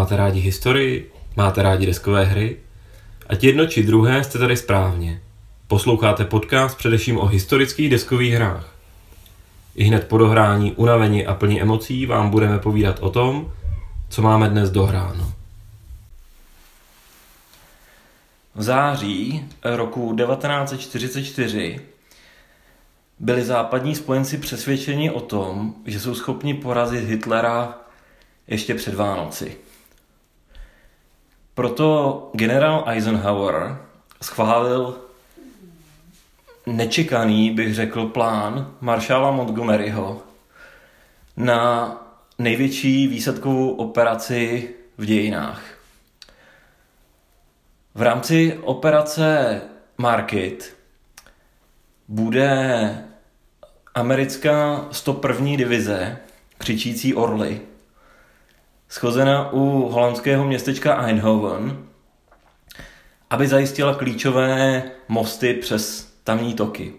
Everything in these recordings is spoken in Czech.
Máte rádi historii? Máte rádi deskové hry? Ať jedno či druhé jste tady správně. Posloucháte podcast především o historických deskových hrách. Ihned po dohrání, unavení a plní emocí vám budeme povídat o tom, co máme dnes dohráno. V září roku 1944 byli západní spojenci přesvědčeni o tom, že jsou schopni porazit Hitlera ještě před Vánoci. Proto generál Eisenhower schválil nečekaný, bych řekl, plán maršála Montgomeryho na největší výsadkovou operaci v dějinách. V rámci operace Market bude americká 101. divize Křičící orly schozena u holandského městečka Eindhoven, aby zajistila klíčové mosty přes tamní toky.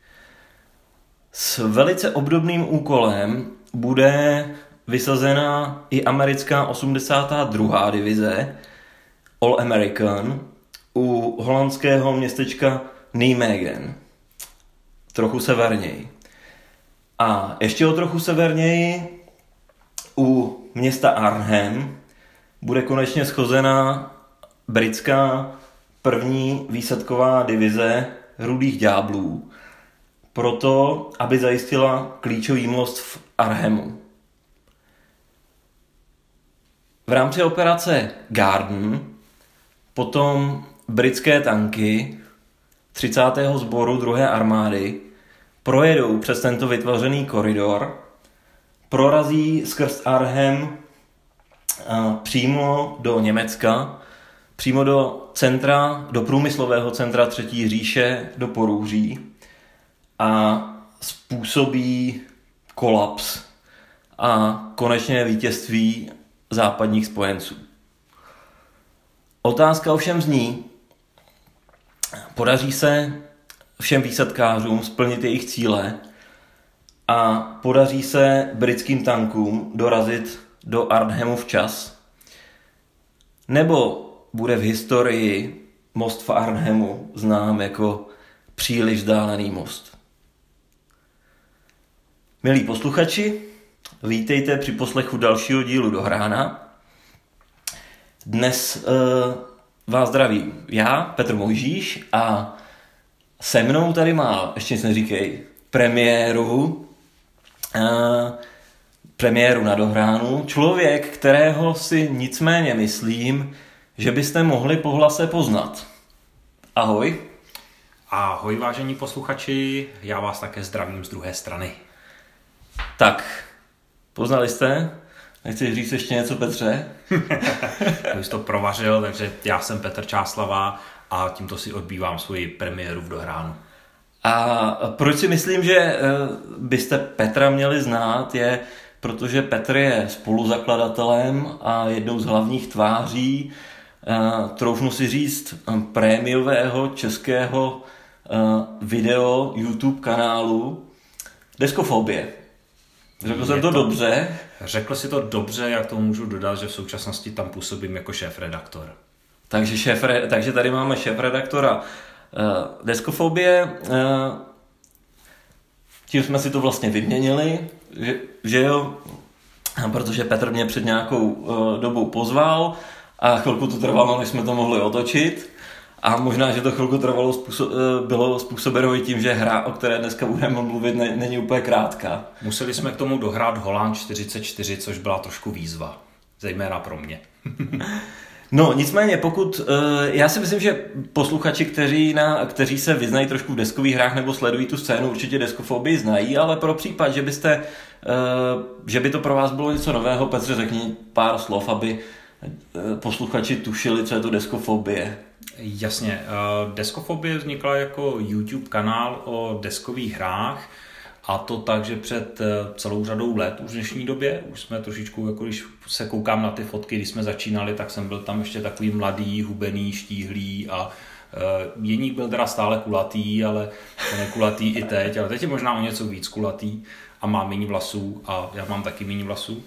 S velice obdobným úkolem bude vysazena i americká 82. divize All American u holandského městečka Nijmegen, trochu severněji. A ještě o trochu severněji u města Arnhem bude konečně schozena britská 1. výsadková divize Rudých ďáblů, proto aby zajistila klíčový most v Arnhemu. V rámci operace Garden potom britské tanky 30. sboru 2. armády projedou přes tento vytvořený koridor, prorazí skrz Arnhem přímo do Německa, přímo do průmyslového centra Třetí říše, do Porúří a způsobí kolaps a konečně vítězství západních spojenců. Otázka ovšem zní, podaří se všem výsadkářům splnit jejich cíle a podaří se britským tankům dorazit do Arnhemu včas? Nebo bude v historii most v Arnhemu znám jako příliš vzdálený most? Milí posluchači, vítejte při poslechu dalšího dílu Dohrána. Dnes vás zdravím já, Petr Mojžíš, a se mnou tady má, ještě nic neříkej, premiéru na Dohránu, člověk, kterého si nicméně myslím, že byste mohli po hlase poznat. Ahoj. Ahoj, vážení posluchači, já vás také zdravím z druhé strany. Tak, poznali jste? Nechceš říct ještě něco, Petře? Už to provařil, takže já jsem Petr Čáslava a tímto si odbývám svoji premiéru v Dohránu. A proč si myslím, že byste Petra měli znát, je, protože Petr je spoluzakladatelem a jednou z hlavních tváří, troufnu si říct, prémiového českého video YouTube kanálu Deskofobie. Řekl jsem to dobře? Řekl si to dobře, jak to můžu dodat, že v současnosti tam působím jako šéfredaktor. Takže tady máme šéfredaktora Deskofobie. Tím jsme si to vlastně vyměnili, že jo? Protože Petr mě před nějakou dobou pozval a chvilku to trvalo, než jsme to mohli otočit. A možná, že to chvilku trvalo, bylo způsobeno i tím, že hra, o které dneska budeme mluvit, není úplně krátká. Museli jsme k tomu dohrát Holand 44, což byla trošku výzva, zejména pro mě. No, nicméně, já si myslím, že posluchači, kteří se vyznají trošku v deskových hrách nebo sledují tu scénu, určitě Deskofobii znají, ale pro případ, že by to pro vás bylo něco nového, Petře, řekni pár slov, aby posluchači tušili, co je to Deskofobie. Jasně, Deskofobie vznikla jako YouTube kanál o deskových hrách, a to tak, že před celou řadou let už v dnešní době, už jsme trošičku, jako když se koukám na ty fotky, když jsme začínali, tak jsem byl tam ještě takový mladý, hubený, štíhlý a Jeník byl teda stále kulatý, ale ten je kulatý i teď, ale teď je možná o něco víc kulatý a má méně vlasů a já mám taky méně vlasů.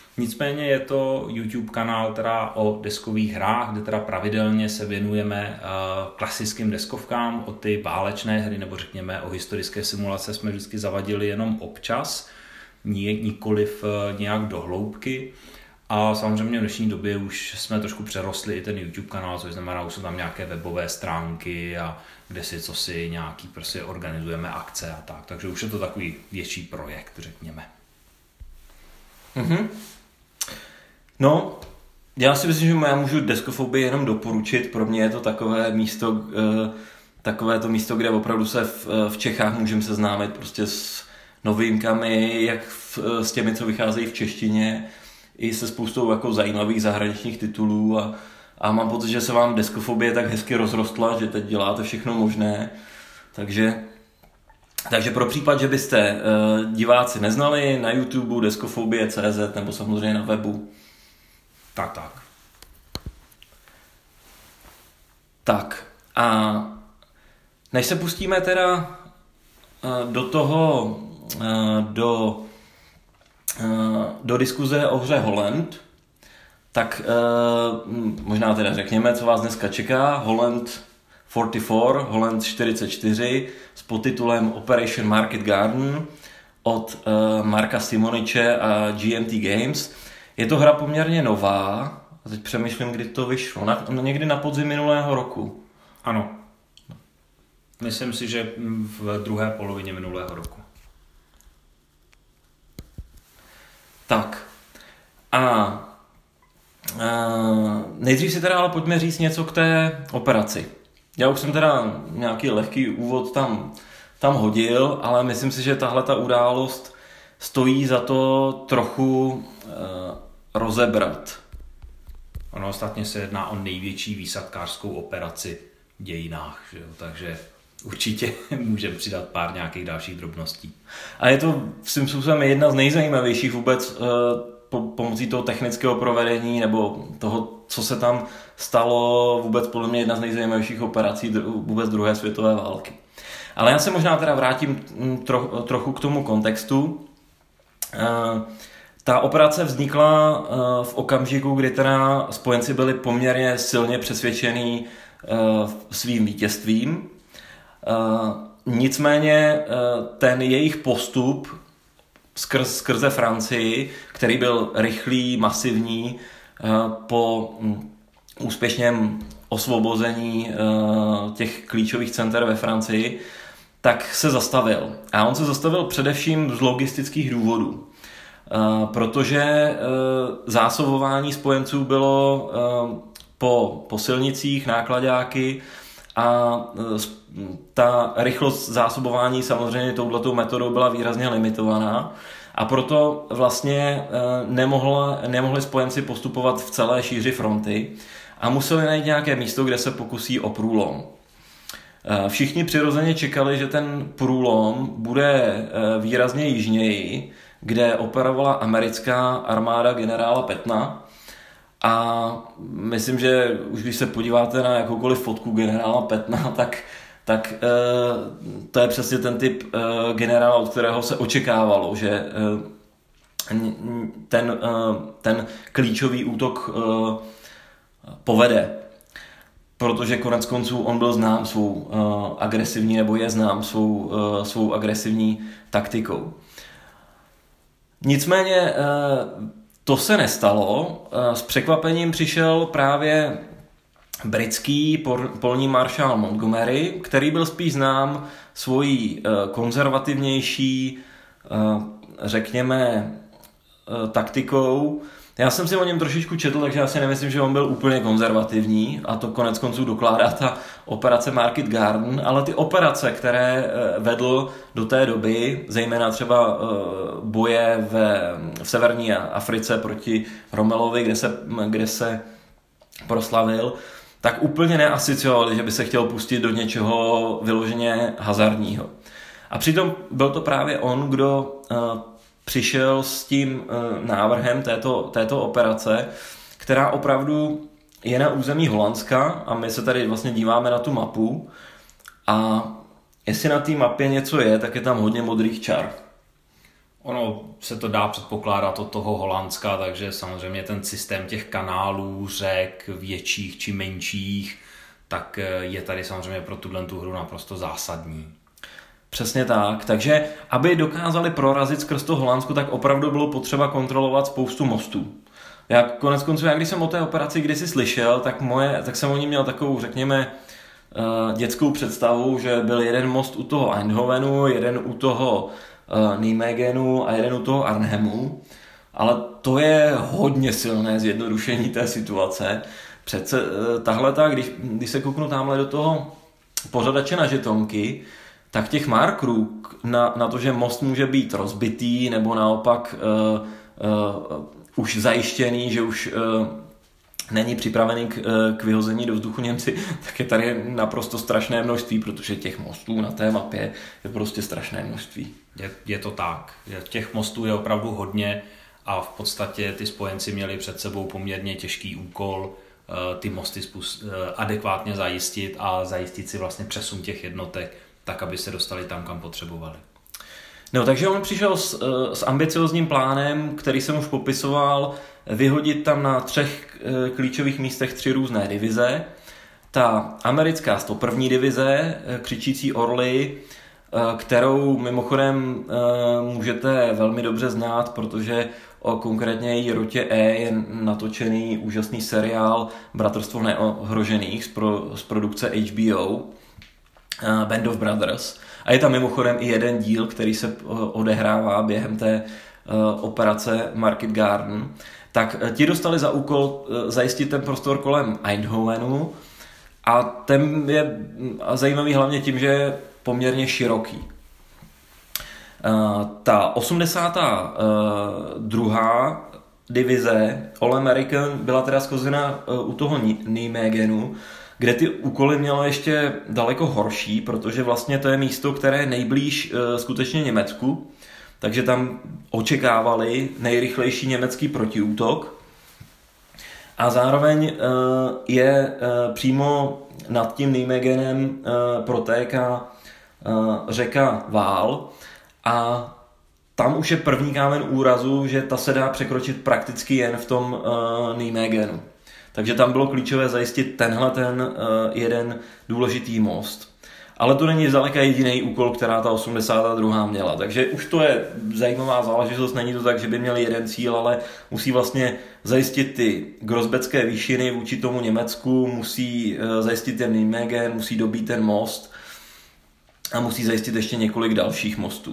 Nicméně je to YouTube kanál teda o deskových hrách, kde teda pravidelně se věnujeme klasickým deskovkám. O ty válečné hry nebo řekněme o historické simulace jsme vždycky zavadili jenom občas, nikoliv nějak do hloubky. A samozřejmě v dnešní době už jsme trošku přerostli i ten YouTube kanál, což znamená, už jsou tam nějaké webové stránky a kde si cosi nějaký prostě organizujeme akce a tak. Takže už je to takový větší projekt, řekněme. Mm-hmm. No, já si myslím, že já můžu Deskofobii jenom doporučit. Pro mě je to takové to místo, kde opravdu se v Čechách můžeme seznámit prostě s novinkami, jak s těmi, co vycházejí v češtině, i se spoustou jako zajímavých zahraničních titulů a mám pocit, že se vám Deskofobie tak hezky rozrostla, že teď děláte všechno možné. Takže pro případ, že byste diváci neznali, na YouTube deskofobie.cz nebo samozřejmě na webu. Tak. Tak a než se pustíme teda do toho, do diskuze o hře Holland, tak možná teda řekněme, co vás dneska čeká. Holland 44 s podtitulem Operation Market Garden od Marka Simoniče a GMT Games. Je to hra poměrně nová, a teď přemýšlím, kdy to vyšlo, někdy na podzim minulého roku. Ano. Myslím si, že v druhé polovině minulého roku. Tak. A nejdřív si teda ale pojďme říct něco k té operaci. Já už jsem teda nějaký lehký úvod tam hodil, ale myslím si, že tahle ta událost stojí za to trochu rozebrat. Ono ostatně se jedná o největší výsadkářskou operaci v dějinách, že jo? Takže určitě můžeme přidat pár nějakých dalších drobností. A je to svým způsobem jedna z nejzajímavějších vůbec pomocí toho technického provedení nebo toho, co se tam stalo, vůbec podle mě jedna z nejzajímavějších operací vůbec druhé světové války. Ale já se možná teda vrátím trochu k tomu kontextu. Ta operace vznikla v okamžiku, kdy teda spojenci byli poměrně silně přesvědčený svým vítězstvím. Nicméně ten jejich postup skrze Francii, který byl rychlý, masivní, po úspěšném osvobození těch klíčových center ve Francii, tak se zastavil. A on se zastavil především z logistických důvodů. Protože zásobování spojenců bylo po silnicích, nákladáky a ta rychlost zásobování samozřejmě touhletou metodou byla výrazně limitovaná a proto vlastně nemohli spojenci postupovat v celé šíři fronty a museli najít nějaké místo, kde se pokusí o průlom. Všichni přirozeně čekali, že ten průlom bude výrazně jižněji, kde operovala americká armáda generála Pattona. A myslím, že už když se podíváte na jakoukoliv fotku generála Pattona, tak to je přesně ten typ generála, od kterého se očekávalo, že ten klíčový útok povede. Protože konec konců on byl znám svou agresivní, nebo je znám svou agresivní taktikou. Nicméně to se nestalo. S překvapením přišel právě britský polní maršál Montgomery, který byl spíš znám svojí konzervativnější, řekněme, taktikou. Já jsem si o něm trošičku četl, takže já si nemyslím, že on byl úplně konzervativní a to konec konců dokládá ta operace Market Garden, ale ty operace, které vedl do té doby, zejména třeba boje v severní Africe proti Romelovi, kde se proslavil, tak úplně neasociovali, že by se chtěl pustit do něčeho vyloženě hazardního. A přitom byl to právě on, kdo přišel s tím návrhem této operace, která opravdu je na území Holandska a my se tady vlastně díváme na tu mapu a jestli na té mapě něco je, tak je tam hodně modrých čar. Ono se to dá předpokládat od toho Holandska, takže samozřejmě ten systém těch kanálů, řek, větších či menších, tak je tady samozřejmě pro tu hru naprosto zásadní. Přesně tak, takže aby dokázali prorazit skrz to Holandsko, tak opravdu bylo potřeba kontrolovat spoustu mostů. Konec konců, když jsem o té operaci kdysi slyšel, tak jsem o ní měl takovou, řekněme, dětskou představu, že byl jeden most u toho Eindhovenu, jeden u toho Nijmegenu a jeden u toho Arnhemu, ale to je hodně silné zjednodušení té situace. Přece když se kouknu tamhle do toho pořadače na žetonky, tak těch markerů na to, že most může být rozbitý nebo naopak už zajištěný, že už není připravený k vyhození do vzduchu Němci, tak je tady naprosto strašné množství, protože těch mostů na té mapě je prostě strašné množství. Je to tak. Těch mostů je opravdu hodně a v podstatě ty spojenci měli před sebou poměrně těžký úkol ty mosty adekvátně zajistit a zajistit si vlastně přesun těch jednotek, tak, aby se dostali tam, kam potřebovali. No, takže on přišel s ambiciozním plánem, který jsem už popisoval, vyhodit tam na 3 klíčových místech 3 různé divize. Ta americká 101. divize, Křičící orly, kterou mimochodem můžete velmi dobře znát, protože o konkrétně její rotě E je natočený úžasný seriál Bratrstvo neohrožených z produkce HBO, Band of Brothers. A je tam mimochodem i jeden díl, který se odehrává během té operace Market Garden. Tak ti dostali za úkol zajistit ten prostor kolem Eindhovenu a ten je zajímavý hlavně tím, že je poměrně široký. Ta 82. divize All American byla teda schozena u toho Nijmegenu, kde ty úkoly mělo ještě daleko horší, protože vlastně to je místo, které je nejblíž skutečně Německu, takže tam očekávali nejrychlejší německý protiútok. A zároveň je přímo nad tím Nijmegenem protéká řeka Vaal a tam už je první kámen úrazu, že ta se dá překročit prakticky jen v tom Nijmegenu. Takže tam bylo klíčové zajistit tenhle jeden důležitý most. Ale to není zdaleka jediný úkol, která ta 82. měla. Takže už to je zajímavá záležitost, není to tak, že by měli jeden cíl, ale musí vlastně zajistit ty Grosbecké výšiny vůči tomu Německu, musí zajistit ten Nijmegen, musí dobít ten most a musí zajistit ještě několik dalších mostů.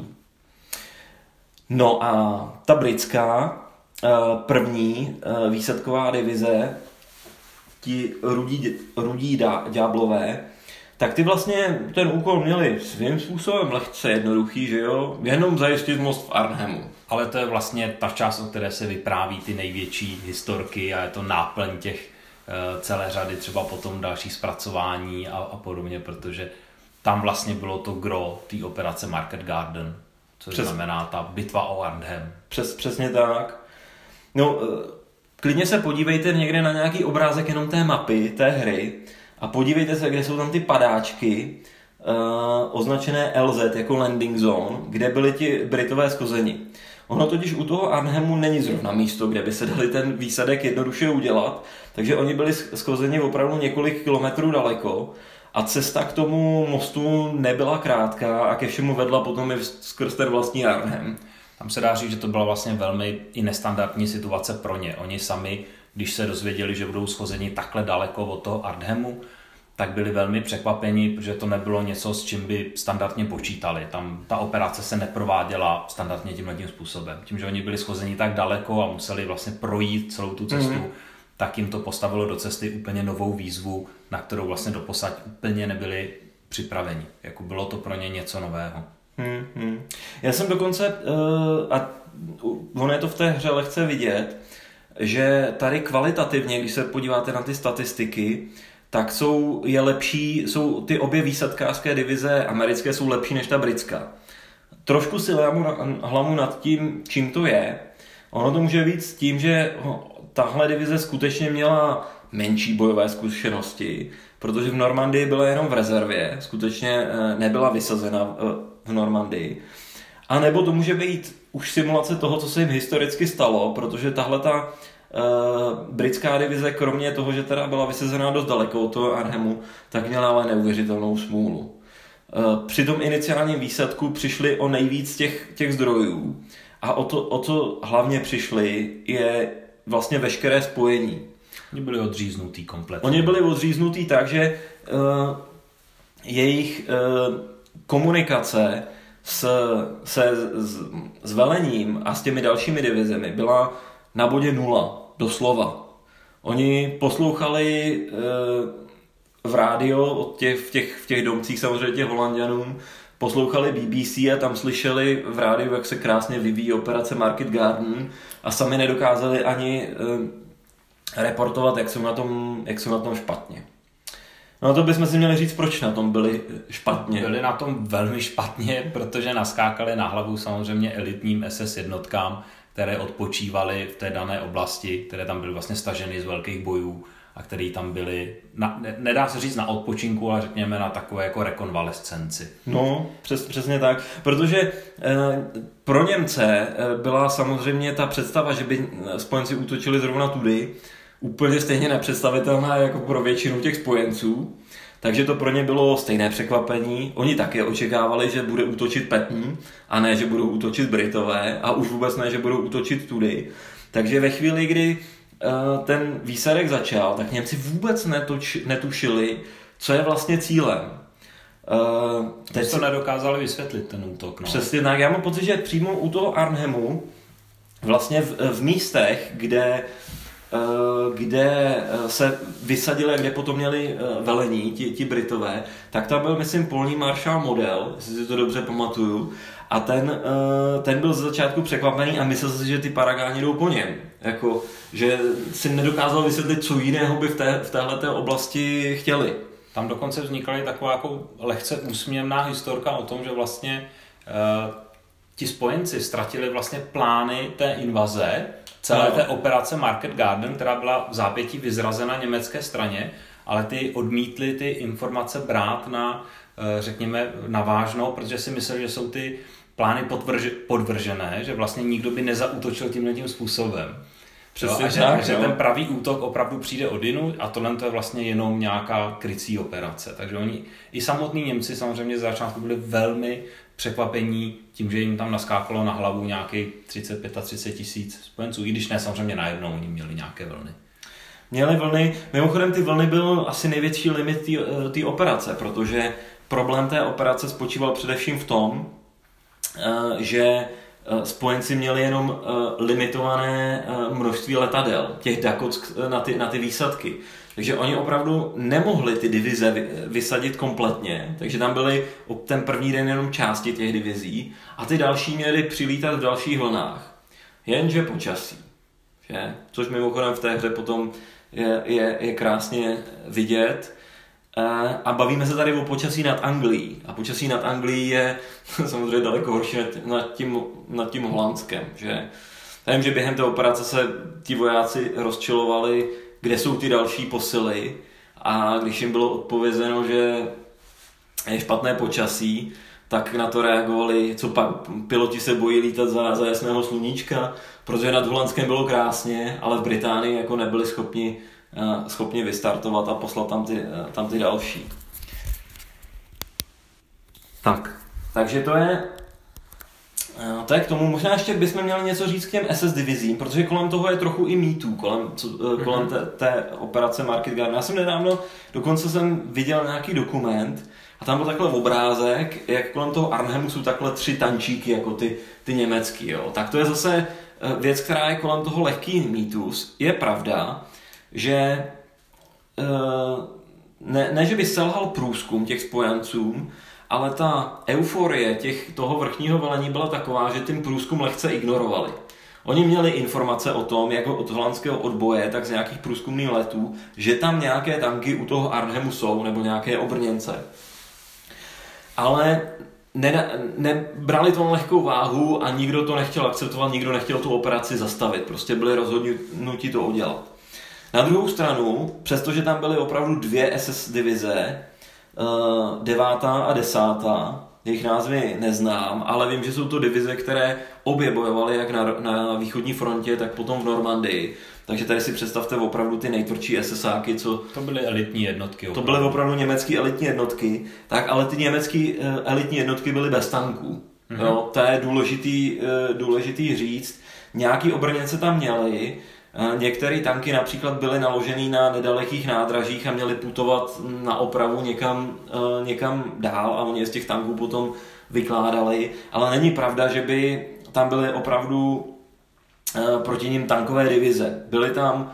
No a ta britská první výsadková divize, ti rudí ďáblové, tak ty vlastně ten úkol měli svým způsobem lehce jednoduchý, že jo? Jenom zajistit most v Arnhemu. Ale to je vlastně ta část, o které se vypráví ty největší historky a je to náplň těch celé řady třeba potom dalších zpracování a podobně, protože tam vlastně bylo to gro té operace Market Garden, což znamená ta bitva o Arnhem. Přesně tak. No, klidně se podívejte někde na nějaký obrázek jenom té mapy, té hry a podívejte se, kde jsou tam ty padáčky označené LZ jako landing zone, kde byli ti Britové schozeni. Ono totiž u toho Arnhemu není zrovna místo, kde by se dali ten výsadek jednoduše udělat, takže oni byli schozeni opravdu několik kilometrů daleko a cesta k tomu mostu nebyla krátká a ke všemu vedla potom i skrz ten vlastní Arnhem. Tam se dá říct, že to byla vlastně velmi i nestandardní situace pro ně. Oni sami, když se dozvěděli, že budou schozeni takhle daleko od toho Arnhemu, tak byli velmi překvapeni, protože to nebylo něco, s čím by standardně počítali. Tam ta operace se neprováděla standardně tímhletím způsobem. Tím, že oni byli schozeni tak daleko a museli vlastně projít celou tu cestu, tak jim to postavilo do cesty úplně novou výzvu, na kterou vlastně doposud úplně nebyli připraveni. Jako bylo to pro ně něco nového. Já jsem dokonce, a ono je to v té hře lehce vidět, že tady kvalitativně, když se podíváte na ty statistiky, tak jsou ty obě výsadkářské divize americké jsou lepší než ta britská. Trošku si lámu hlavu nad tím, čím to je. Ono to může být s tím, že tahle divize skutečně měla menší bojové zkušenosti, protože v Normandii byla jenom v rezervě, skutečně nebyla vysazena v Normandii. A nebo to může být už simulace toho, co se jim historicky stalo, protože tahle ta britská divize, kromě toho, že teda byla vysazená dost daleko od toho Arnhemu, tak měla ale neuvěřitelnou smůlu. Při tom iniciálním výsadku přišli o nejvíc těch zdrojů a o co hlavně přišli je vlastně veškeré spojení. Oni byli odříznutý kompletně. Oni byli odříznutý tak, že jejich komunikace s velením a s těmi dalšími divizemi byla na bodě 0, doslova. Oni poslouchali v rádio v těch domcích samozřejmě těch Holanďanům, poslouchali BBC a tam slyšeli v rádiu, jak se krásně vyvíjí operace Market Garden a sami nedokázali ani reportovat, jak jsou na tom špatně. No to bychom si měli říct, proč na tom byli špatně. Byli na tom velmi špatně, protože naskákali na hlavu samozřejmě elitním SS jednotkám, které odpočívaly v té dané oblasti, které tam byly vlastně staženy z velkých bojů a které tam byly, nedá se říct na odpočinku, ale řekněme na takové jako rekonvalescenci. No, přesně tak, protože pro Němce byla samozřejmě ta představa, že by spojenci útočili zrovna tudy, úplně stejně nepředstavitelná jako pro většinu těch spojenců, takže to pro ně bylo stejné překvapení. Oni také očekávali, že bude útočit Patton a ne, že budou útočit Britové a už vůbec ne, že budou útočit tudy. Takže ve chvíli, kdy ten výsadek začal, tak Němci vůbec netušili, co je vlastně cílem. Teď to nedokázali vysvětlit ten útok. No. Přesně tak. Já mám pocit, že přímo u toho Arnhemu, vlastně v místech, kde se vysadili a kde potom měli velení ti Britové, tak tam byl, myslím, polní maršál Model, jestli si to dobře pamatuju, a ten byl ze začátku překvapený a myslel si, že ty Paragáni jdou po něm. Jako, že si nedokázal vysvětlit, co jiného by v téhleté oblasti chtěli. Tam dokonce vznikla i taková jako lehce úsměvná historka o tom, že vlastně ti spojenci ztratili vlastně plány té invaze, celé té operace Market Garden, která byla v zápětí vyzrazena německé straně, ale ty odmítli ty informace brát na, řekněme, na vážnou, protože si mysleli, že jsou ty plány podvržené, že vlastně nikdo by nezaútočil tímhletím způsobem. A že ten pravý útok opravdu přijde odjinud a tohle to je vlastně jenom nějaká krycí operace. Takže oni, i samotní Němci samozřejmě za začátku byli velmi překvapení tím, že jim tam naskákalo na hlavu nějakých 30 tisíc spojenců, i když ne samozřejmě najednou, oni měli nějaké vlny. Měli vlny, mimochodem ty vlny byl asi největší limit té operace, protože problém té operace spočíval především v tom, že spojenci měli jenom limitované množství letadel, těch Dakots na ty výsadky. Takže oni opravdu nemohli ty divize vysadit kompletně, takže tam byly ten první den jenom části těch divizí a ty další měly přilítat v dalších vlnách. Jenže počasí, že? Což mimochodem v té hře potom je krásně vidět. A bavíme se tady o počasí nad Anglií. A počasí nad Anglií je samozřejmě daleko horší nad tím Holandskem. Že? Vím, že během té operace se ti vojáci rozčilovali, kde jsou ty další posily. A když jim bylo odpovězeno, že je špatné počasí, tak na to reagovali, co pak piloti se bojí lítat za jasného sluníčka, protože nad Holandskem bylo krásně, ale v Británii jako nebyli schopni vystartovat a poslat tam ty další. Takže to je k tomu. Možná ještě bychom měli něco říct k těm SS divizím, protože kolem toho je trochu i mýtů, kolem té operace Market Garden. Já jsem nedávno, dokonce jsem viděl nějaký dokument a tam byl takhle obrázek, jak kolem toho Arnhemu jsou takhle 3 tančíky, jako ty německý. Jo. Tak to je zase věc, která je kolem toho lehký mýtus. Je pravda, že ne, že by selhal průzkum těch spojenců, ale ta euforie toho vrchního velení byla taková, že ten průzkum lehce ignorovali. Oni měli informace o tom, jak od holandského odboje, tak z nějakých průzkumných letů, že tam nějaké tanky u toho Arnhemu jsou, nebo nějaké obrněnce. Ale nebrali to na lehkou váhu a nikdo to nechtěl akceptovat, nikdo nechtěl tu operaci zastavit. Prostě byli rozhodnuti to udělat. Na druhou stranu, přestože tam byly opravdu 2 SS divize, 9. a 10., jejich názvy neznám, ale vím, že jsou to divize, které obě bojovaly jak na východní frontě, tak potom v Normandii. Takže tady si představte opravdu ty nejtvrdší SSáky, co... To byly elitní jednotky. To byly opravdu německé elitní jednotky, tak ale ty německé elitní jednotky byly bez tanků. Jo, to je důležitý říct. Nějaký obrněnce tam měli, některé tanky například byly naložené na nedalekých nádražích a měly putovat na opravu někam dál a oni je z těch tanků potom vykládali, ale není pravda, že by tam byly opravdu proti nim tankové divize. Byly tam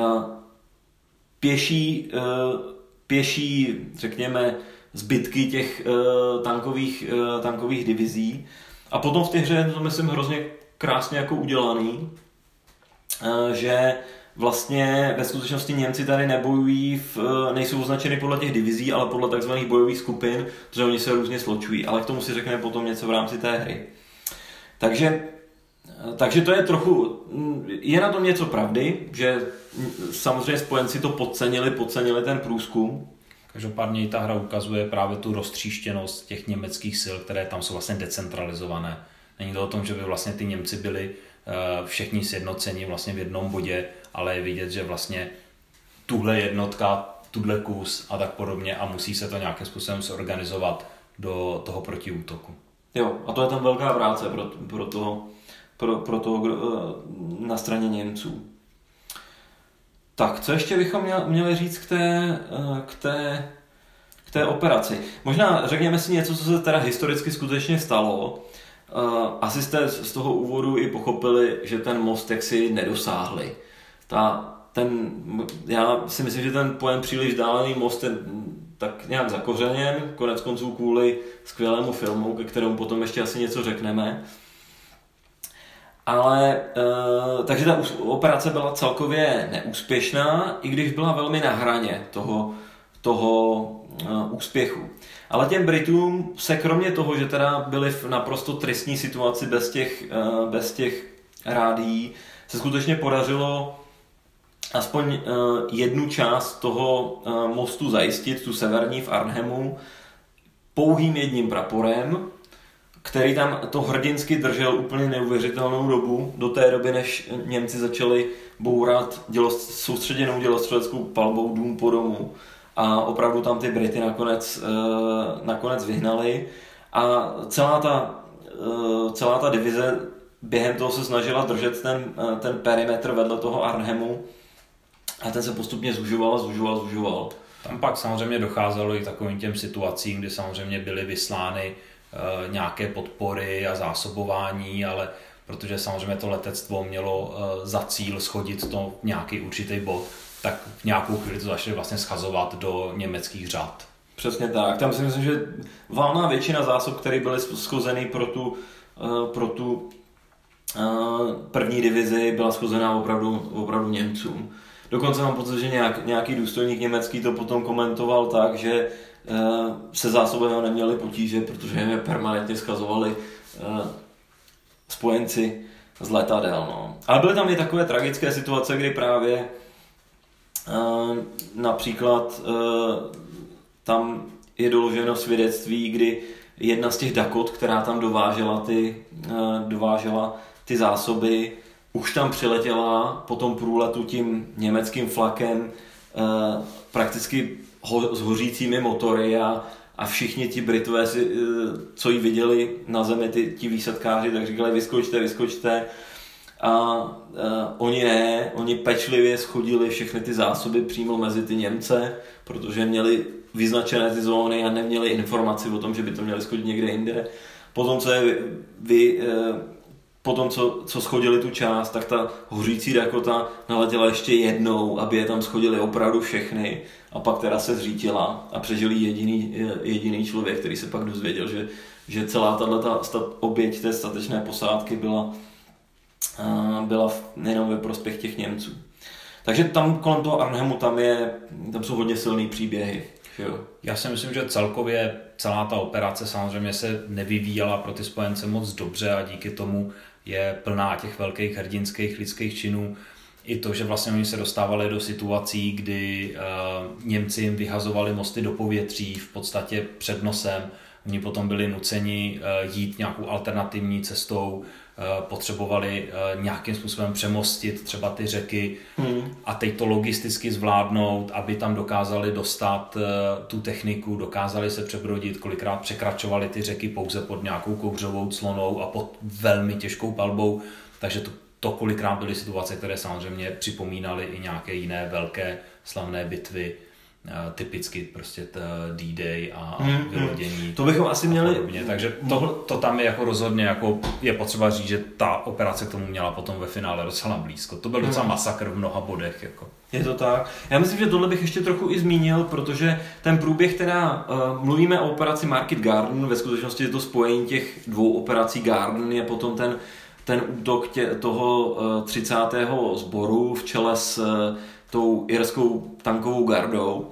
pěší, řekněme, zbytky těch tankových divizí. A potom v té hře je to, myslím, hrozně krásně jako udělaný, že vlastně ve skutečnosti Němci tady nebojují, nejsou označeny podle těch divizí, ale podle takzvaných bojových skupin, protože oni se různě sločují, ale k tomu si řekneme potom něco v rámci té hry. Takže to je trochu, je na tom něco pravdy, že samozřejmě spojenci to podcenili ten průzkum. Každopádně i ta hra ukazuje právě tu roztříštěnost těch německých sil, které tam jsou vlastně decentralizované. Není to o tom, že by vlastně ty Němci byli všichni sjednoceni vlastně v jednom bodě, ale je vidět, že vlastně tuhle jednotka, tuhle kus a tak podobně a musí se to nějakým způsobem zorganizovat do toho protiútoku. Jo, a to je tam velká práce pro toho na straně Němců. Tak, co ještě bychom měli říct k té operaci? Možná řekněme si něco, co se teda historicky skutečně stalo. Asi jste z toho úvodu i pochopili, že ten most jaksi nedosáhli. Já si myslím, že ten pojem příliš vzdálený most je tak nějak zakořeněn, konec konců kvůli skvělému filmu, ke kterému potom ještě asi něco řekneme. Ale takže ta operace byla celkově neúspěšná, i když byla velmi na hraně toho úspěchu. Ale těm Britům se kromě toho, že teda byli v naprosto tristní situaci bez těch rádií, se skutečně podařilo aspoň jednu část toho mostu zajistit, tu severní v Arnhemu, pouhým jedním praporem, který tam to hrdinsky držel úplně neuvěřitelnou dobu, do té doby, než Němci začali bourat soustředěnou dělostřeleckou palbou dům po domu. A opravdu tam ty Brity nakonec vyhnali. A celá ta divize během toho se snažila držet ten perimetr vedle toho Arnhemu a ten se postupně zužoval. Tam pak samozřejmě docházelo i k takovým těm situacím, kdy samozřejmě byly vyslány nějaké podpory a zásobování, ale protože samozřejmě to letectvo mělo za cíl schodit to nějaký určitý bod, tak v nějakou chvíli to začali vlastně schazovat do německých řad. Přesně tak. Tam si myslím, že valná většina zásob, které byly schozeny pro tu první divizi, byla schozená opravdu Němcům. Dokonce mám pocit, že nějaký důstojník německý to potom komentoval tak, že se zásobem neměli potíže, protože je permanentně schazovali spojenci z letadel. No. Ale byly tam i takové tragické situace, kdy právě například tam je doloženo svědectví, kdy jedna z těch Dakot, která tam dovážela ty zásoby, už tam přiletěla po tom průletu tím německým flakem prakticky s hořícími motory a všichni ti Britové, co ji viděli na zemi, ti výsadkáři, tak říkali vyskočte. A oni pečlivě schodili všechny ty zásoby přímo mezi ty Němce, protože měli vyznačené ty zóny a neměli informaci o tom, že by to měli schodit někde jinde. Potom, co schodili tu část, tak ta hořící Dakota naletěla ještě jednou, aby je tam schodili opravdu všechny a pak teda se zřítila a přežil jediný člověk, který se pak dozvěděl, že celá tato oběť té statečné posádky byla nejenom ve prospěch těch Němců. Takže tam kolem toho Arnhemu tam jsou hodně silný příběhy. Jo. Já si myslím, že celkově celá ta operace samozřejmě se nevyvíjela pro ty spojence moc dobře a díky tomu je plná těch velkých hrdinských lidských činů. I to, že vlastně oni se dostávali do situací, kdy Němci jim vyhazovali mosty do povětří v podstatě před nosem Oni potom byli nuceni jít nějakou alternativní cestou, potřebovali nějakým způsobem přemostit třeba ty řeky a teď to logisticky zvládnout, aby tam dokázali dostat tu techniku, dokázali se přebrodit, kolikrát překračovali ty řeky pouze pod nějakou kouřovou clonou a pod velmi těžkou palbou, takže to kolikrát byly situace, které samozřejmě připomínaly i nějaké jiné velké slavné bitvy, typicky prostě D-Day a vylodění. To bychom asi měli. Takže to tam je jako rozhodně jako je potřeba říct, že ta operace k tomu měla potom ve finále docela blízko. To byl docela masakr v mnoha bodech. Jako. Je to tak. Já myslím, že tohle bych ještě trochu i zmínil, protože ten průběh, teda mluvíme o operaci Market Garden, ve skutečnosti je to spojení těch dvou operací. Garden je potom ten útok toho 30. sboru v čele s tou irskou tankovou gardou,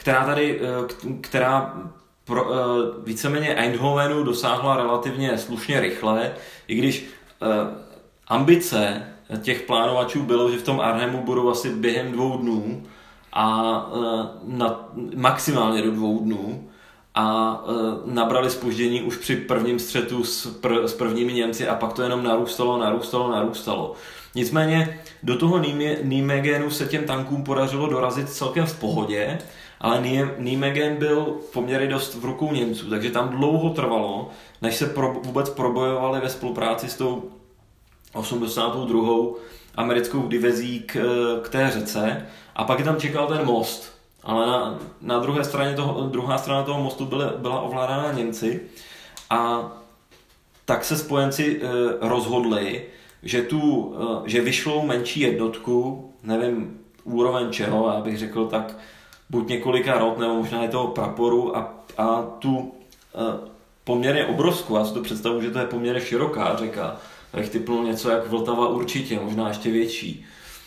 která víceméně Eindhovenu dosáhla relativně slušně rychle, i když ambice těch plánovačů bylo, že v tom Arnhemu budou asi během 2 dnů a maximálně do 2 dnů a nabrali zpoždění už při prvním střetu s prvními Němci a pak to jenom narůstalo. Nicméně do toho Nijmegenu se těm tankům podařilo dorazit celkem v pohodě, ale Nijmegen byl poměrně dost v rukou Němců, takže tam dlouho trvalo, než se vůbec probojovali ve spolupráci s tou 82. americkou divizí k té řece a pak tam čekal ten most. Ale na druhé straně druhá strana toho mostu byla ovládána Němci a tak se spojenci rozhodli, že vyšlou menší jednotku, nevím úroveň čeho, já bych řekl tak buď několika rot, nebo možná i toho praporu a tu poměrně obrovskou, já si to představuji, že to je poměrně široká řeka, tak typnul něco jak Vltava určitě, možná ještě větší.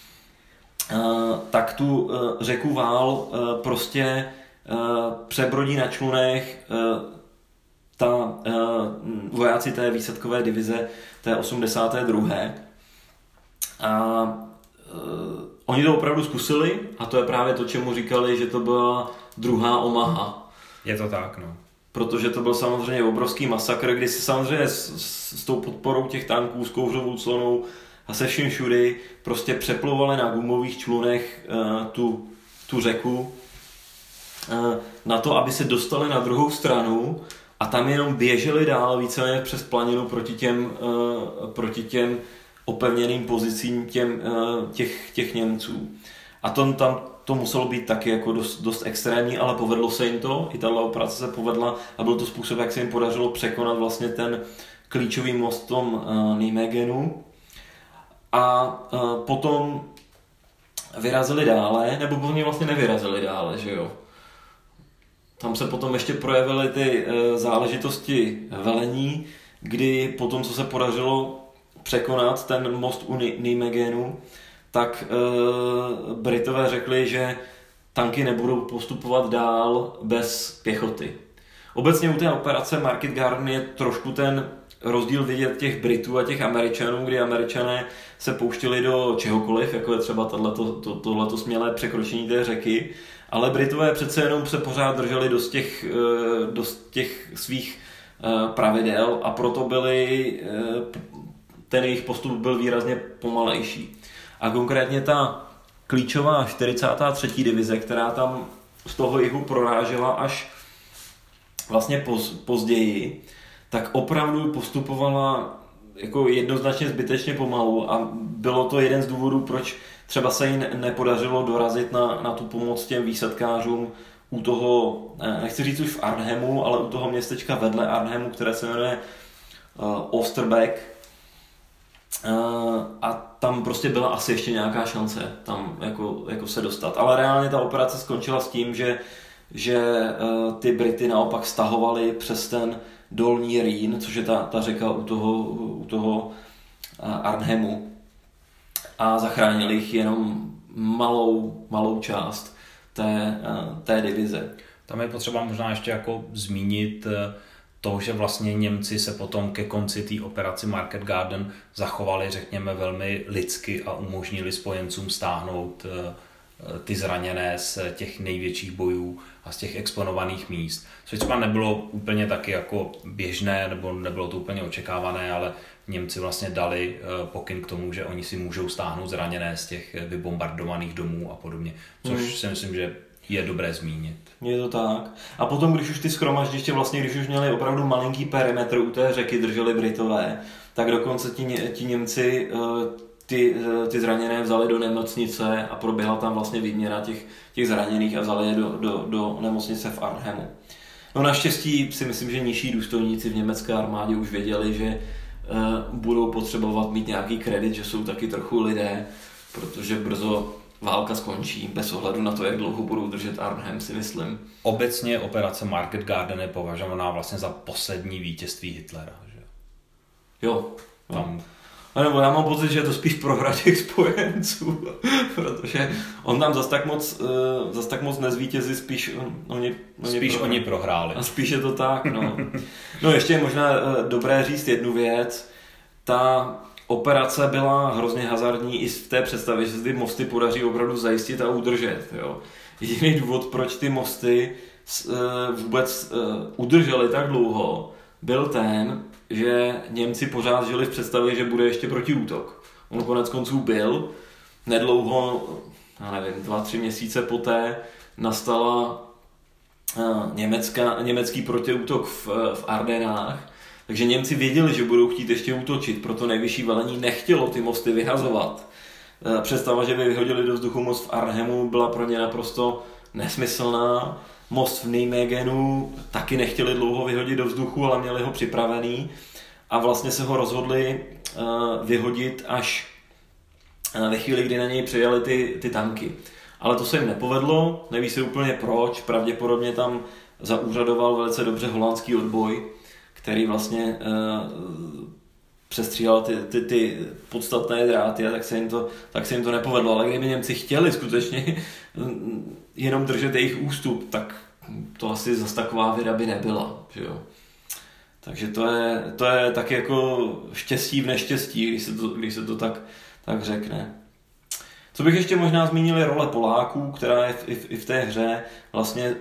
Tak tu řeku Vál prostě přebrodí na člunech vojáci té výsadkové divize té 82. A oni to opravdu zkusili a to je právě to, čemu říkali, že to byla druhá Omaha. Je to tak, no. Protože to byl samozřejmě obrovský masakr, kdy si samozřejmě s tou podporou těch tanků, s kouřovou clonou a se vším všudy prostě přeplouvali na gumových člunech tu řeku na to, aby se dostali na druhou stranu a tam jenom běželi dál víceméně přes planinu proti těm opevněným pozicím těch Němců. A to muselo být taky jako dost extrémní, ale povedlo se jim to, i tato operace se povedla a byl to způsob, jak se jim podařilo překonat vlastně ten klíčový most v tom Nijmegenu. A potom vyrazili dále, nebo oni vlastně nevyrazili dále, že jo. Tam se potom ještě projevily ty záležitosti velení, kdy potom, co se podařilo překonat ten most u Nijmegenu, tak Britové řekli, že tanky nebudou postupovat dál bez pěchoty. Obecně u té operace Market Garden je trošku ten rozdíl vidět těch Britů a těch Američanů, kdy Američané se pouštili do čehokoliv, jako je třeba tohleto smělé překročení té řeky, ale Britové přece jenom se pořád drželi do těch svých pravidel a proto ten jejich postup byl výrazně pomalejší. A konkrétně ta klíčová 43. divize, která tam z toho jihu prorážela až vlastně později, tak opravdu postupovala jako jednoznačně zbytečně pomalu a bylo to jeden z důvodů, proč třeba se jí nepodařilo dorazit na tu pomoc těm výsadkářům u toho, nechci říct už v Arnhemu, ale u toho městečka vedle Arnhemu, které se jmenuje Osterbeek. A tam prostě byla asi ještě nějaká šance tam jako se dostat. Ale reálně ta operace skončila s tím, že ty Brity naopak stahovali přes ten dolní Rýn, což je ta řeka u toho Arnhemu. A zachránili jich jenom malou část té divize. Tam je potřeba možná ještě jako zmínit to, že vlastně Němci se potom ke konci té operaci Market Garden zachovali, řekněme, velmi lidsky a umožnili spojencům stáhnout ty zraněné z těch největších bojů a z těch exponovaných míst. Což třeba nebylo úplně taky jako běžné, nebo nebylo to úplně očekávané, ale Němci vlastně dali pokyn k tomu, že oni si můžou stáhnout zraněné z těch vybombardovaných domů a podobně. Což si myslím, že je dobré zmínit. Je to tak. A potom, když už ty shromaždiště vlastně, když už měli opravdu malinký perimetr u té řeky, drželi Britové, tak dokonce ti Němci ty zraněné vzali do nemocnice a proběhla tam vlastně výměna těch zraněných a vzali je do nemocnice v Arnhemu. No naštěstí si myslím, že nižší důstojníci v německé armádě už věděli, že budou potřebovat mít nějaký kredit, že jsou taky trochu lidé, protože brzo válka skončí, bez ohledu na to, jak dlouho budou držet Arnhem, si myslím. Obecně operace Market Garden je považovaná vlastně za poslední vítězství Hitlera. Že? Jo. Tam. A nebo já mám pocit, že je to spíš prohra těch spojenců, protože on tam zas tak moc nezvítězí, spíš oni prohráli. A spíš je to tak, no. No ještě je možná dobré říct jednu věc. Ta operace byla hrozně hazardní i v té představě, že se ty mosty podaří opravdu zajistit a udržet. Jo. Jediný důvod, proč ty mosty vůbec udrželi tak dlouho, byl ten, že Němci pořád žili v představě, že bude ještě protiútok. On konec konců byl. Nedlouho, já nevím, 2-3 měsíce poté nastala německý protiútok v Ardenách. Takže Němci věděli, že budou chtít ještě útočit, proto nejvyšší velení nechtělo ty mosty vyhazovat. Představa, že by vyhodili do vzduchu most v Arnhemu, byla pro ně naprosto nesmyslná. Most v Nijmegenu taky nechtěli dlouho vyhodit do vzduchu, ale měli ho připravený a vlastně se ho rozhodli vyhodit až ve chvíli, kdy na něj přijeli ty tanky. Ale to se jim nepovedlo, neví se úplně proč, pravděpodobně tam zaúřadoval velice dobře holandský odboj, který vlastně přestříhal ty podstatné dráty a tak se jim to nepovedlo. Ale kdyby Němci chtěli skutečně jenom držet jejich ústup, tak to asi zase taková věda by nebyla. Že jo? Takže to je tak jako štěstí v neštěstí, když se to tak řekne. Co bych ještě možná zmínil, je role Poláků, která je i v té hře vlastně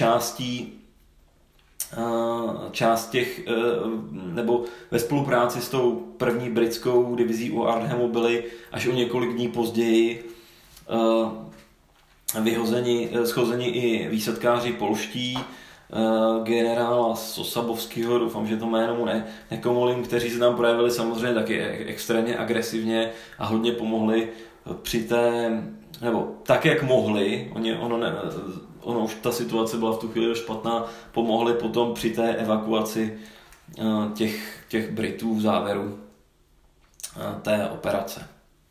část těch, nebo ve spolupráci s tou první britskou divizí u Arnhemu byli až o několik dní později schozeni i výsadkáři polští, generála Sosabovského, doufám, že to jméno mu nekomolím, kteří se tam projevili samozřejmě taky extrémně agresivně a hodně pomohli při té, nebo tak, jak mohli, ono už ta situace byla v tu chvíli špatná, pomohli potom při té evakuaci těch Britů v závěru té operace.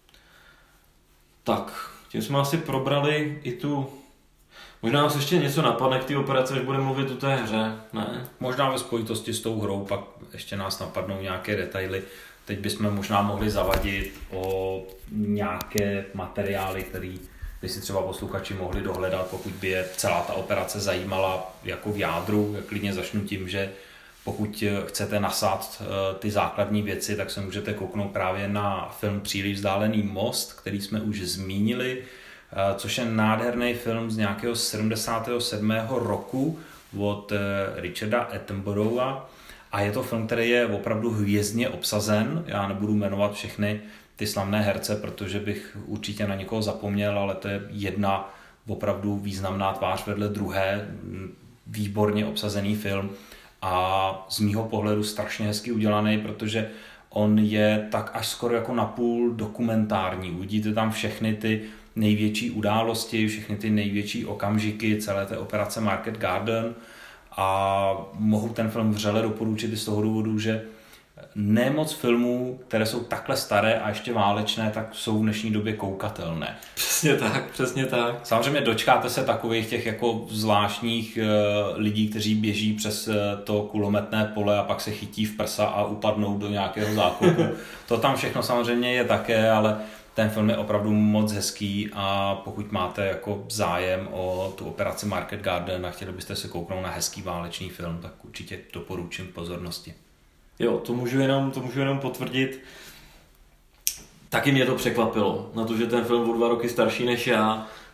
Tak, tím jsme asi probrali i tu. Možná nás ještě něco napadne k té operaci, až budeme mluvit o té hře, ne? Možná ve spojitosti s tou hrou, pak ještě nás napadnou nějaké detaily. Teď bychom možná mohli zavadit o nějaké materiály, které by si třeba posluchači mohli dohledat, pokud by je celá ta operace zajímala jako v jádru. Já klidně začnu tím, že pokud chcete nasát ty základní věci, tak se můžete kouknout právě na film Příliš vzdálený most, který jsme už zmínili, což je nádherný film z nějakého 77. roku od Richarda Attenborougha. A je to film, který je opravdu hvězdně obsazen. Já nebudu jmenovat všechny ty slavné herce, protože bych určitě na někoho zapomněl, ale to je jedna opravdu významná tvář vedle druhé. Výborně obsazený film a z mýho pohledu strašně hezky udělaný, protože on je tak až skoro jako napůl dokumentární. Uvidíte tam všechny ty největší události, všechny ty největší okamžiky celé té operace Market Garden a mohu ten film vřele doporučit i z toho důvodu, že nemoc filmů, které jsou takhle staré a ještě válečné, tak jsou v dnešní době koukatelné. Přesně tak. Samozřejmě dočkáte se takových těch jako zvláštních lidí, kteří běží přes to kulometné pole a pak se chytí v prsa a upadnou do nějakého zákopu. To tam všechno samozřejmě je také, ale ten film je opravdu moc hezký a pokud máte jako zájem o tu operaci Market Garden a chtěli byste se kouknout na hezký válečný film, tak určitě doporučím k pozornosti. Jo, to můžu jenom potvrdit. Taky mě to překvapilo, na to, že ten film o 2 roky starší než já,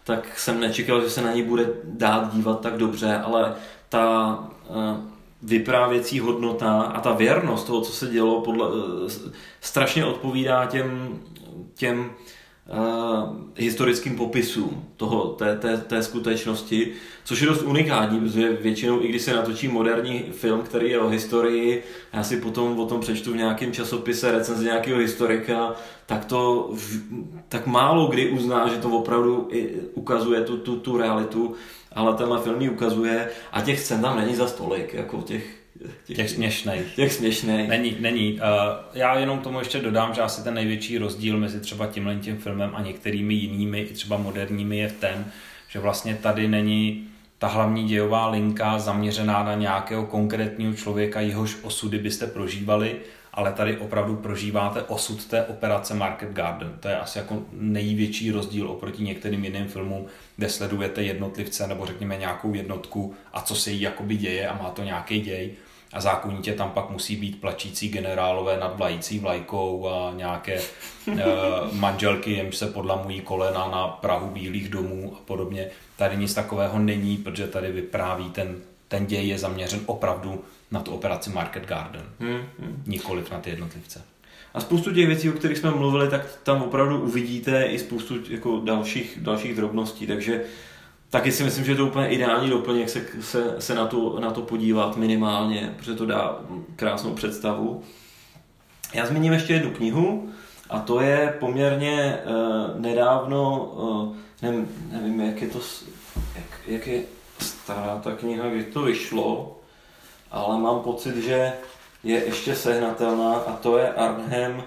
tak jsem nečekal, že se na ní bude dát dívat tak dobře, ale ta vyprávěcí hodnota a ta věrnost toho, co se dělo, strašně odpovídá těm historickým popisům té skutečnosti, což je dost unikátní, protože většinou, i když se natočí moderní film, který je o historii, já si potom o tom přečtu v nějakém časopise recenzi nějakého historika, tak málo kdy uzná, že to opravdu ukazuje tu realitu, ale tenhle film ji ukazuje a těch scén tam není za stolik, jako těch směšnej. Není. Já jenom tomu ještě dodám, že asi ten největší rozdíl mezi třeba tím filmem a některými jinými, i třeba moderními, je v tom, že vlastně tady není ta hlavní dějová linka zaměřená na nějakého konkrétního člověka, jehož osudy byste prožívali, ale tady opravdu prožíváte osud té operace Market Garden. To je asi jako největší rozdíl oproti některým jiným filmům, kde sledujete jednotlivce nebo řekněme nějakou jednotku a co se jí jakoby děje a má to nějaký děj. A zákonitě tam pak musí být plačící generálové nad vlající vlajkou a nějaké manželky, jimž se podlamují kolena na prahu bílých domů a podobně. Tady nic takového není, protože tady vypráví ten děj je zaměřen opravdu na tu operaci Market Garden, nikoliv na ty jednotlivce. A spoustu těch věcí, o kterých jsme mluvili, tak tam opravdu uvidíte i spoustu jako dalších drobností, takže taky si myslím, že je to úplně ideální doplněk se na to podívat minimálně, protože to dá krásnou představu. Já zmíním ještě jednu knihu a to je poměrně nedávno, nevím jak je stará ta kniha, kdy to vyšlo, ale mám pocit, že je ještě sehnatelná a to je Arnhem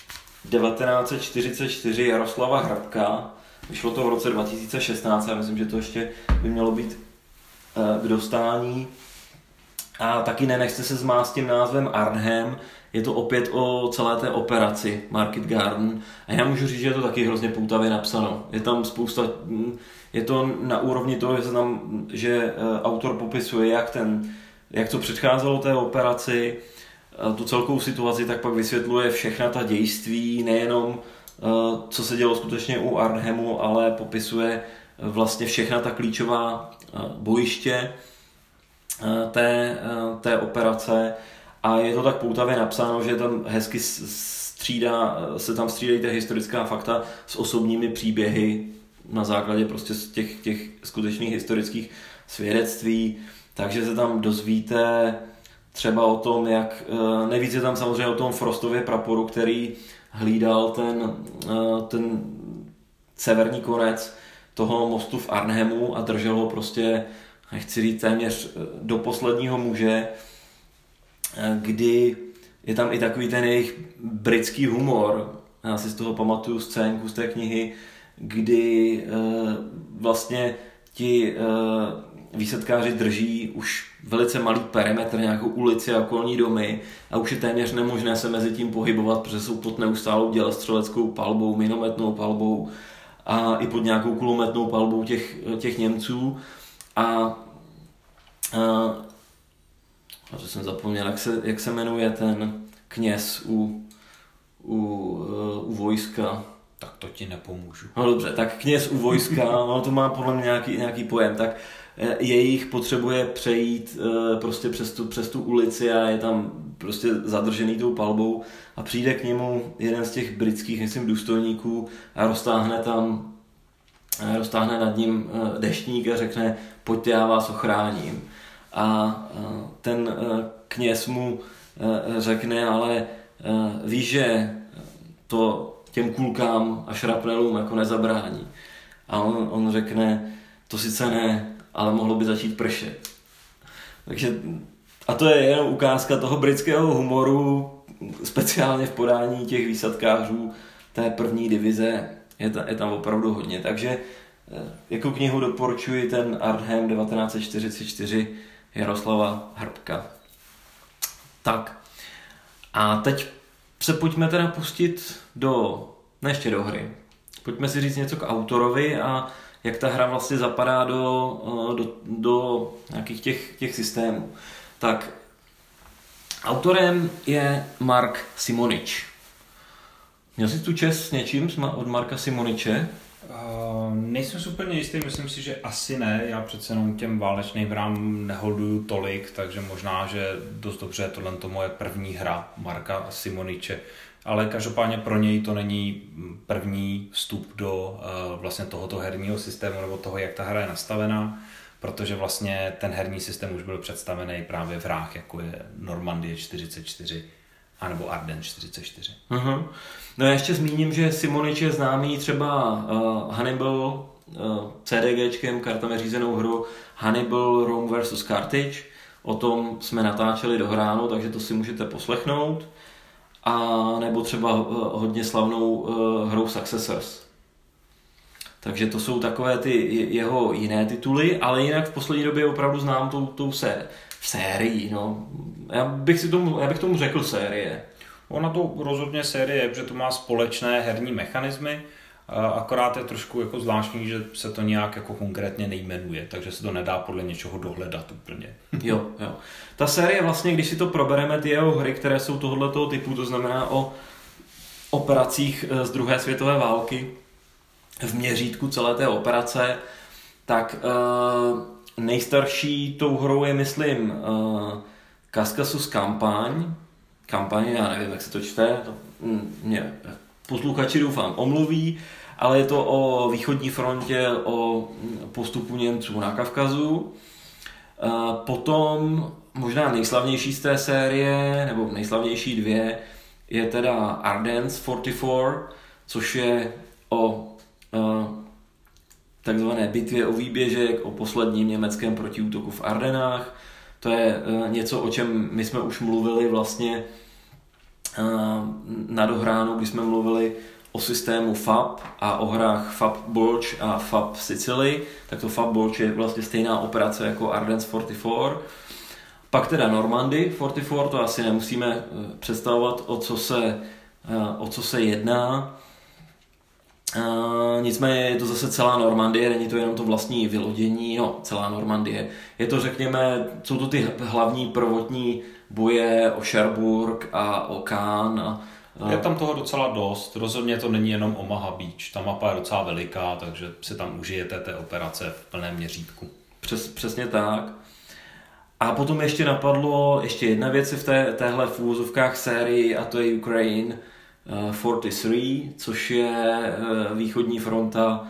1944 Jaroslava Hrabka. Vyšlo to v roce 2016 a myslím, že to ještě by mělo být k dostání. A taky nenechte se zmást tím názvem Arnhem, je to opět o celé té operaci Market Garden a já můžu říct, že je to taky hrozně poutavě napsáno. Je tam spousta, je to na úrovni toho, že autor popisuje, jak to předcházelo té operaci, tu celkovou situaci, tak pak vysvětluje všechna ta dějství, nejenom co se dělo skutečně u Arnhemu, ale popisuje vlastně všechna ta klíčová bojiště té operace a je to tak poutavě napsáno, že tam hezky se tam střídají ta historická fakta s osobními příběhy na základě prostě z těch skutečných historických svědectví, takže se tam dozvíte třeba o tom, nejvíc je tam samozřejmě o tom Frostově praporu, který hlídal ten severní konec toho mostu v Arnhemu a držel ho prostě, nechci říct téměř do posledního muže, kdy je tam i takový ten jejich britský humor. Já si z toho pamatuju scénku z té knihy, kdy vlastně ti výsadkáři drží už velice malý perimetr, nějakou ulici a okolní domy a už je téměř nemožné se mezi tím pohybovat, protože jsou pod neustálou dělostřeleckou palbou, minometnou palbou a i pod nějakou kulometnou palbou těch Němců. A to jsem zapomněl, jak se jmenuje ten kněz u vojska. Tak to ti nepomůžu. No dobře, tak kněz u vojska, no to má podle mě nějaký pojem, tak jejich potřebuje přejít prostě přes tu ulici a je tam prostě zadržený tou palbou a přijde k němu jeden z těch britských, myslím, důstojníků a roztáhne nad ním deštník a řekne, pojďte, já vás ochráním. A ten kněz mu řekne, ale víš, že to těm kulkám a šrapnelům jako nezabrání. A on řekne, to sice ne, ale mohlo by začít pršet. Takže, a to je jenom ukázka toho britského humoru, speciálně v podání těch výsadkářů té první divize, je tam opravdu hodně. Takže jako knihu doporučuji ten Arnhem 1944 Jaroslava Hrabka. Tak. A teď se pojďme teda pustit ještě do hry. Pojďme si říct něco k autorovi a jak ta hra vlastně zapadá do nějakých těch systémů. Tak autorem je Mark Simonič. Měl jsi tu čest s něčím od Marka Simoniče Nejsem si úplně jistý, myslím si, že asi ne. Já přece jenom těm válečným hrám neholduju tolik, takže možná, že dost dobře tohle to moje první hra Marka Simoniče. Ale každopádně pro něj to není první vstup do vlastně tohoto herního systému nebo toho, jak ta hra je nastavená, protože vlastně ten herní systém už byl představený právě v hrách, jako je Normandie 44 anebo Ardennes 44. Uh-huh. No já ještě zmíním, že Simonič je známý třeba Hannibal CDGčkem, kartami řízenou hru Hannibal Rome vs. Carthage. O tom jsme natáčeli dohráno, takže to si můžete poslechnout. A nebo třeba hodně slavnou hrou Successors. Takže to jsou takové ty jeho jiné tituly, ale jinak v poslední době opravdu znám tou sérii. No. Já bych tomu řekl série. Ona to rozhodně série je, protože to má společné herní mechanismy, akorát je trošku jako zvláštní, že se to nějak jako konkrétně nejmenuje, takže se to nedá podle něčeho dohledat úplně. Jo. Ta série vlastně, když si to probereme, ty jeho hry, které jsou tohoto typu, to znamená o operacích z druhé světové války, v měřítku celé té operace, tak nejstarší tou hrou je, myslím, Cascasus Kampaň, já nevím, jak se to čte, mě posluchači doufám omluví, ale je to o východní frontě, o postupu Němců na Kavkazu. Potom možná nejslavnější z té série, nebo nejslavnější dvě, je teda Ardennes 44, což je o takzvané bitvě o výběžek, o posledním německém protiútoku v Ardenách. To je něco, o čem my jsme už mluvili vlastně na dohránu, když jsme mluvili o systému FAB a o hrách FAB Bulge a FAB Sicily, tak to FAB Bulge je vlastně stejná operace jako Ardennes 44. Pak teda Normandy 44, to asi nemusíme představovat, o co se jedná. Nicméně je to zase celá Normandie, není to jenom to vlastní vylodění, celá Normandie. Je to, řekněme, jsou to ty hlavní prvotní boje o Cherbourg a o Caen. Je tam toho docela dost, rozhodně to není jenom Omaha Beach, ta mapa je docela veliká, takže si tam užijete té operace v plném měřítku. Přesně tak. A potom ještě napadlo, ještě jedna věc v téhle v úvozovkách sérii, a to je Ukraine 43, což je východní fronta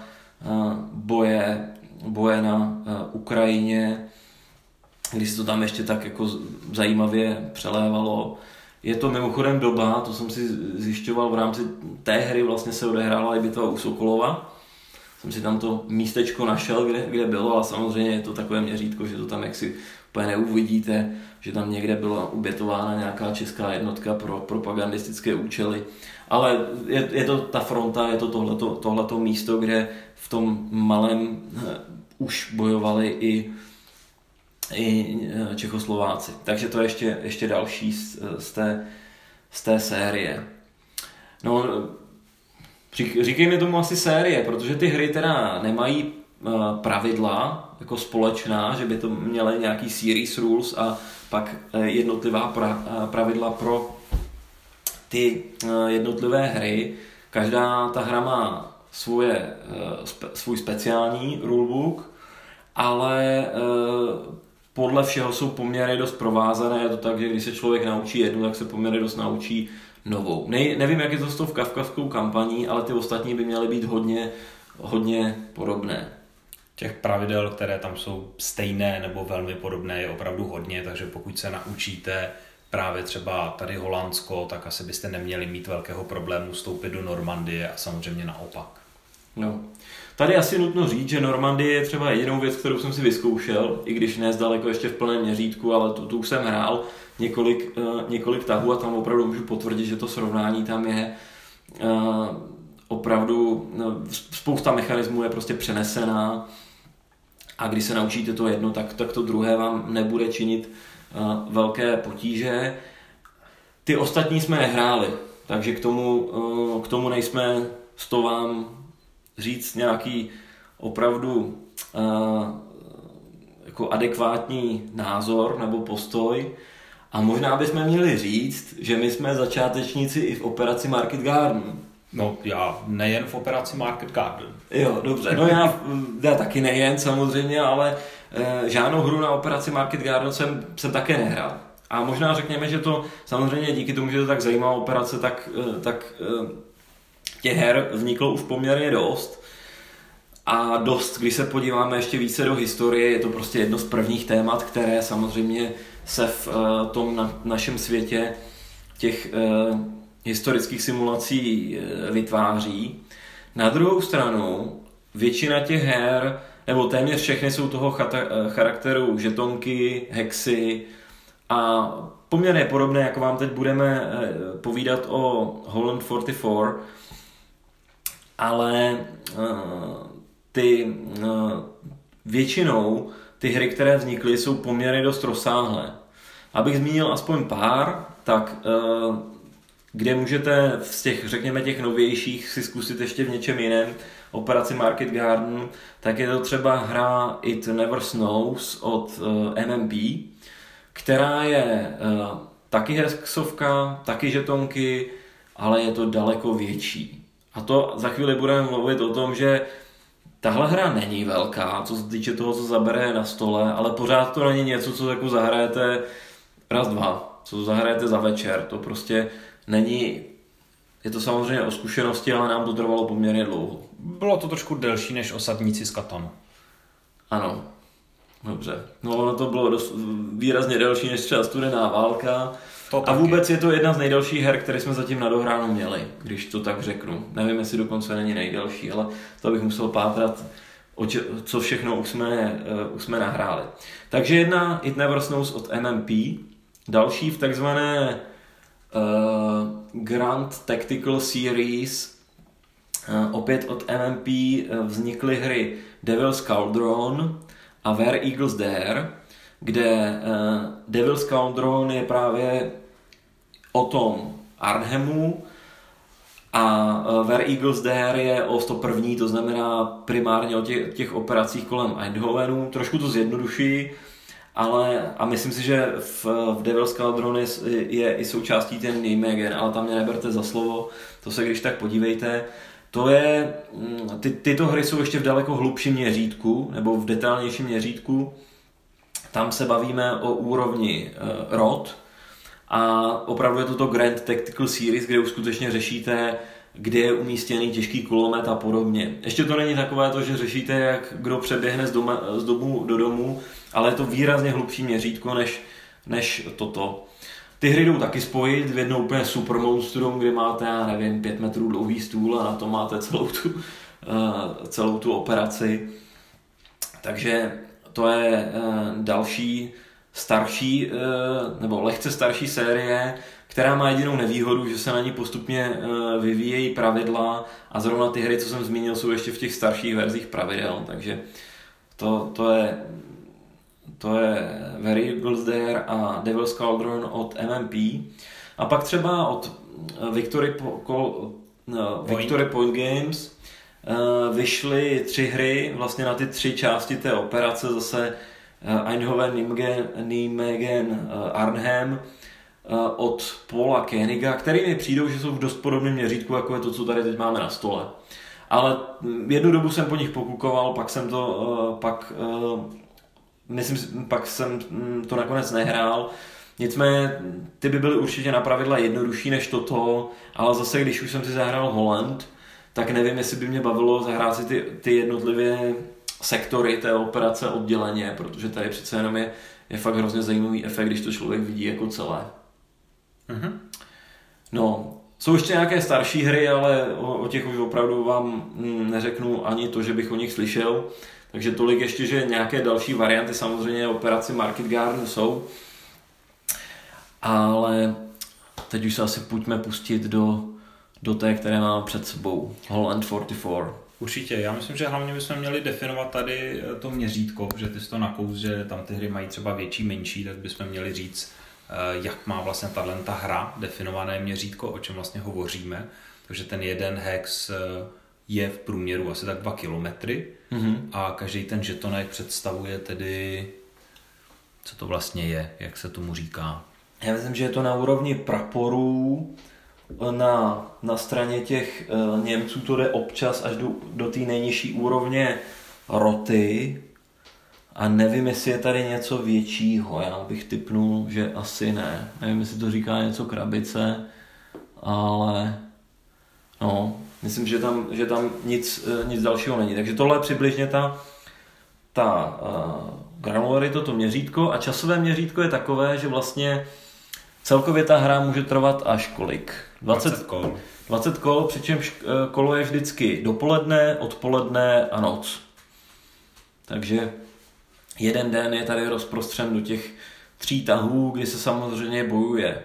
boje na Ukrajině, když se to tam ještě tak jako zajímavě přelévalo. Je to mimochodem doba, to jsem si zjišťoval v rámci té hry, vlastně se odehrála i bitva u Sokolova. Jsem si tam to místečko našel, kde bylo, ale samozřejmě je to takové měřítko, že to tam jaksi úplně neuvidíte, že tam někde byla ubětována nějaká česká jednotka pro propagandistické účely. Ale je to ta fronta, je to tohleto místo, kde v tom malém už bojovali i Čechoslováci. Takže to je ještě další z té série. No, říkej mi tomu asi série, protože ty hry teda nemají pravidla jako společná, že by to měly nějaký series rules a pak jednotlivá pravidla pro ty jednotlivé hry. Každá ta hra má svůj speciální rulebook, ale podle všeho jsou poměry dost provázané. Je to tak, že když se člověk naučí jednu, tak se poměry dost naučí novou. Nevím, jak je to s tou kavkazskou kampaní, ale ty ostatní by měly být hodně podobné. Těch pravidel, které tam jsou stejné nebo velmi podobné, je opravdu hodně, takže pokud se naučíte právě třeba tady Holandsko, tak asi byste neměli mít velkého problému vstoupit do Normandie a samozřejmě naopak. No. Tady asi nutno říct, že Normandie je třeba jedinou věc, kterou jsem si vyzkoušel, i když ne zdaleko ještě v plném měřítku, ale tu už jsem hrál několik tahů a tam opravdu můžu potvrdit, že to srovnání tam je opravdu, spousta mechanismů je prostě přenesená a když se naučíte to jedno, tak to druhé vám nebude činit velké potíže. Ty ostatní jsme nehráli, takže k tomu nejsme s to vám říct nějaký opravdu jako adekvátní názor nebo postoj. A možná bychom měli říct, že my jsme začátečníci i v operaci Market Garden. No já nejen v operaci Market Garden. Jo, dobře. No já taky nejen samozřejmě, ale žádnou hru na operaci Market Garden jsem také nehrál. A možná řekněme, že to samozřejmě díky tomu, že to tak zajímavá operace, tak těch her vzniklo už poměrně dost. A dost, když se podíváme ještě více do historie, je to prostě jedno z prvních témat, které samozřejmě se v tom našem světě těch historických simulací vytváří. Na druhou stranu, většina těch her, nebo téměř všechny jsou toho charakteru žetonky, hexy a poměrně podobné, jako vám teď budeme povídat o Holland 44, ale většinou ty hry, které vznikly, jsou poměrně dost rozsáhlé. Abych zmínil aspoň pár, tak kde můžete z těch, řekněme, těch novějších si zkusit ještě v něčem jiném operaci Market Garden, tak je to třeba hra It Never Snows od MMP, která je taky hexovka, taky žetonky, ale je to daleko větší. A to za chvíli budeme mluvit o tom, že tahle hra není velká, co se týče toho, co zabere na stole, ale pořád to není něco, co jako zahrajete raz, dva, co zahrajete za večer. To prostě není, je to samozřejmě o zkušenosti, ale nám to trvalo poměrně dlouho. Bylo to trošku delší než Osadníci z Katanu. Ano, dobře. No ono to bylo výrazně delší než třeba Studená válka. A vůbec je to jedna z nejdelších her, které jsme zatím na dohránu měli, když to tak řeknu. Nevím, jestli dokonce není nejdelší, ale to bych musel pátrat, co všechno už jsme nahráli. Takže jedna It Never Snows od MMP, další v takzvané Grand Tactical Series, opět od MMP vznikly hry Devil's Cauldron a Where Eagles Dare, kde Devil's Cauldron je právě o tom Arnhemu a Where Eagles Dare je o 101. To znamená primárně o těch operacích kolem Eindhovenu. Trošku to zjednoduší, ale a myslím si, že v Devil's Cauldron je i součástí ten Nijmegen, ale tam mě neberte za slovo, to se když tak podívejte. To je, tyto hry jsou ještě v daleko hlubším měřítku, nebo v detailnějším měřítku. Tam se bavíme o úrovni rod a opravdu je to Grand Tactical Series, kde už skutečně řešíte, kde je umístěný těžký kulomet a podobně. Ještě to není takové to, že řešíte, jak kdo přeběhne z domu do domu, ale je to výrazně hlubší měřítko než toto. Ty hry jdou taky spojit v jedno úplně super monstrum, kde máte, já nevím, 5 metrů dlouhý stůl a na to máte celou tu operaci. Takže to je další starší, nebo lehce starší série, která má jedinou nevýhodu, že se na ní postupně vyvíjejí pravidla a zrovna ty hry, co jsem zmínil, jsou ještě v těch starších verzích pravidel, takže to je Where Eagles Dare a Devil's Cauldron od MMP. A pak třeba od Victory Point Games vyšly 3 hry vlastně na ty 3 části té operace, zase Eindhoven, Nijmegen, Arnhem od Paula Koeniga, který mi přijdou, že jsou v dost podobném měřítku, jako je to, co tady teď máme na stole. Ale jednu dobu jsem po nich pokukoval, pak jsem to nakonec nehrál. Nicméně ty by byly určitě na pravidla jednodušší než toto, ale zase když už jsem si zahrál Holland, tak nevím, jestli by mě bavilo zahrát si ty jednotlivé sektory té operace odděleně, protože tady přece jenom je fakt hrozně zajímavý efekt, když to člověk vidí jako celé. Mm-hmm. No, jsou ještě nějaké starší hry, ale o těch už opravdu vám neřeknu ani to, že bych o nich slyšel. Takže tolik ještě, že nějaké další varianty samozřejmě operaci Market Garden jsou. Ale teď už se asi pojďme pustit do té, které máme před sebou. Holland 44. Určitě, já myslím, že hlavně bychom měli definovat tady to měřítko, že ty jsi to nakous, že tam ty hry mají třeba větší, menší, tak bychom měli říct, jak má vlastně ta hra definované měřítko, o čem vlastně hovoříme. Takže ten jeden hex je v průměru asi tak 2 kilometry a každý ten žetonek představuje tedy, co to vlastně je, jak se tomu říká. Já myslím, že je to na úrovni praporů na straně těch Němců to jde občas až do té nejnižší úrovně roty a nevím, jestli je tady něco většího. Já bych tipnul, že asi ne. Nevím, jestli to říká něco krabice, ale no, myslím, že tam nic dalšího není. Takže tohle je přibližně ta granularita, to měřítko, a časové měřítko je takové, že vlastně celkově ta hra může trvat až kolik? 20 kol. 20 kol, přičemž kolo je vždycky dopoledne, odpoledne a noc. Takže jeden den je tady rozprostřen do těch 3 tahů, kdy se samozřejmě bojuje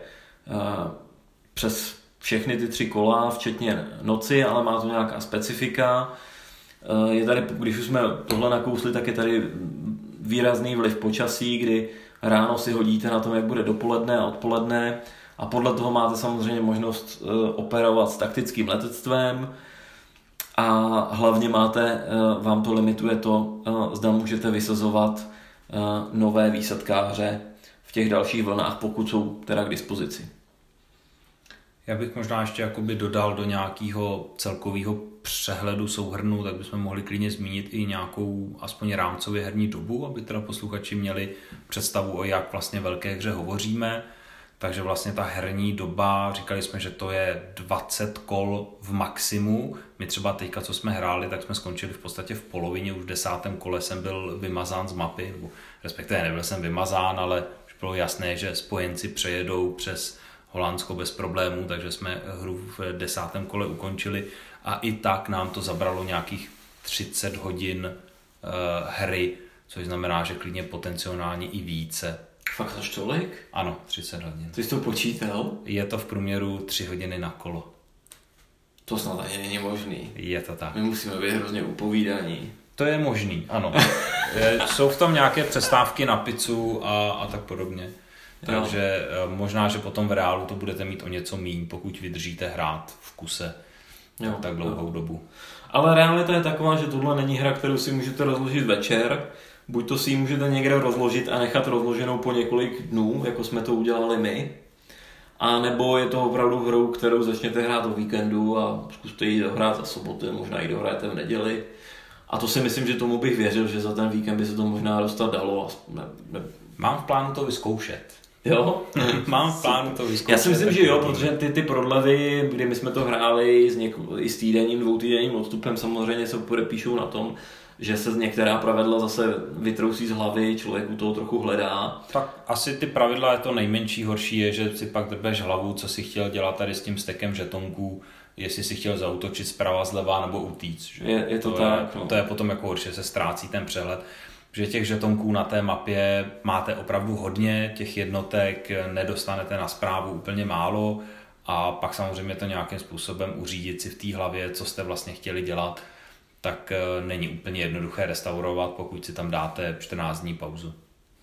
přes všechny ty 3 kola, včetně noci, ale má to nějaká specifika. Je tady, když už jsme tohle nakousli, tak je tady výrazný vliv počasí, kdy ráno si hodíte na tom, jak bude dopoledne a odpoledne, a podle toho máte samozřejmě možnost operovat s taktickým letectvem a hlavně vám to limituje to, zda můžete vysazovat nové výsadkáře v těch dalších vlnách, pokud jsou teda k dispozici. Já bych možná ještě jakoby dodal do nějakého celkového přehledu souhrnu, tak bychom mohli klidně zmínit i nějakou aspoň rámcově herní dobu, aby teda posluchači měli představu, o jak vlastně velké hře hovoříme. Takže vlastně ta herní doba, říkali jsme, že to je 20 kol v maximu. My třeba teďka, co jsme hráli, tak jsme skončili v podstatě v polovině, už v 10. kole jsem byl vymazán z mapy, respektive nebyl jsem vymazán, ale už bylo jasné, že spojenci přejedou přes Holandsko bez problémů, takže jsme hru v 10. kole ukončili a i tak nám to zabralo nějakých 30 hodin hry, což znamená, že klidně potenciálně i více. Fakt až tolik? Ano, 30 hodin. Ty jsi to počítal? Je to v průměru 3 hodiny na kolo. To snad ani není možný. Je to tak. My musíme být hrozně upovídaní. To je možný, ano. Jsou v tom nějaké přestávky na pizzu a tak podobně. Takže možná, že potom v reálu to budete mít o něco míň, pokud vydržíte hrát v kuse tak dlouhou dobu. Ale realita je taková, že tohle není hra, kterou si můžete rozložit večer. Buď to si ji můžete někde rozložit a nechat rozloženou po několik dnů, jako jsme to udělali my. A nebo je to opravdu hrou, kterou začněte hrát o víkendu a zkuste ji dohrát za sobotu, možná ji dohrajete v neděli. A to si myslím, že tomu bych věřil, že za ten víkend by se to možná dostat dalo. Mám v plánu to vyzkoušet. Jo? Mám v plánu to vyzkoušet. Já si myslím, že jo, protože ty prodlevy, kdy my jsme to hráli i s týdenním, 2týdenním odstupem, samozřejmě se podepíšou na tom, že se některá pravidla zase vytrousí z hlavy, člověk u toho trochu hledá. Tak asi ty pravidla je to nejmenší, horší je, že si pak drbeš hlavu, co si chtěl dělat tady s tím stekem žetonků, jestli si chtěl zaútočit zprava, zleva nebo utíct. Že? Je to tak. To je potom jako horší, se ztrácí ten přehled. Že těch žetonků na té mapě máte opravdu hodně, těch jednotek nedostanete na správu úplně málo a pak samozřejmě to nějakým způsobem uřídit si v té hlavě, co jste vlastně chtěli dělat, tak není úplně jednoduché restaurovat, pokud si tam dáte 14 dní pauzu.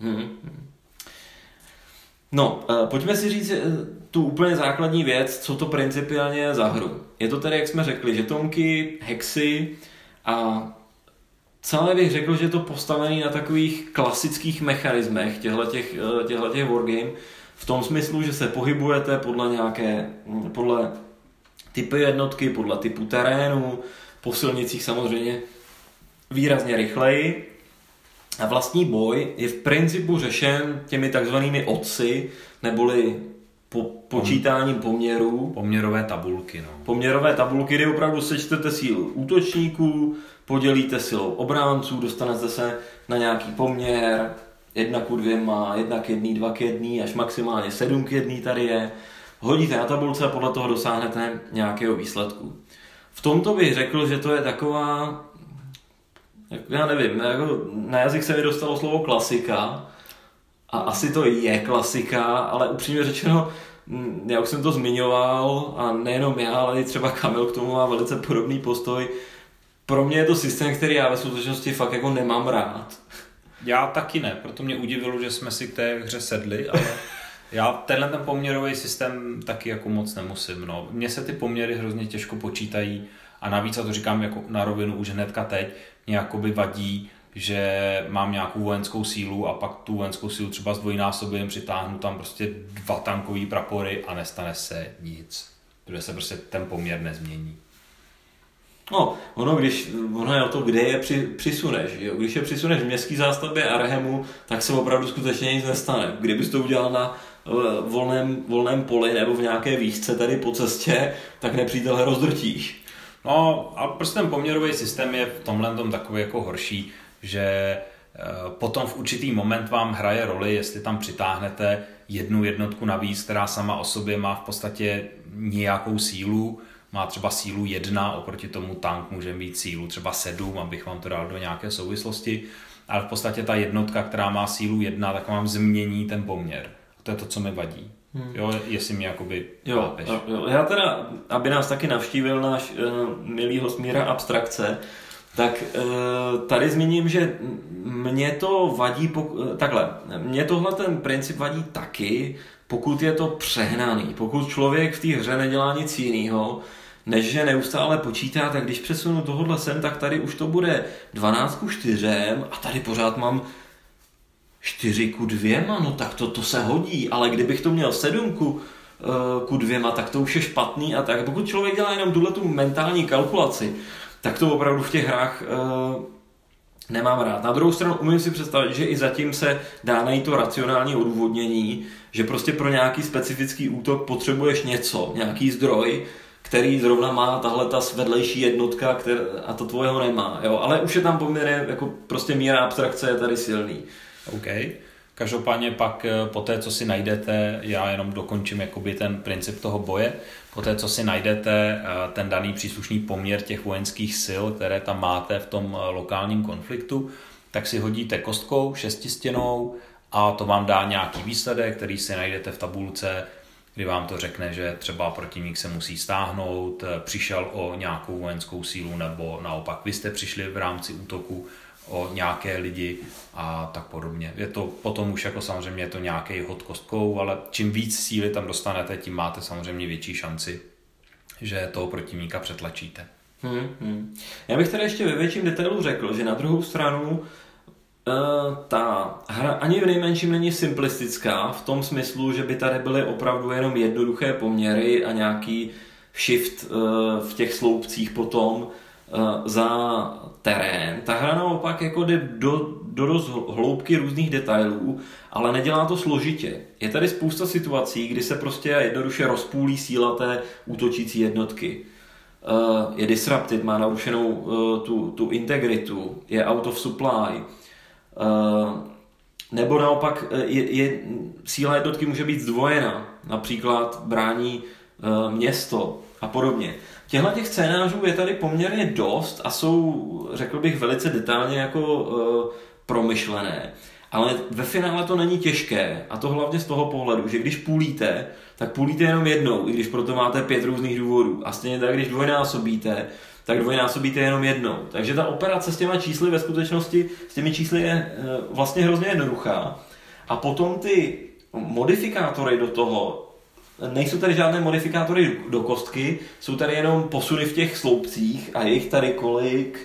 No, pojďme si říct tu úplně základní věc, co to principiálně je za hru. Je to tedy, jak jsme řekli, žetonky, hexy a celé bych řekl, že je to postavený na takových klasických mechanismech těchto wargame, v tom smyslu, že se pohybujete podle typu jednotky, podle typu terénu, po silnicích samozřejmě výrazně rychleji. A vlastní boj je v principu řešen těmi takzvanými oddsy, neboli počítáním poměrů. Poměrové tabulky. No. Poměrové tabulky, kdy opravdu sečtete sílu útočníků, podělíte silou obránců, dostanete se na nějaký poměr 1:2, 1:1, 2:1, až maximálně 7:1 tady je. Hodíte na tabulce a podle toho dosáhnete nějakého výsledku. V tomto bych řekl, že to je taková, já nevím, jako na jazyk se mi dostalo slovo klasika a asi to je klasika, ale upřímně řečeno, já už jsem to zmiňoval a nejenom já, ale i třeba Kamil k tomu má velice podobný postoj. Pro mě je to systém, který já ve skutečnosti fakt jako nemám rád. Já taky ne, proto mě udivilo, že jsme si k té hře sedli, ale já ten poměrový systém taky jako moc nemusím. No. Mně se ty poměry hrozně těžko počítají a navíc, a to říkám jako na rovinu už hnedka teď, mě jakoby vadí, že mám nějakou vojenskou sílu a pak tu vojenskou sílu třeba zdvojnásobím, přitáhnu tam prostě 2 tankové prapory a nestane se nic. protože se prostě ten poměr nezmění. No, ono je o to, kde je přisuneš. Jo? Když je přisuneš v městské zástavbě Arhemu, tak se opravdu skutečně nic nestane. Kdybys to udělal na volném poli nebo v nějaké výšce tady po cestě, tak nepřítele rozdrtíš. No, a prostě ten poměrový systém je v tomhle tom takový jako horší, že potom v určitý moment vám hraje roli, jestli tam přitáhnete jednu jednotku navíc, která sama o sobě má v podstatě nějakou sílu, má třeba sílu 1, oproti tomu tank může mít sílu třeba 7, abych vám to dal do nějaké souvislosti, ale v podstatě ta jednotka, která má sílu 1, tak vám změní ten poměr. A to je to, co mi vadí. Jo, jestli mě jakoby chápeš. Jo. Já teda, aby nás taky navštívil náš milý host Míra Abstrakce, tak tady zmíním, že mě to vadí, mě tohle ten princip vadí taky, pokud je to přehnaný, pokud člověk v té hře nedělá nic jiného, než že neustále počítá, tak když přesunu tohodle sem, tak tady už to bude 12:4 a tady pořád mám 4:2, no tak to se hodí, ale kdybych to měl 7:2, tak to už je špatný a tak. Pokud člověk dělá jenom tuhletu mentální kalkulaci, tak to opravdu v těch hrách nemám rád. Na druhou stranu umím si představit, že i zatím se dá najít to racionální odůvodnění, že prostě pro nějaký specifický útok potřebuješ něco, nějaký zdroj, který zrovna má tahle ta vedlejší jednotka, a to tvojeho nemá. Jo? Ale už je tam poměrně, jako prostě míra abstrakce je tady silný. OK. Každopádně pak po té, co si najdete, já jenom dokončím jakoby ten princip toho boje, po té, co si najdete ten daný příslušný poměr těch vojenských sil, které tam máte v tom lokálním konfliktu, tak si hodíte kostkou 6stěnou a to vám dá nějaký výsledek, který si najdete v tabulce, kdy vám to řekne, že třeba protivník se musí stáhnout, přišel o nějakou vojenskou sílu, nebo naopak vy jste přišli v rámci útoku o nějaké lidi a tak podobně. Je to potom už jako samozřejmě je to nějaký hod kostkou, ale čím víc síly tam dostanete, tím máte samozřejmě větší šanci, že toho protivníka přetlačíte. Já bych tady ještě ve větším detailu řekl, že na druhou stranu ta hra ani v nejmenším není simplistická v tom smyslu, že by tady byly opravdu jenom jednoduché poměry a nějaký shift v těch sloupcích potom za terén. Ta hra naopak jako jde do dost hloubky různých detailů, ale nedělá to složitě. Je tady spousta situací, kdy se prostě jednoduše rozpůlí síla té útočící jednotky. Je disrupted, má narušenou tu integritu, je out of supply. Nebo naopak síla jednotky může být zdvojena, například brání město a podobně. Těchto těch scénářů je tady poměrně dost a jsou, řekl bych, velice detailně jako promyšlené. Ale ve finále to není těžké a to hlavně z toho pohledu, že když půlíte, tak půlíte jenom jednou, i když proto máte 5 různých důvodů. A stejně tak, když dvojnásobíte, tak dvojnásobíte jenom jednou. Takže ta operace s těma čísly ve skutečnosti, s těmi čísly je vlastně hrozně jednoduchá. A potom ty modifikátory do toho, nejsou tady žádné modifikátory do kostky, jsou tady jenom posuny v těch sloupcích a je jich tady kolik?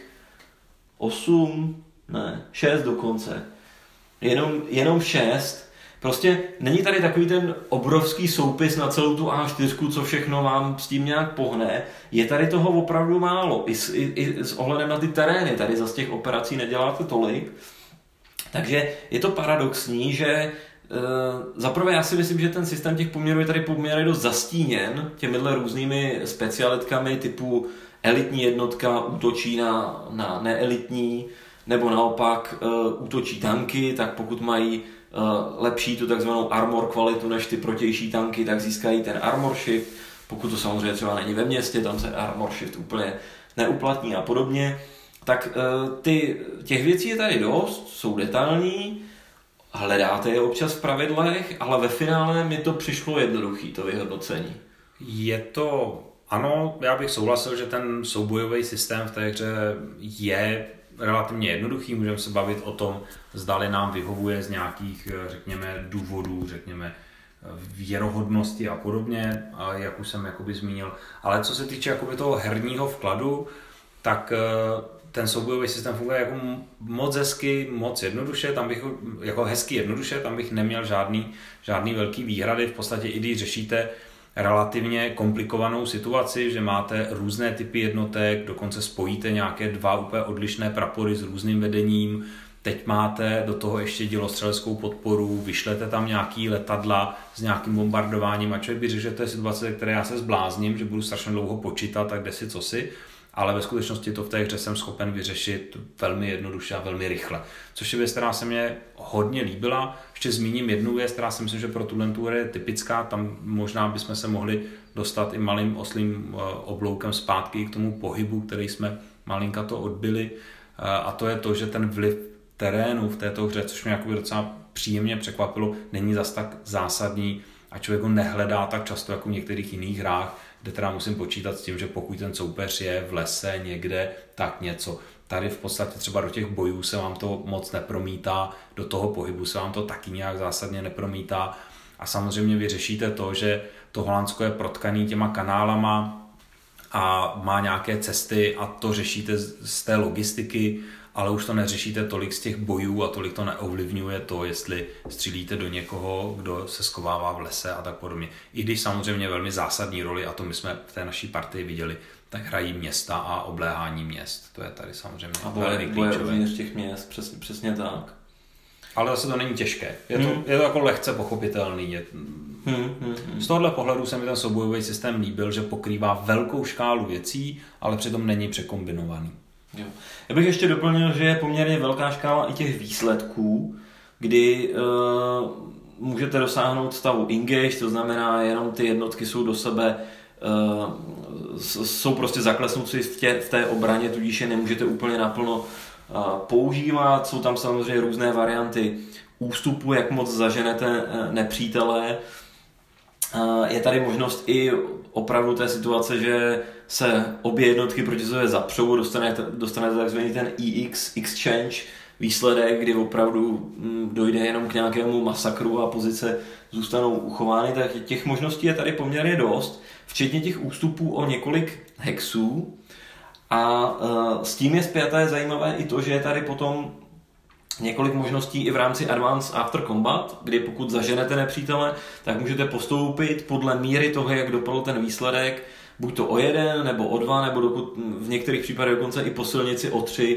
6 dokonce. Jenom 6. Prostě není tady takový ten obrovský soupis na celou tu A4, co všechno vám s tím nějak pohne. Je tady toho opravdu málo. I s ohledem na ty terény. Tady zase těch operací neděláte tolik. Takže je to paradoxní, že zaprvé já si myslím, že ten systém těch poměrů je tady poměrně dost zastíněn těmihle různými specialitkami typu elitní jednotka útočí na neelitní, nebo naopak útočí tanky, tak pokud mají lepší tu takzvanou armor kvalitu než ty protější tanky, tak získají ten armor shift. Pokud to samozřejmě třeba není ve městě, tam se armor shift úplně neuplatní a podobně. Tak těch věcí je tady dost, jsou detailní, hledáte je občas v pravidlech, ale ve finále mi to přišlo jednoduchý, to vyhodnocení. Je to, ano, já bych souhlasil, že ten soubojový systém v té hře je relativně jednoduchý, můžeme se bavit o tom, zdali nám vyhovuje z nějakých, řekněme, důvodů, řekněme, věrohodnosti a podobně, jak už jsem jakoby zmínil. Ale co se týče jakoby toho herního vkladu, tak ten soubojový systém funguje jako moc hezky, moc jednoduše, tam bych, jako hezky jednoduše, tam bych neměl žádný velký výhrady, v podstatě i když řešíte relativně komplikovanou situaci, že máte různé typy jednotek, dokonce spojíte nějaké dva úplně odlišné prapory s různým vedením, teď máte do toho ještě dělostřeleckou podporu, vyšlete tam nějaký letadla s nějakým bombardováním a člověk by řekl, že to je situace, které já se zblázním, že budu strašně dlouho počítat a kde si co si, ale ve skutečnosti to v té hře jsem schopen vyřešit velmi jednoduše a velmi rychle. Což je věc, která se mně hodně líbila. Ještě zmíním jednu věc, která si myslím, že pro tuhle hru je typická, tam možná bychom se mohli dostat i malým oslým obloukem zpátky k tomu pohybu, který jsme malinka to odbyli, a to je to, že ten vliv terénu v této hře, což mě jakoby docela příjemně překvapilo, není zas tak zásadní a člověk ho nehledá tak často jako v některých jiných hrách, kde teda musím počítat s tím, že pokud ten soupeř je v lese někde, tak něco. Tady v podstatě třeba do těch bojů se vám to moc nepromítá, do toho pohybu se vám to taky nějak zásadně nepromítá a samozřejmě vy řešíte to, že to Holandsko je protkaný těma kanálama a má nějaké cesty a to řešíte z té logistiky, ale už to neřešíte tolik z těch bojů a tolik to neovlivňuje to, jestli střílíte do někoho, kdo se skovává v lese a tak podobně. I když samozřejmě velmi zásadní roli, a to my jsme v té naší partii viděli, tak hrají města a obléhání měst. To je tady samozřejmě velmi klíčové. A těch měst, přesně tak. Ale zase to není těžké. Je to jako lehce pochopitelný. Z tohohle pohledu se mi ten soubojový systém líbil, že pokrývá velkou škálu věcí, ale přitom není překombinovaný. Jo. Já bych ještě doplnil, že je poměrně velká škála i těch výsledků, kdy můžete dosáhnout stavu engage, to znamená jenom ty jednotky jsou do sebe, jsou prostě zaklesnuty v té obraně, tudíž je nemůžete úplně naplno používat. Jsou tam samozřejmě různé varianty ústupu, jak moc zaženete nepřítele. Je tady možnost i opravdu té situace, že se obě jednotky proti sobě zapřou, dostanete takzvaný ten EX, exchange výsledek, kdy opravdu dojde jenom k nějakému masakru a pozice zůstanou uchovány, tak těch možností je tady poměrně dost, včetně těch ústupů o několik hexů. A s tím je spjaté zajímavé i to, že je tady potom několik možností i v rámci Advanced After Combat, kdy pokud zaženete nepřítele, tak můžete postoupit podle míry toho, jak dopadl ten výsledek, buď to o 1, nebo o 2, nebo dokud v některých případech dokonce i po silnici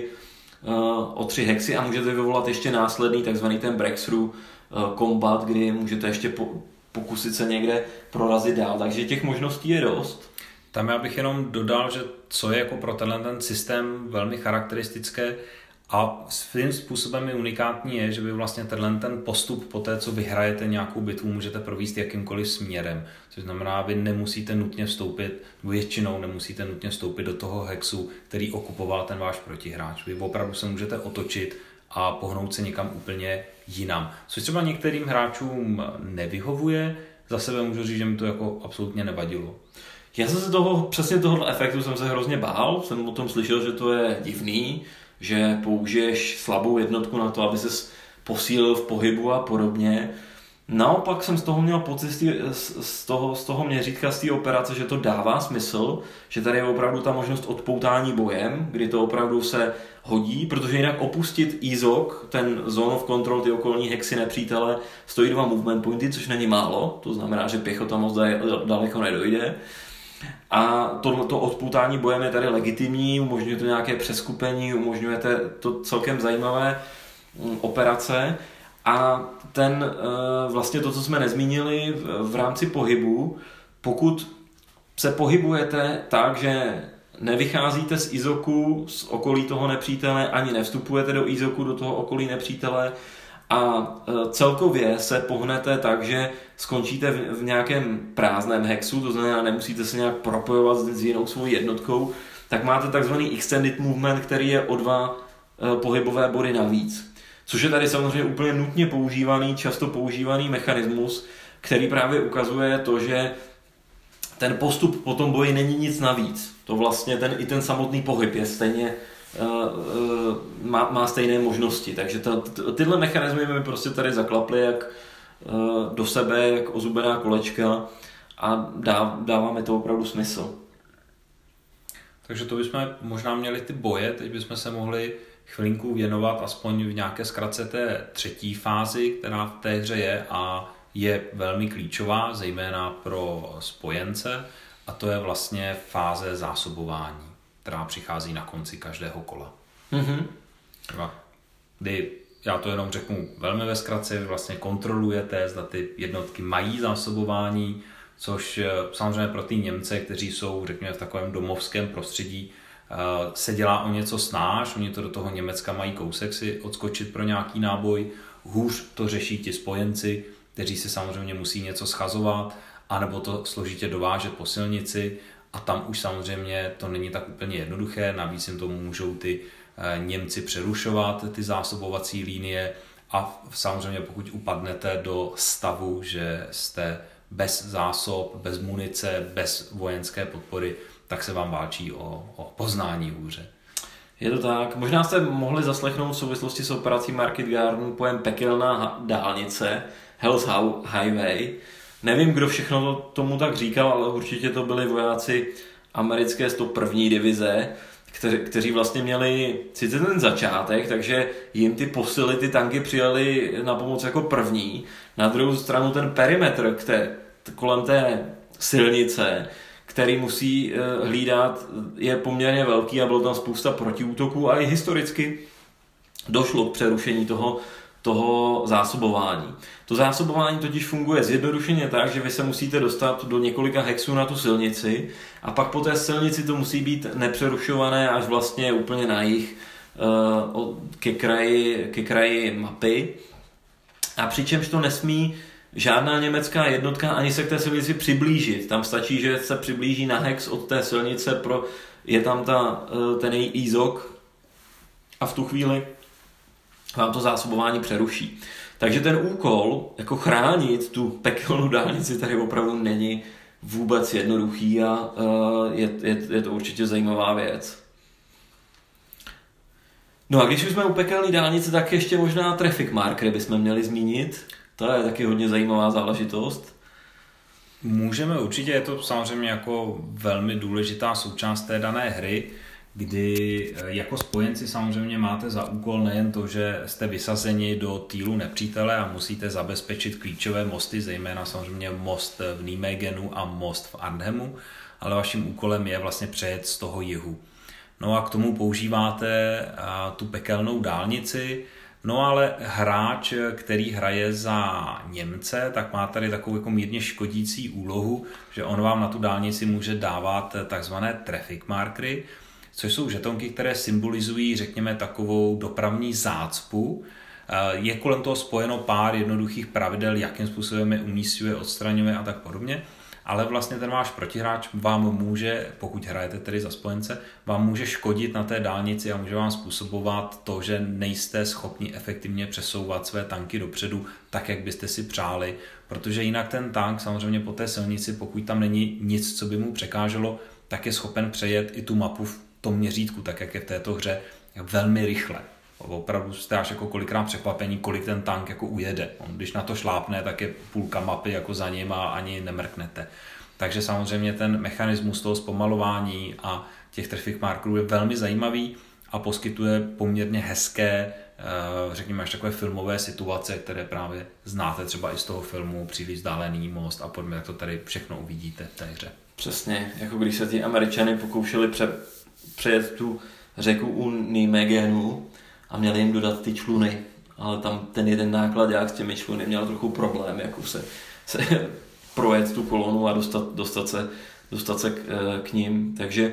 o 3 hexy a můžete vyvolat ještě následný takzvaný ten breakthrough combat, kdy můžete ještě pokusit se někde prorazit dál. Takže těch možností je dost. Tam já bych jenom dodal, že co je jako pro ten systém velmi charakteristické a svým způsobem je unikátní je, že vy vlastně ten postup po té, co vyhrajete nějakou bitvu, můžete provést jakýmkoliv směrem. Což znamená, vy nemusíte nutně vstoupit, většinou nemusíte nutně vstoupit do toho hexu, který okupoval ten váš protihráč. Vy opravdu se můžete otočit a pohnout se někam úplně jinam. Což třeba některým hráčům nevyhovuje, za sebe můžu říct, že mi to jako absolutně nevadilo. Já jsem se přesně tohoto efektu jsem se hrozně bál, jsem o tom slyšel, že to je divný, že použiješ slabou jednotku na to, aby ses posílil v pohybu a podobně. Naopak jsem z toho měl pocit z toho měřítka, z té operace, že to dává smysl, že tady je opravdu ta možnost odpoutání bojem, kdy to opravdu se hodí, protože jinak opustit EZOK, ten zone of control, ty okolní hexy nepřítele, stojí 2 movement pointy, což není málo, to znamená, že pěchota moc daleko nedojde. A to odpoutání bojem je tady legitimní, umožňuje to nějaké přeskupení, umožňujete to celkem zajímavé operace. A vlastně to, co jsme nezmínili v rámci pohybu, pokud se pohybujete tak, že nevycházíte z izoku, z okolí toho nepřítele, ani nevstupujete do izoku, do toho okolí nepřítele a celkově se pohnete tak, že skončíte v nějakém prázdném hexu, to znamená, nemusíte se nějak propojovat s jinou svou jednotkou, tak máte takzvaný extended movement, který je o 2 pohybové body navíc. Což je tady samozřejmě úplně nutně používaný, často používaný mechanismus, který právě ukazuje to, že ten postup po tom boji není nic navíc. To vlastně i ten samotný pohyb je stejně, má stejné možnosti. Takže tyhle mechanismy mi prostě tady zaklaply jak do sebe, jak ozubená kolečka a dává mi to opravdu smysl. Takže to bychom možná měli ty boje, teď bychom se mohli chvilinku věnovat aspoň v nějaké zkratce té 3. fázi, která v té hře je a je velmi klíčová, zejména pro spojence, a to je vlastně fáze zásobování, která přichází na konci každého kola. Kdy, já to jenom řeknu velmi ve zkratce, vlastně kontrolujete, zda ty jednotky mají zásobování, což samozřejmě pro ty Němce, kteří jsou, řekněme, v takovém domovském prostředí, se dělá o něco snáš, oni to do toho Německa mají kousek si odskočit pro nějaký náboj, hůř to řeší ti spojenci, kteří si samozřejmě musí něco schazovat, anebo to složitě dovážet po silnici a tam už samozřejmě to není tak úplně jednoduché, navíc jim tomu můžou ty Němci přerušovat ty zásobovací linie a samozřejmě pokud upadnete do stavu, že jste bez zásob, bez munice, bez vojenské podpory, tak se vám válčí o poznání hůře. Je to tak. Možná jste mohli zaslechnout v souvislosti s operací Market Garden pojem pekelná dálnice, Hell's Highway. Nevím, kdo všechno tomu tak říkal, ale určitě to byli vojáci americké 101. divize, kteří vlastně měli sice ten začátek, takže jim ty posily, ty tanky přijeli na pomoc jako první. Na druhou stranu ten perimetr kolem té silnice, který musí hlídat, je poměrně velký a bylo tam spousta protiútoků a i historicky došlo k přerušení toho zásobování. To zásobování totiž funguje zjednodušeně tak, že vy se musíte dostat do několika hexů na tu silnici a pak po té silnici to musí být nepřerušované až vlastně úplně na jih ke kraji mapy. A přičemž to nesmí žádná německá jednotka ani se k té silnici přiblížit. Tam stačí, že se přiblíží na hex od té silnice, je tam ten její ízok a v tu chvíli vám to zásobování přeruší. Takže ten úkol, jako chránit tu pekelnou dálnici, tady opravdu není vůbec jednoduchý a je to určitě zajímavá věc. No a když už jsme u pekelné dálnice, tak ještě možná traffic markery bychom měli zmínit. To je taky hodně zajímavá záležitost. Můžeme určitě, je to samozřejmě jako velmi důležitá součást té dané hry, kdy jako spojenci samozřejmě máte za úkol nejen to, že jste vysazeni do týlu nepřítele a musíte zabezpečit klíčové mosty, zejména samozřejmě most v Nijmegenu a most v Arnhemu, ale vaším úkolem je vlastně přejet z toho jihu. No a k tomu používáte tu pekelnou dálnici, no ale hráč, který hraje za Němce, tak má tady takovou jako mírně škodící úlohu, že on vám na tu dálnici může dávat takzvané traffic markery, což jsou žetonky, které symbolizují, řekněme, takovou dopravní zácpu. Je kolem toho spojeno pár jednoduchých pravidel, jakým způsobem je umísťuje, odstraňuje a tak podobně, ale vlastně ten váš protihráč vám může, pokud hrajete tedy za spojence, vám může škodit na té dálnici a může vám způsobovat to, že nejste schopni efektivně přesouvat své tanky dopředu tak, jak byste si přáli, protože jinak ten tank samozřejmě po té silnici, pokud tam není nic, co by mu překáželo, tak je schopen přejet i tu mapu v tom měřítku, tak jak je v této hře, velmi rychle. Opravdu jste až jako kolikrát překvapení, kolik ten tank jako ujede. On, když na to šlápne, tak je půlka mapy jako za ním a ani nemrknete. Takže samozřejmě ten mechanismus toho zpomalování a těch traffic markerů je velmi zajímavý a poskytuje poměrně hezké, řekněme až takové filmové situace, které právě znáte třeba i z toho filmu Příliš vzdálený most a podobně, jak to tady všechno uvidíte v té hře. Přesně, jako když se ti Američany pokoušeli přejet tu řeku u Nijmegenu a měli jim dodat ty čluny, ale tam ten jeden nákladák s těmi čluny měl trochu problém, jako se projet tu kolonu a dostat se k ním, takže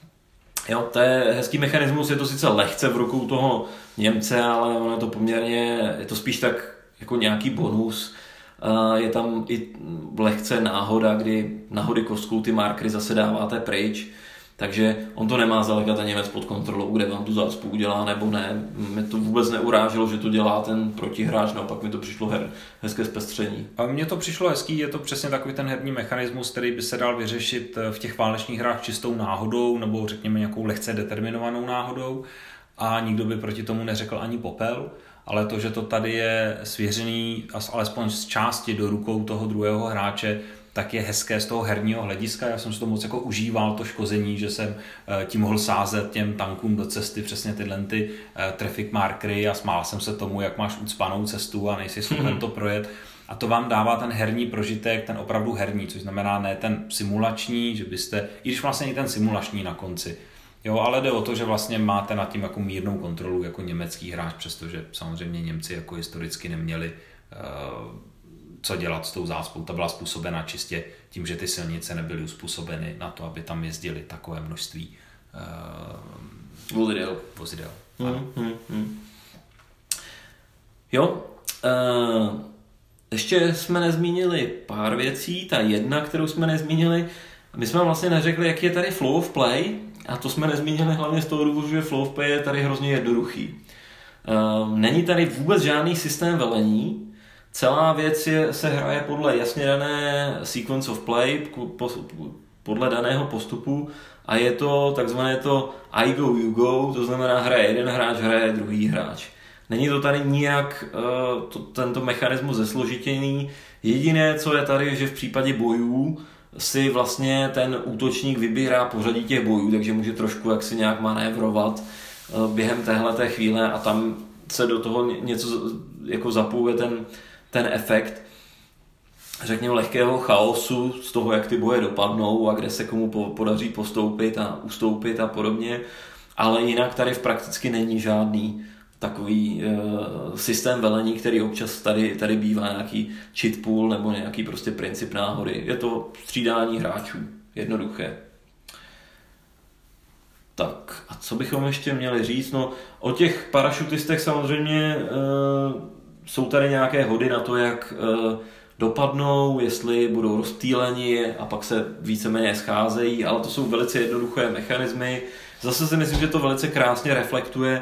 jo, to je hezký mechanismus, je to sice lehce v rukou toho Němce, ale ono je to poměrně, je to spíš tak jako nějaký bonus. Je tam i lehce náhoda, kdy nahody kostkou ty markery zase dáváte pryč, takže on to nemá zdaleka ten Němec pod kontrolou, kde vám tu zácpu udělá nebo ne. Mě to vůbec neuráželo, že to dělá ten protihráč, naopak mi to přišlo hezké zpestření. A mně to přišlo hezký, je to přesně takový ten herní mechanismus, který by se dal vyřešit v těch válečných hrách čistou náhodou nebo řekněme nějakou lehce determinovanou náhodou a nikdo by proti tomu neřekl ani popel. Ale to, že to tady je svěřený alespoň z části do rukou toho druhého hráče, tak je hezké z toho herního hlediska. Já jsem si to moc jako užíval, to škození, že jsem tím mohl sázet těm tankům do cesty přesně tyhle ty traffic markery a smál jsem se tomu, jak máš ucpanou cestu a nejsi schopen to projet. A to vám dává ten herní prožitek, ten opravdu herní, což znamená ne ten simulační, že byste, i když vlastně i ten simulační na konci. Jo, ale jde o to, že vlastně máte nad tím jako mírnou kontrolu jako německý hráč, přestože samozřejmě Němci jako historicky neměli co dělat s tou zácpou. Ta byla způsobena čistě tím, že ty silnice nebyly uspůsobeny na to, aby tam jezdili takové množství vozidel. Jo, ještě jsme nezmínili pár věcí. Ta jedna, kterou jsme nezmínili, my jsme vlastně neřekli, jaký je tady flow of play, a to jsme nezmínili hlavně z toho důvodu, že flow of play je tady hrozně jednoduchý. Není tady vůbec žádný systém velení, celá věc se hraje podle jasně dané sequence of play, podle daného postupu, a je to takzvané to I go, you go, to znamená hraje jeden hráč, hraje druhý hráč. Není to tady nijak tento mechanismus zesložitěný. Jediné, co je tady, že v případě bojů si vlastně ten útočník vybírá pořadí těch bojů, takže může trošku jaksi nějak manévrovat během téhleté chvíle a tam se do toho něco jako zapojuje ten efekt, řekněme, lehkého chaosu z toho, jak ty boje dopadnou a kde se komu podaří postoupit a ustoupit a podobně, ale jinak tady prakticky není žádný takový systém velení, který občas tady bývá, nějaký cheat pool nebo nějaký prostě princip náhody. Je to střídání hráčů, jednoduché. Tak a co bychom ještě měli říct? No, o těch parašutistech samozřejmě jsou tady nějaké hody na to, jak dopadnou, jestli budou rozptýleni a pak se víceméně scházejí, ale to jsou velice jednoduché mechanismy. Zase si myslím, že to velice krásně reflektuje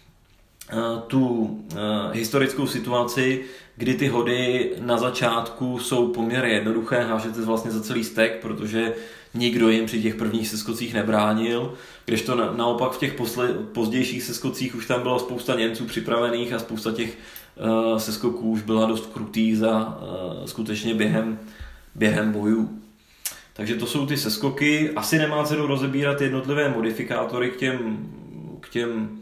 tu historickou situaci, kdy ty hody na začátku jsou poměrně jednoduché, hážete vlastně za celý stek, protože nikdo jim při těch prvních seskocích nebránil, kdežto naopak v těch pozdějších seskocích už tam bylo spousta Němců připravených a spousta těch seskoků už byla dost krutých za skutečně během bojů. Takže to jsou ty seskoky. Asi nemá cenu rozebírat jednotlivé modifikátory k těm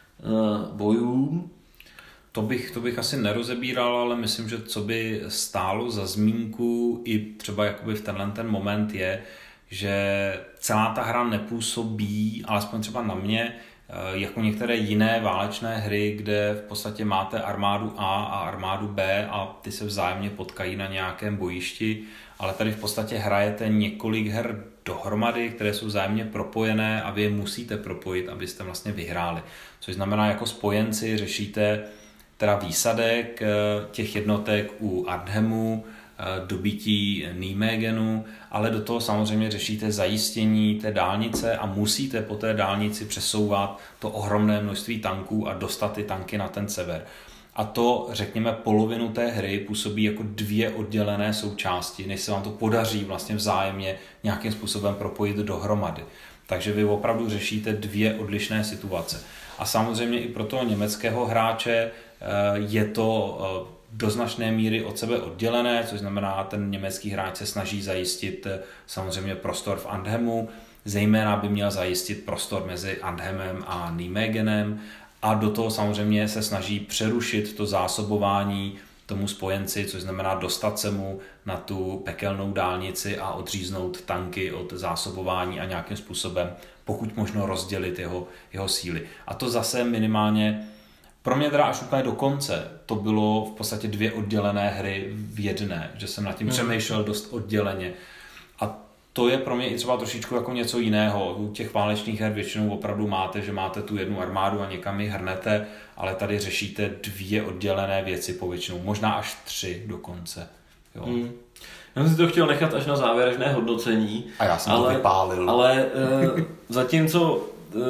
bojům. To bych asi nerozebíral, ale myslím, že co by stálo za zmínku i třeba jakoby v tenhle ten moment je, že celá ta hra nepůsobí, alespoň třeba na mě, jako některé jiné válečné hry, kde v podstatě máte armádu A a armádu B a ty se vzájemně potkají na nějakém bojišti, ale tady v podstatě hrajete několik her dohromady, které jsou vzájemně propojené a vy je musíte propojit, abyste vlastně vyhráli. Což znamená, jako spojenci řešíte teda výsadek těch jednotek u Arnhemu, dobytí Nijmegenu, ale do toho samozřejmě řešíte zajistění té dálnice a musíte po té dálnici přesouvat to ohromné množství tanků a dostat ty tanky na ten sever. A to, řekněme, polovinu té hry působí jako dvě oddělené součásti, než se vám to podaří vlastně vzájemně nějakým způsobem propojit dohromady. Takže vy opravdu řešíte dvě odlišné situace. A samozřejmě i pro toho německého hráče je to do značné míry od sebe oddělené, což znamená, ten německý hráč se snaží zajistit samozřejmě prostor v Arnhemu, zejména by měl zajistit prostor mezi Arnhemem a Nijmegenem a do toho samozřejmě se snaží přerušit to zásobování tomu spojenci, což znamená dostat se mu na tu pekelnou dálnici a odříznout tanky od zásobování a nějakým způsobem pokud možno rozdělit jeho síly. A to zase minimálně pro mě teda až úplně do konce to bylo v podstatě dvě oddělené hry v jedné, že jsem nad tím přemýšlel dost odděleně. A to je pro mě i třeba trošičku jako něco jiného. U těch válečných her většinou opravdu máte, že máte tu jednu armádu a někam ji hrnete, ale tady řešíte dvě oddělené věci povětšinou, možná až 3 dokonce. Jo. Já jsem si to chtěl nechat až na závěrečné hodnocení. A já jsem to vypálil. Ale zatímco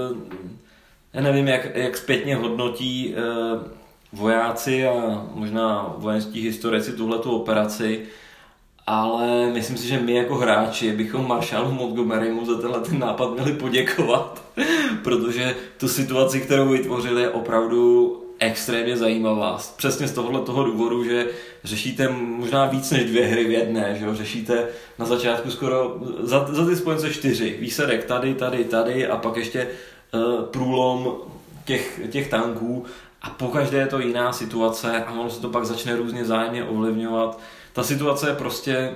já nevím, jak zpětně hodnotí vojáci a možná vojenští historici tuhletu operaci, ale myslím si, že my jako hráči bychom maršálu Montgomerymu za tenhle ten nápad měli poděkovat, protože tu situaci, kterou vytvořili, je opravdu extrémně zajímavá. Přesně z toho důvodu, že řešíte možná víc než 2 hry v jedné, že jo? Řešíte na začátku skoro za ty spojence 4. Výsledek tady a pak ještě průlom těch tanků a pokaždé je to jiná situace a ono se to pak začne různě vzájemně ovlivňovat. Ta situace je prostě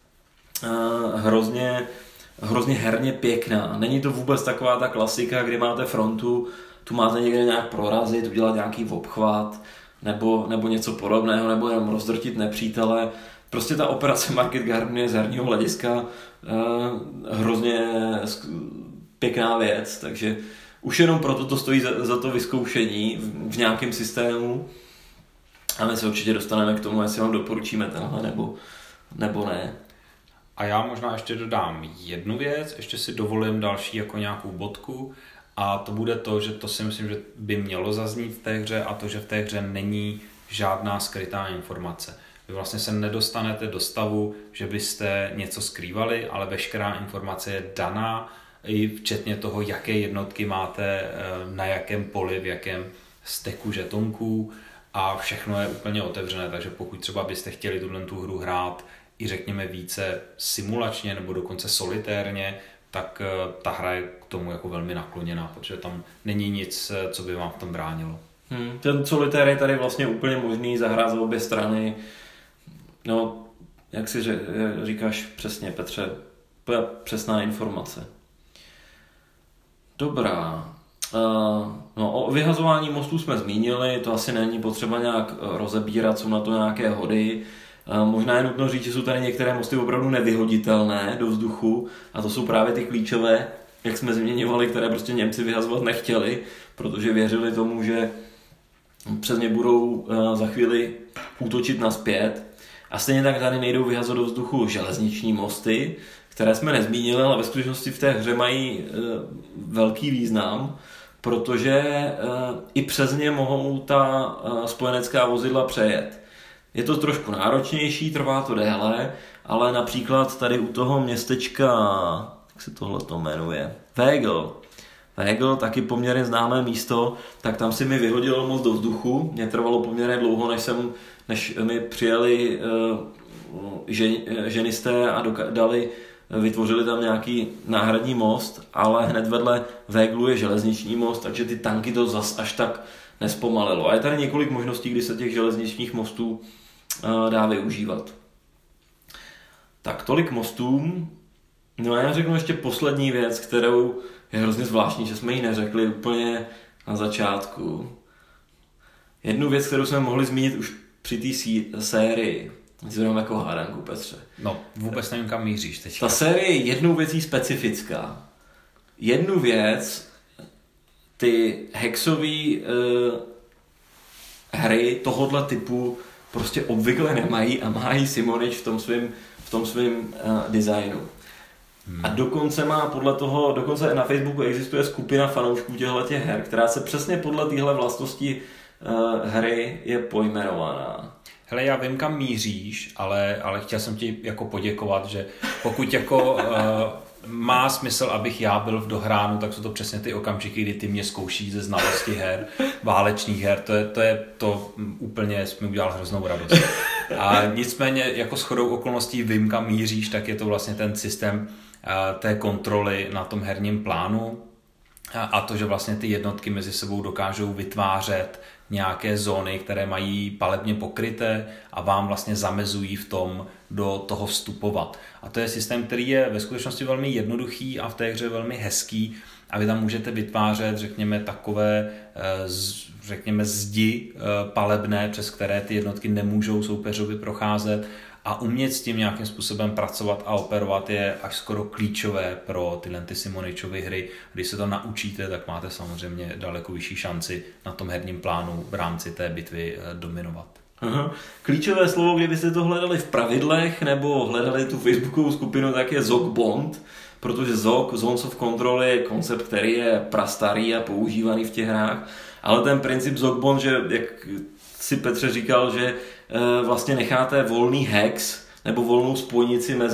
hrozně herně pěkná. Není to vůbec taková ta klasika, kdy máte frontu, tu máte někde nějak prorazit, udělat nějaký obchvat nebo něco podobného, nebo jenom rozdrtit nepřítele. Prostě ta operace Market Garden je z herního hlediska hrozně pěkná věc, takže už jenom proto to stojí za to vyzkoušení v nějakém systému a my se určitě dostaneme k tomu, jestli vám doporučíme tenhle nebo ne. A já možná ještě dodám jednu věc, ještě si dovolím další jako nějakou bodku a to bude to, že to si myslím, že by mělo zaznít v té hře a to, že v té hře není žádná skrytá informace. Vy vlastně se nedostanete do stavu, že byste něco skrývali, ale veškerá informace je daná, i včetně toho, jaké jednotky máte, na jakém poli, v jakém steku žetonků a všechno je úplně otevřené, takže pokud třeba byste chtěli tu hru hrát i řekněme více simulačně nebo dokonce solitérně, tak ta hra je k tomu jako velmi nakloněná, protože tam není nic, co by vám v tom bránilo. Ten solitér je tady vlastně úplně možný zahrát za obě strany. No, jak si říkáš přesně, Petře, to je přesná informace. Dobrá. No, o vyhazování mostů jsme zmínili, to asi není potřeba nějak rozebírat, jsou na to nějaké hody. Možná je nutno říct, že jsou tady některé mosty opravdu nevyhoditelné do vzduchu a to jsou právě ty klíčové, jak jsme zmiňovali, které prostě Němci vyhazovat nechtěli, protože věřili tomu, že přes ně budou za chvíli útočit nazpět. A stejně tak tady nejdou vyhazovat do vzduchu železniční mosty, které jsme nezmínili, ale ve skutečnosti v té hře mají velký význam, protože i přes ně mohou ta spojenecká vozidla přejet. Je to trošku náročnější, trvá to déle, ale například tady u toho městečka, jak se tohle to jmenuje, Wegel, taky poměrně známé místo, tak tam si mi vyhodilo most do vzduchu. Mě trvalo poměrně dlouho, než mi přijeli ženisté a vytvořili tam nějaký náhradní most, ale hned vedle Wegelu je železniční most, takže ty tanky to zas až tak nespomalilo. A je tady několik možností, kdy se těch železničních mostů dá využívat. Tak tolik mostům. No a já řeknu ještě poslední věc, kterou je hrozně zvláštní, že jsme ji neřekli úplně na začátku. Jednu věc, kterou jsme mohli zmínit už při té sérii. Zvedám jako hádanku, Petře. No, vůbec nevím, kam míříš teď. Ta série je jednou věcí specifická. Jednu věc ty hexové hry tohohle typu prostě obvykle nemají a má ji Simonič v tom svém designu. A dokonce dokonce na Facebooku existuje skupina fanoušků těchto her, která se přesně podle téhle vlastnosti hry je pojmenovaná. Hele, já vím, kam míříš, ale chtěl jsem ti jako poděkovat, že pokud jako má smysl, abych já byl v dohránu, tak jsou to přesně ty okamžiky, kdy ty mě zkoušíš ze znalosti her, válečných her, to úplně jsi mi udělal hroznou radost. A nicméně jako shodou okolností vím, kam míříš, tak je to vlastně ten systém té kontroly na tom herním plánu a to, že vlastně ty jednotky mezi sebou dokážou vytvářet nějaké zóny, které mají palebně pokryté a vám vlastně zamezují v tom do toho vstupovat. A to je systém, který je ve skutečnosti velmi jednoduchý a v té hře velmi hezký a vy tam můžete vytvářet, řekněme, takové zdi palebné, přes které ty jednotky nemůžou soupeřovi procházet a umět s tím nějakým způsobem pracovat a operovat je až skoro klíčové pro tyhle Simoničovy hry. Když se to naučíte, tak máte samozřejmě daleko vyšší šanci na tom herním plánu v rámci té bitvy dominovat. Aha. Klíčové slovo, kdybyste to hledali v pravidlech nebo hledali tu facebookovou skupinu, tak je ZOG-Bond, protože ZOG, Zones of Control, je koncept, který je prastarý a používaný v těch hrách, ale ten princip ZOG-Bond, že jak si Petře říkal, že vlastně necháte volný hex nebo volnou spojnici mezi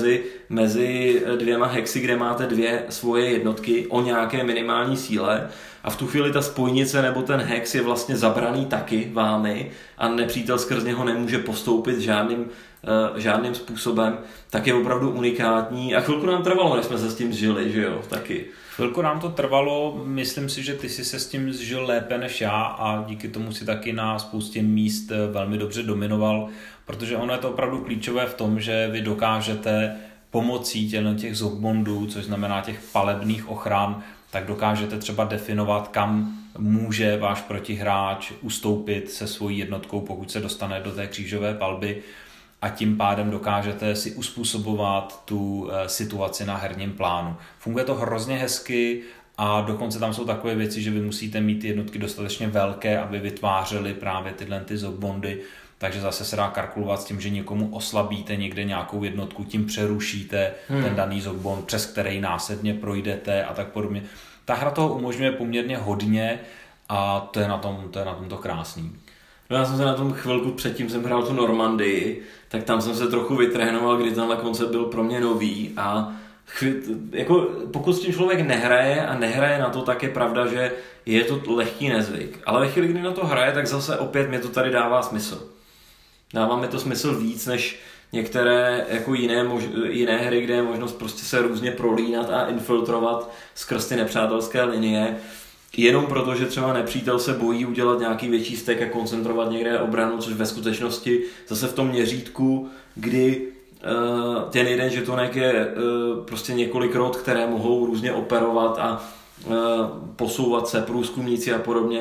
mezi dvěma hexy, kde máte dvě svoje jednotky o nějaké minimální síle a v tu chvíli ta spojnice nebo ten hex je vlastně zabraný taky vámi a nepřítel skrz něho nemůže postoupit žádným způsobem, tak je opravdu unikátní a chvilku nám trvalo, než jsme se s tím zžili, že jo, taky. Chvilku nám to trvalo, myslím si, že ty jsi se s tím zžil lépe než já a díky tomu si taky na spoustě míst velmi dobře dominoval, protože ono je to opravdu klíčové v tom, že vy dokážete pomocí těch zogbondů, což znamená těch palebných ochran, tak dokážete třeba definovat, kam může váš protihráč ustoupit se svojí jednotkou, pokud se dostane do té křížové palby a tím pádem dokážete si uspůsobovat tu situaci na herním plánu. Funguje to hrozně hezky a dokonce tam jsou takové věci, že vy musíte mít ty jednotky dostatečně velké, aby vytvářely právě tyhle zogbondy, takže zase se dá kalkulovat s tím, že někomu oslabíte někde nějakou jednotku, tím přerušíte ten daný zogbond, přes který následně projdete a tak podobně. Ta hra toho umožňuje poměrně hodně a to je na tom to krásný. No já jsem se na tom chvilku předtím jsem hrál tu Normandii, tak tam jsem se trochu vytrénoval, kdy tenhle koncept byl pro mě nový a jako pokud s tím člověk nehraje na to, tak je pravda, že je to lehký nezvyk. Ale ve chvíli, kdy na to hraje, tak zase opět mě to tady dává smysl. Dává mi to smysl víc než některé jako jiné hry, kde je možnost prostě se různě prolínat a infiltrovat skrz ty nepřátelské linie. Jenom proto, že třeba nepřítel se bojí udělat nějaký větší stek a koncentrovat někde obranu, což ve skutečnosti zase v tom měřítku, kdy ten jeden žetonek je prostě několik rod, které mohou různě operovat a posouvat se, průzkumníci a podobně,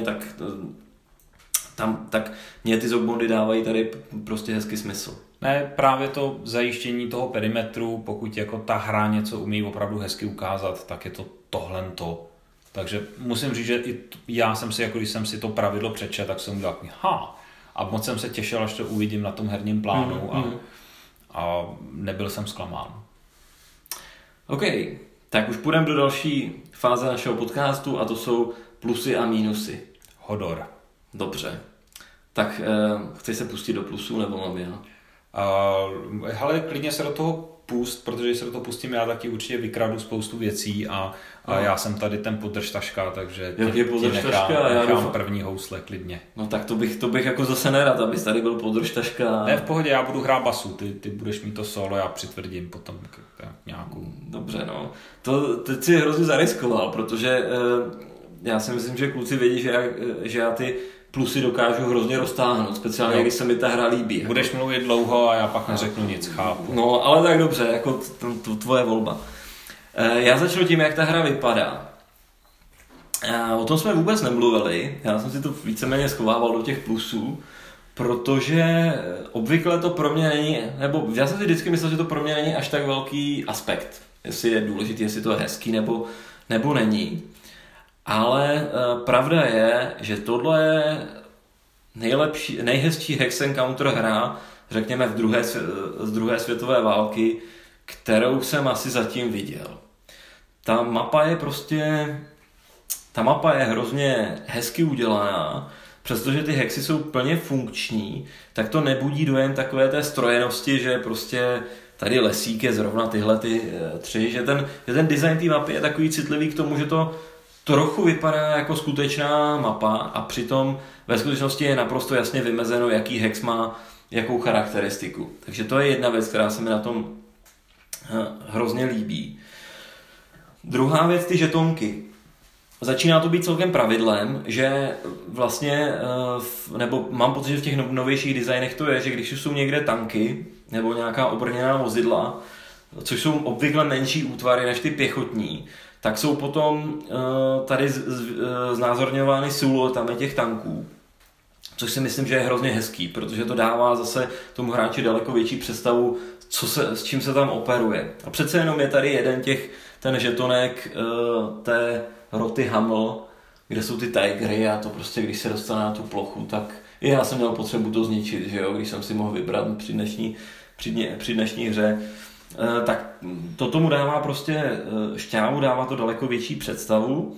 tak mě ty zogbondy dávají tady prostě hezký smysl. Ne, právě to zajištění toho perimetru, pokud jako ta hra něco umí opravdu hezky ukázat, tak je to tohle to. Takže musím říct, že i já jsem si, jako když jsem si to pravidlo přečetl, tak jsem udělal a moc jsem se těšil, až to uvidím na tom herním plánu a nebyl jsem zklamán. OK, tak už půjdeme do další fáze našeho podcastu a to jsou plusy a mínusy. Hodor. Dobře. Tak chceš se pustit do plusů nebo mám já? Hele, klidně se do toho pust, protože když se do toho pustím, já taky určitě vykradu spoustu věcí a já jsem tady ten podržtaška, takže ti nechám první housle klidně. No tak to bych jako zase nerad, abys tady byl podržtaška. Ne, v pohodě, já budu hrát basu, ty budeš mít to solo, já přitvrdím potom nějakou. Dobře, no. To teď si hrozně zariskoval, protože já si myslím, že kluci vědí, že já ty plusy dokážu hrozně roztáhnout, speciálně když se mi ta hra líbí. Budeš mluvit dlouho a já pak neřeknu nic, chápu. No, ale tak dobře, jako tvoje volba. Já začnu tím, jak ta hra vypadá. O tom jsme vůbec nemluvili, já jsem si to víceméně schovával do těch plusů, protože obvykle to pro mě není, nebo já jsem si vždycky myslel, že to pro mě není až tak velký aspekt, jestli je důležitý, jestli to je hezký nebo není. Ale pravda je, že tohle je nejhezčí Hex Encounter hra, řekněme z druhé světové války, kterou jsem asi zatím viděl. Ta mapa je hrozně hezky udělaná, přestože ty hexy jsou plně funkční, tak to nebudí dojem takové té strojenosti, že prostě tady lesík je zrovna tyhle ty tři, že ten design té mapy je takový citlivý k tomu, že to trochu vypadá jako skutečná mapa a přitom ve skutečnosti je naprosto jasně vymezeno, jaký hex má jakou charakteristiku. Takže to je jedna věc, která se mi na tom hrozně líbí. Druhá věc, ty žetonky. Začíná to být celkem pravidlem, že vlastně, nebo mám pocit, že v těch novějších designech to je, že když jsou někde tanky nebo nějaká obrněná vozidla, což jsou obvykle menší útvary než ty pěchotní, tak jsou potom tady znázorňovány siluetami těch tanků, což si myslím, že je hrozně hezký, protože to dává zase tomu hráči daleko větší představu, s čím se tam operuje. A přece jenom je tady ten žetonek té roty Haml, kde jsou ty Tigry a to prostě, když se dostane na tu plochu, tak i já jsem měl potřebu to zničit, že jo, když jsem si mohl vybrat při dnešní hře. Tak to tomu dává prostě šťávu, dává to daleko větší představu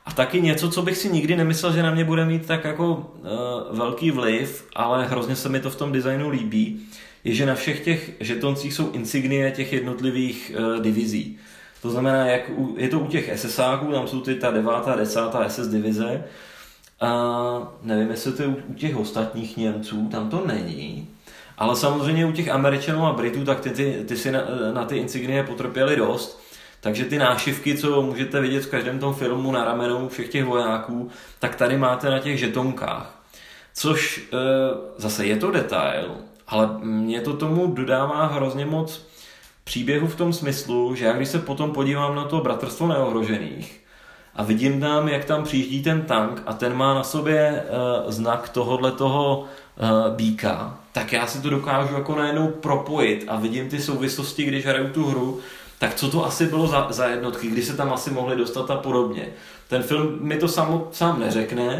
A taky něco, co bych si nikdy nemyslel, že na mě bude mít tak jako velký vliv, ale hrozně se mi to v tom designu líbí, je, že na všech těch žetoncích jsou insignie těch jednotlivých divizí. To znamená, je to u těch SSáků, tam jsou ta 9. a 10. SS divize. A nevím, jestli to je u těch ostatních Němců, tam to není. Ale samozřejmě u těch Američanů a Britů, tak ty si na ty insignie potrpěli dost. Takže ty nášivky, co můžete vidět v každém tom filmu na ramenou všech těch vojáků, tak tady máte na těch žetonkách. Což zase je to detail, ale mě to tomu dodává hrozně moc příběhu v tom smyslu, že já když se potom podívám na to Bratrstvo neohrožených a vidím tam, jak tam přijíždí ten tank a ten má na sobě znak tohohletoho býka, tak já si to dokážu jako najednou propojit a vidím ty souvislosti, když hraju tu hru, tak co to asi bylo za jednotky, kdy se tam asi mohli dostat a podobně. Ten film mi to sám neřekne,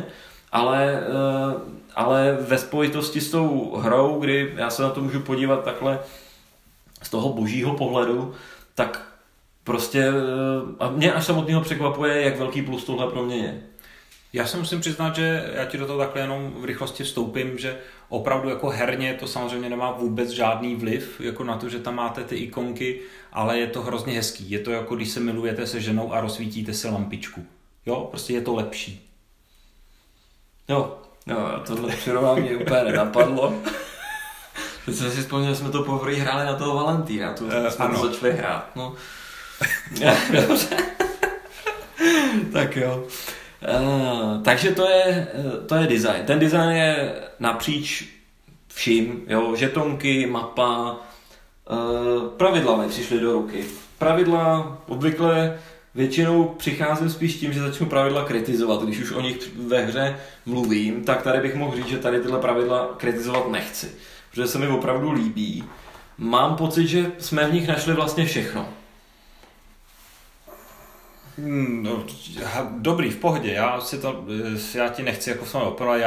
ale ve spojitosti s tou hrou, kdy já se na to můžu podívat takhle z toho božího pohledu, tak prostě a mě až samotného překvapuje, jak velký plus tohle pro mě je. Já se musím přiznat, že já ti do toho takhle jenom v rychlosti vstoupím, že opravdu jako herně to samozřejmě nemá vůbec žádný vliv jako na to, že tam máte ty ikonky, ale je to hrozně hezký. Je to jako když se milujete se ženou a rozsvítíte si lampičku. Jo, prostě je to lepší. Jo, tohle přirovnání mě úplně nenapadlo. Teď jsem si vzpomněl, že jsme to poprvé hráli na toho Valentína, tu jsme to začali hrát. No. Dobře. Tak jo. Takže to je design. Ten design je napříč vším, jo, žetonky, mapa, pravidla mi přišly do ruky. Pravidla obvykle většinou přicházím spíš tím, že začnu pravidla kritizovat. Když už o nich ve hře mluvím, tak tady bych mohl říct, že tady tyhle pravidla kritizovat nechci. Protože se mi opravdu líbí. Mám pocit, že jsme v nich našli vlastně všechno. No, dobrý, v pohodě, já ti nechci jako s opravdu,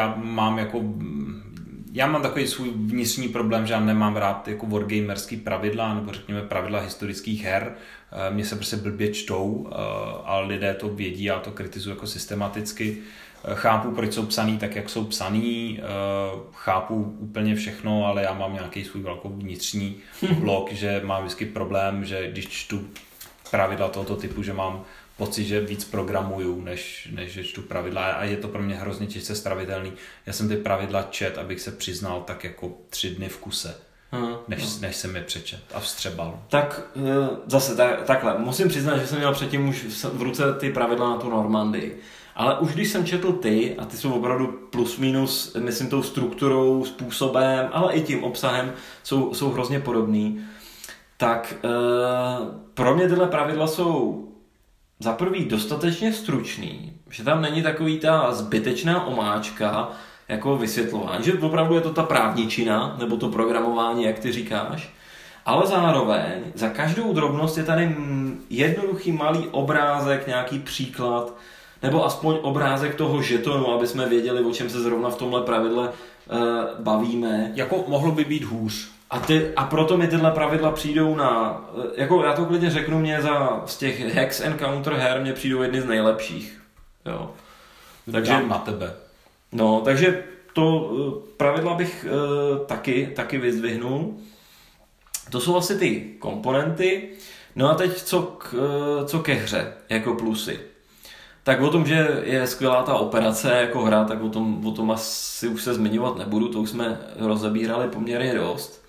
já mám takový svůj vnitřní problém, že já nemám rád jako wargamerský pravidla, nebo řekněme pravidla historických her, mě se prostě blbě čtou a lidé to vědí, já to kritizuji jako systematicky, chápu, proč jsou psaný tak, jak jsou psaný, chápu úplně všechno, ale já mám nějaký svůj velkou vnitřní blok, že mám vždycky problém, že když čtu pravidla tohoto typu, že mám pocit, že víc programuju, než že čtu pravidla a je to pro mě hrozně těžce stravitelný. Já jsem ty pravidla čet, abych se přiznal tak jako 3 dny v kuse, než jsem je přečet a vstřebal. Tak zase takhle, musím přiznat, že jsem měl předtím už v ruce ty pravidla na tu Normandii. Ale už když jsem četl ty, a ty jsou opravdu plus minus, myslím tou strukturou, způsobem, ale i tím obsahem, jsou hrozně podobný, tak pro mě tyhle pravidla jsou za prvý dostatečně stručný, že tam není takový ta zbytečná omáčka jako vysvětlování, že opravdu je to ta právničina, nebo to programování, jak ty říkáš, ale zároveň za každou drobnost je tady jednoduchý malý obrázek, nějaký příklad, nebo aspoň obrázek toho žetonu, aby jsme věděli, o čem se zrovna v tomhle pravidle bavíme. Jako mohlo by být hůř. A proto mi tyhle pravidla přijdou na, jako já to klidně řeknu, mě z těch Hex Encounter her mě přijdou jedny z nejlepších. Jo. Takže na tebe. No, takže to pravidla bych taky vyzdvihnul. To jsou asi ty komponenty. No a teď co ke hře, jako plusy. Tak o tom, že je skvělá ta operace jako hra, tak o tom asi už se zmiňovat nebudu, to už jsme rozebírali poměrně dost.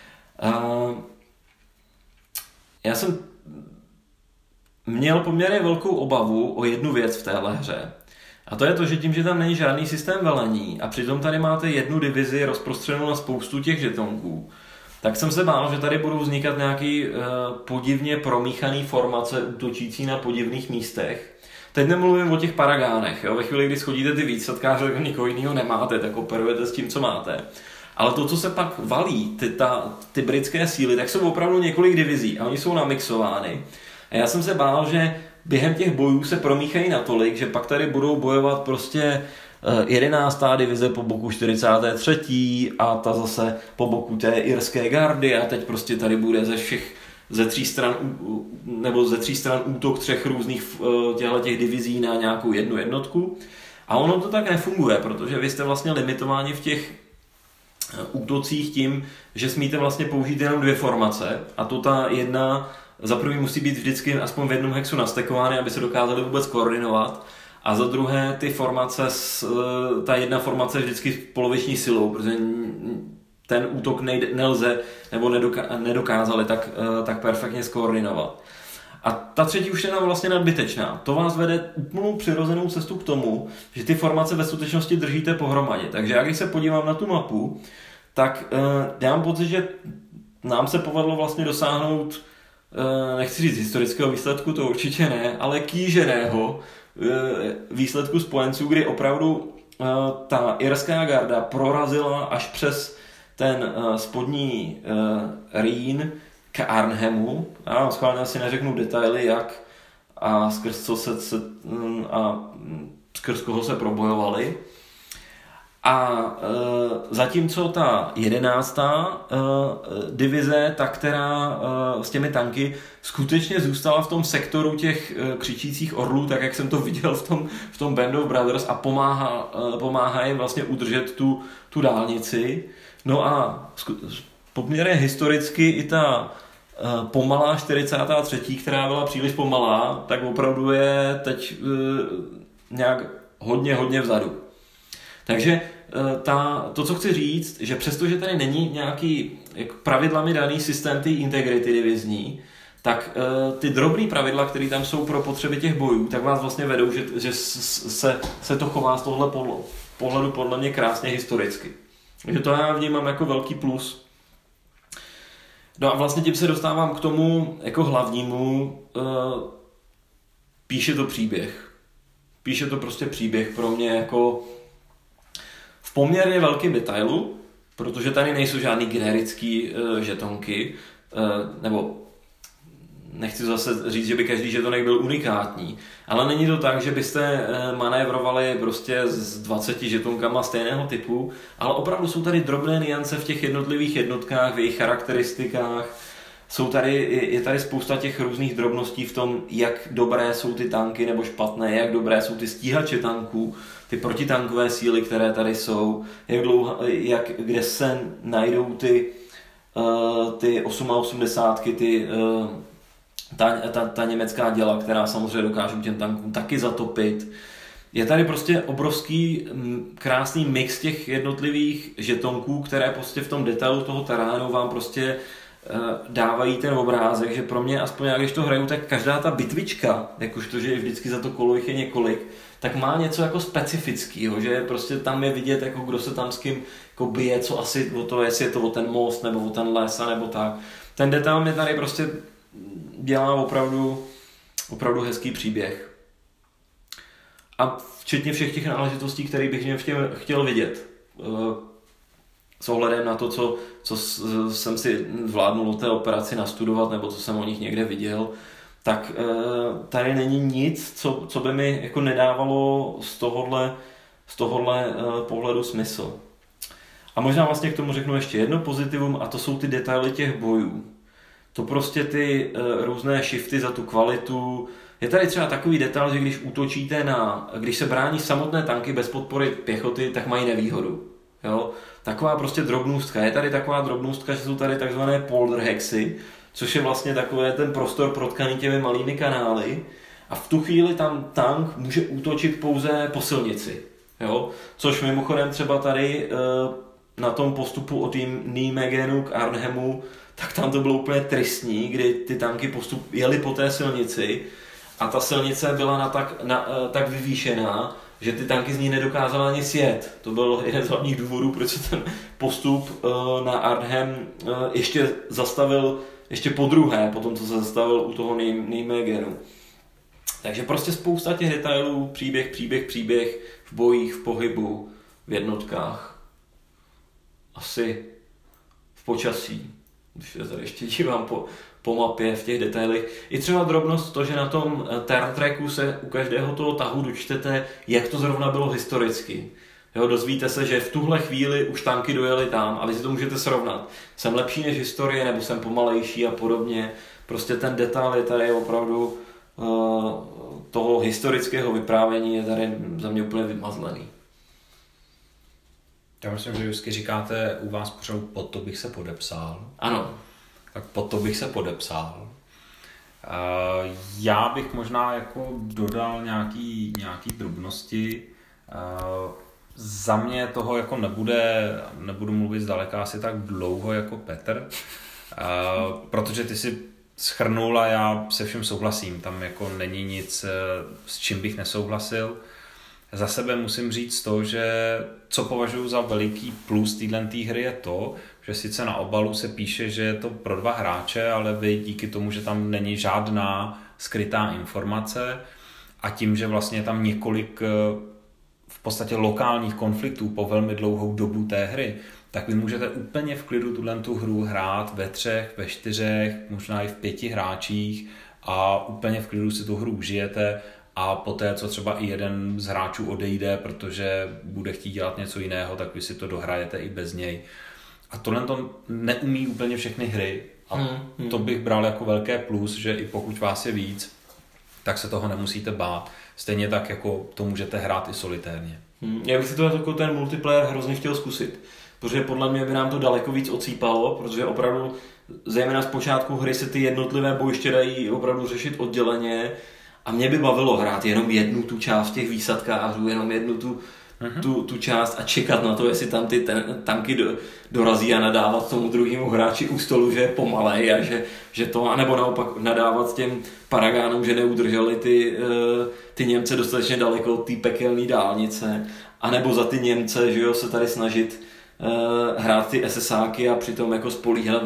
Já jsem měl poměrně velkou obavu o jednu věc v téhle hře. A to je to, že tím, že tam není žádný systém velení a přitom tady máte jednu divizi rozprostřenou na spoustu těch žetonků, tak jsem se bál, že tady budou vznikat nějaký podivně promíchaný formace útočící na podivných místech. Teď nemluvím o těch paragánech. Jo? Ve chvíli, kdy schodíte ty výsadkáře, tak nikoho jiného nemáte, tak operujete s tím, co máte. Ale to, co se pak valí, ty britské síly, tak jsou opravdu několik divizí a oni jsou namixovány. A já jsem se bál, že během těch bojů se promíchají natolik, že pak tady budou bojovat prostě 11. divize po boku 43. a ta zase po boku té irské gardy a teď prostě tady bude ze všech ze tří stran útok 3 různých těch divizí na nějakou jednu jednotku. A ono to tak nefunguje, protože vy jste vlastně limitováni v těch útocích tím, že smíte vlastně použít jenom 2 formace a to ta jedna za první musí být vždycky aspoň v jednom hexu nastekovány, aby se dokázali vůbec koordinovat. A za druhé ty formace, ta jedna formace je vždycky poloviční silou, protože ten útok nelze nebo nedokázali tak perfektně skoordinovat. A ta třetí už je nám vlastně nadbytečná. To vás vede úplnou přirozenou cestu k tomu, že ty formace ve skutečnosti držíte pohromadě. Takže já když se podívám na tu mapu, tak mám pocit, že nám se povedlo vlastně dosáhnout, nechci říct historického výsledku, to určitě ne, ale kýženého výsledku spojenců, kdy opravdu ta irská garda prorazila až přes ten spodní Rýn k Arnhemu. Já schválně asi neřeknu detaily, jak a skrz koho se probojovali. A zatímco ta 11. divize, ta, která s těmi tanky skutečně zůstala v tom sektoru těch křičících orlů, tak jak jsem to viděl v tom Band of Brothers a pomáhá jim vlastně udržet tu dálnici. No a poměrně historicky i ta pomalá 43., která byla příliš pomalá, tak opravdu je teď nějak hodně vzadu. Takže to, co chci říct, že přestože tady není nějaký pravidlami daný systém ty integrity divizní, tak ty drobné pravidla, které tam jsou pro potřeby těch bojů, tak vás vlastně vedou, že se to chová z tohle pohledu podle mě krásně historicky. Takže to já vnímám jako velký plus. No a vlastně tím se dostávám k tomu jako hlavnímu, píše to příběh. Píše to prostě příběh pro mě jako v poměrně velkém detailu, protože tady nejsou žádný generický žetonky, nebo nechci zase říct, že by každý žetonek byl unikátní, ale není to tak, že byste manévrovali prostě s 20 žetonkama stejného typu, ale opravdu jsou tady drobné nuance v těch jednotlivých jednotkách, v jejich charakteristikách. Je tady spousta těch různých drobností v tom, jak dobré jsou ty tanky nebo špatné, jak dobré jsou ty stíhače tanků, ty protitankové síly, které tady jsou, kde se najdou ty 88, ta německá děla, která samozřejmě dokážou těm tankům taky zatopit. Je tady prostě obrovský krásný mix těch jednotlivých žetonků, které prostě v tom detailu toho terénu vám prostě dávají ten obrázek, že pro mě, aspoň já když to hraju, tak každá ta bitvička, jakožto, že vždycky za to kolo jich je několik, tak má něco jako specifického, že prostě tam je vidět, jako kdo se tam s kým jako bije, co asi o to, jestli je to o ten most, nebo o ten les, nebo tak. Ten detail mě tady prostě dělá opravdu hezký příběh. A včetně všech těch náležitostí, které bych chtěl vidět. S ohledem na to, co jsem si zvládnul o té operaci nastudovat, nebo co jsem o nich někde viděl, tak tady není nic, co by mi jako nedávalo z tohohle pohledu smysl. A možná vlastně k tomu řeknu ještě jedno pozitivum, a to jsou ty detaily těch bojů. To prostě ty různé shifty za tu kvalitu. Je tady třeba takový detail, že když útočíte když se brání samotné tanky bez podpory pěchoty, tak mají nevýhodu. Jo? Taková prostě drobnůstka. Je tady taková drobnůstka, že jsou tady takzvané polder hexy, což je vlastně takový ten prostor protkaný těmi malými kanály. A v tu chvíli tam tank může útočit pouze po silnici. Jo? Což mimochodem třeba tady na tom postupu od Nijmegenu k Arnhemu, tak tam to bylo úplně tristní, kdy ty tanky jeli po té silnici a ta silnice byla tak vyvýšená, že ty tanky z ní nedokázaly ani sjet. To byl jeden z hlavních důvodů, proč se ten postup na Arnhem ještě zastavil ještě podruhé, potom co se zastavil u toho Nijmegenu. Takže prostě spousta těch detailů, příběh v bojích, v pohybu, v jednotkách. Asi v počasí. Když se tady ještě dívám po mapě v těch detailech. I třeba drobnost to, že na tom turn tracku se u každého toho tahu dočtete, jak to zrovna bylo historicky. Jo, dozvíte se, že v tuhle chvíli už tanky dojeli tam a vy si to můžete srovnat. Jsem lepší než historie, nebo jsem pomalejší a podobně. Prostě ten detail je tady opravdu toho historického vyprávění je tady za mě úplně vymazlený. Já myslím, že vždycky říkáte u vás pořád pod to bych se podepsal. Ano. Tak pod to bych se podepsal. Já bych možná jako dodal nějaký drobnosti. Za mě toho jako nebudu mluvit zdaleka asi tak dlouho jako Petr, protože ty si shrnul a já se všem souhlasím. Tam jako není nic, s čím bych nesouhlasil. Za sebe musím říct to, že co považuji za veliký plus této hry je to, že sice na obalu se píše, že je to pro 2 hráče, ale vy díky tomu, že tam není žádná skrytá informace a tím, že vlastně je tam několik v podstatě lokálních konfliktů po velmi dlouhou dobu té hry, tak vy můžete úplně v klidu tu hru hrát ve 3, ve 4, možná i v 5 hráčích a úplně v klidu si tu hru užijete a poté, co třeba i jeden z hráčů odejde, protože bude chtít dělat něco jiného, tak vy si to dohrajete i bez něj. A tohle to neumí úplně všechny hry a to bych bral jako velké plus, že i pokud vás je víc, tak se toho nemusíte bát. Stejně tak, jako to můžete hrát i solitérně. Já bych si to jako ten multiplayer hrozně chtěl zkusit, protože podle mě by nám to daleko víc ocípalo, protože opravdu zejména z počátku hry se ty jednotlivé bojiště dají opravdu řešit odděleně a mě by bavilo hrát jenom jednu tu část těch výsadkářů, jenom jednu tu část a čekat na to, jestli tam ty tanky dorazí a nadávat tomu druhému hráči u stolu, že je pomalej a že to, anebo naopak nadávat těm paragánům, že neudrželi ty Němce dostatečně daleko od té pekelné dálnice, anebo za ty Němce, že jo, se tady snažit hrát ty SSáky a přitom jako spolíhat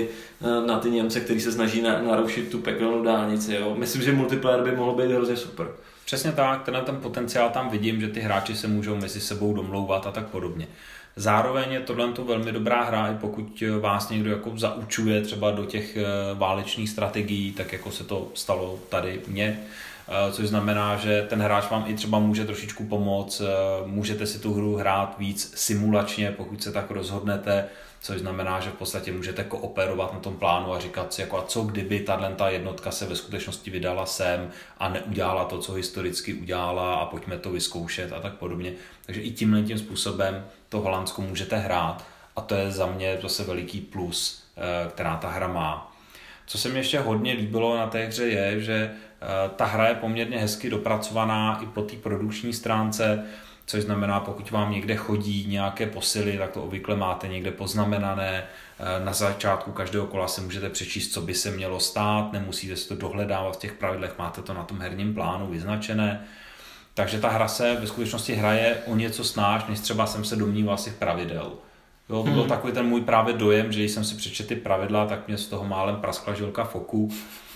na ty Němce, kteří se snaží narušit tu pekelnou dálnici. Jo. Myslím, že multiplayer by mohl být hrozně super. Přesně tak, ten potenciál tam vidím, že ty hráči se můžou mezi sebou domlouvat a tak podobně. Zároveň je tohle velmi dobrá hra, i pokud vás někdo jako zaučuje třeba do těch válečných strategií, tak jako se to stalo tady mně. Což znamená, že ten hráč vám i třeba může trošičku pomoct, můžete si tu hru hrát víc simulačně, pokud se tak rozhodnete, což znamená, že v podstatě můžete kooperovat na tom plánu a říkat si, jako a co kdyby ta jednotka se ve skutečnosti vydala sem a neudělala to, co historicky udělala a pojďme to vyzkoušet a tak podobně. Takže i tímhle způsobem to Holandsko můžete hrát a to je za mě zase veliký plus, která ta hra má. Co se mi ještě hodně líbilo na té hře je, že ta hra je poměrně hezky dopracovaná i po té produkční stránce, což znamená, pokud vám někde chodí nějaké posily, tak to obvykle máte někde poznamenané. Na začátku každého kola se můžete přečíst, co by se mělo stát, nemusíte si to dohledávat v těch pravidlech, máte to na tom herním plánu vyznačené. Takže ta hra se ve skutečnosti hraje o něco snáš, než třeba jsem se domníval z těch pravidel. Jo, byl takový ten můj právě dojem, že když jsem si přečetl ty pravidla, tak mě z toho málem praskla žilka v oku.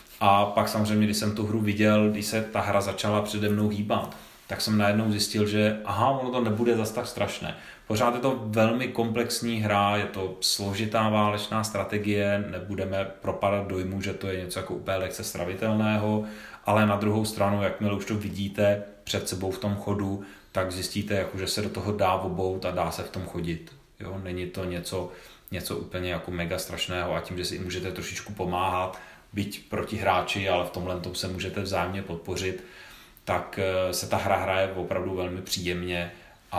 A pak samozřejmě, když jsem tu hru viděl, když se ta hra začala přede mnou hýbat, tak jsem najednou zjistil, že ono to nebude zas tak strašné. Pořád je to velmi komplexní hra, je to složitá válečná strategie, nebudeme propadat dojmu, že to je něco jako úplně lehce stravitelného, ale na druhou stranu, jakmile už to vidíte před sebou v tom chodu, tak zjistíte, jako, že se do toho dá obout a dá se v tom chodit. Jo? Není to něco úplně jako mega strašného a tím, že si i můžete trošičku pomáhat, byť proti hráči, ale v tomhle se můžete vzájemně podpořit, tak se ta hra hraje opravdu velmi příjemně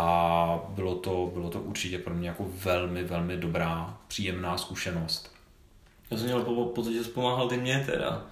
a bylo to určitě pro mě jako velmi, velmi dobrá, příjemná zkušenost. Já jsem měl pocit, že jsi pomáhal ty mě teda.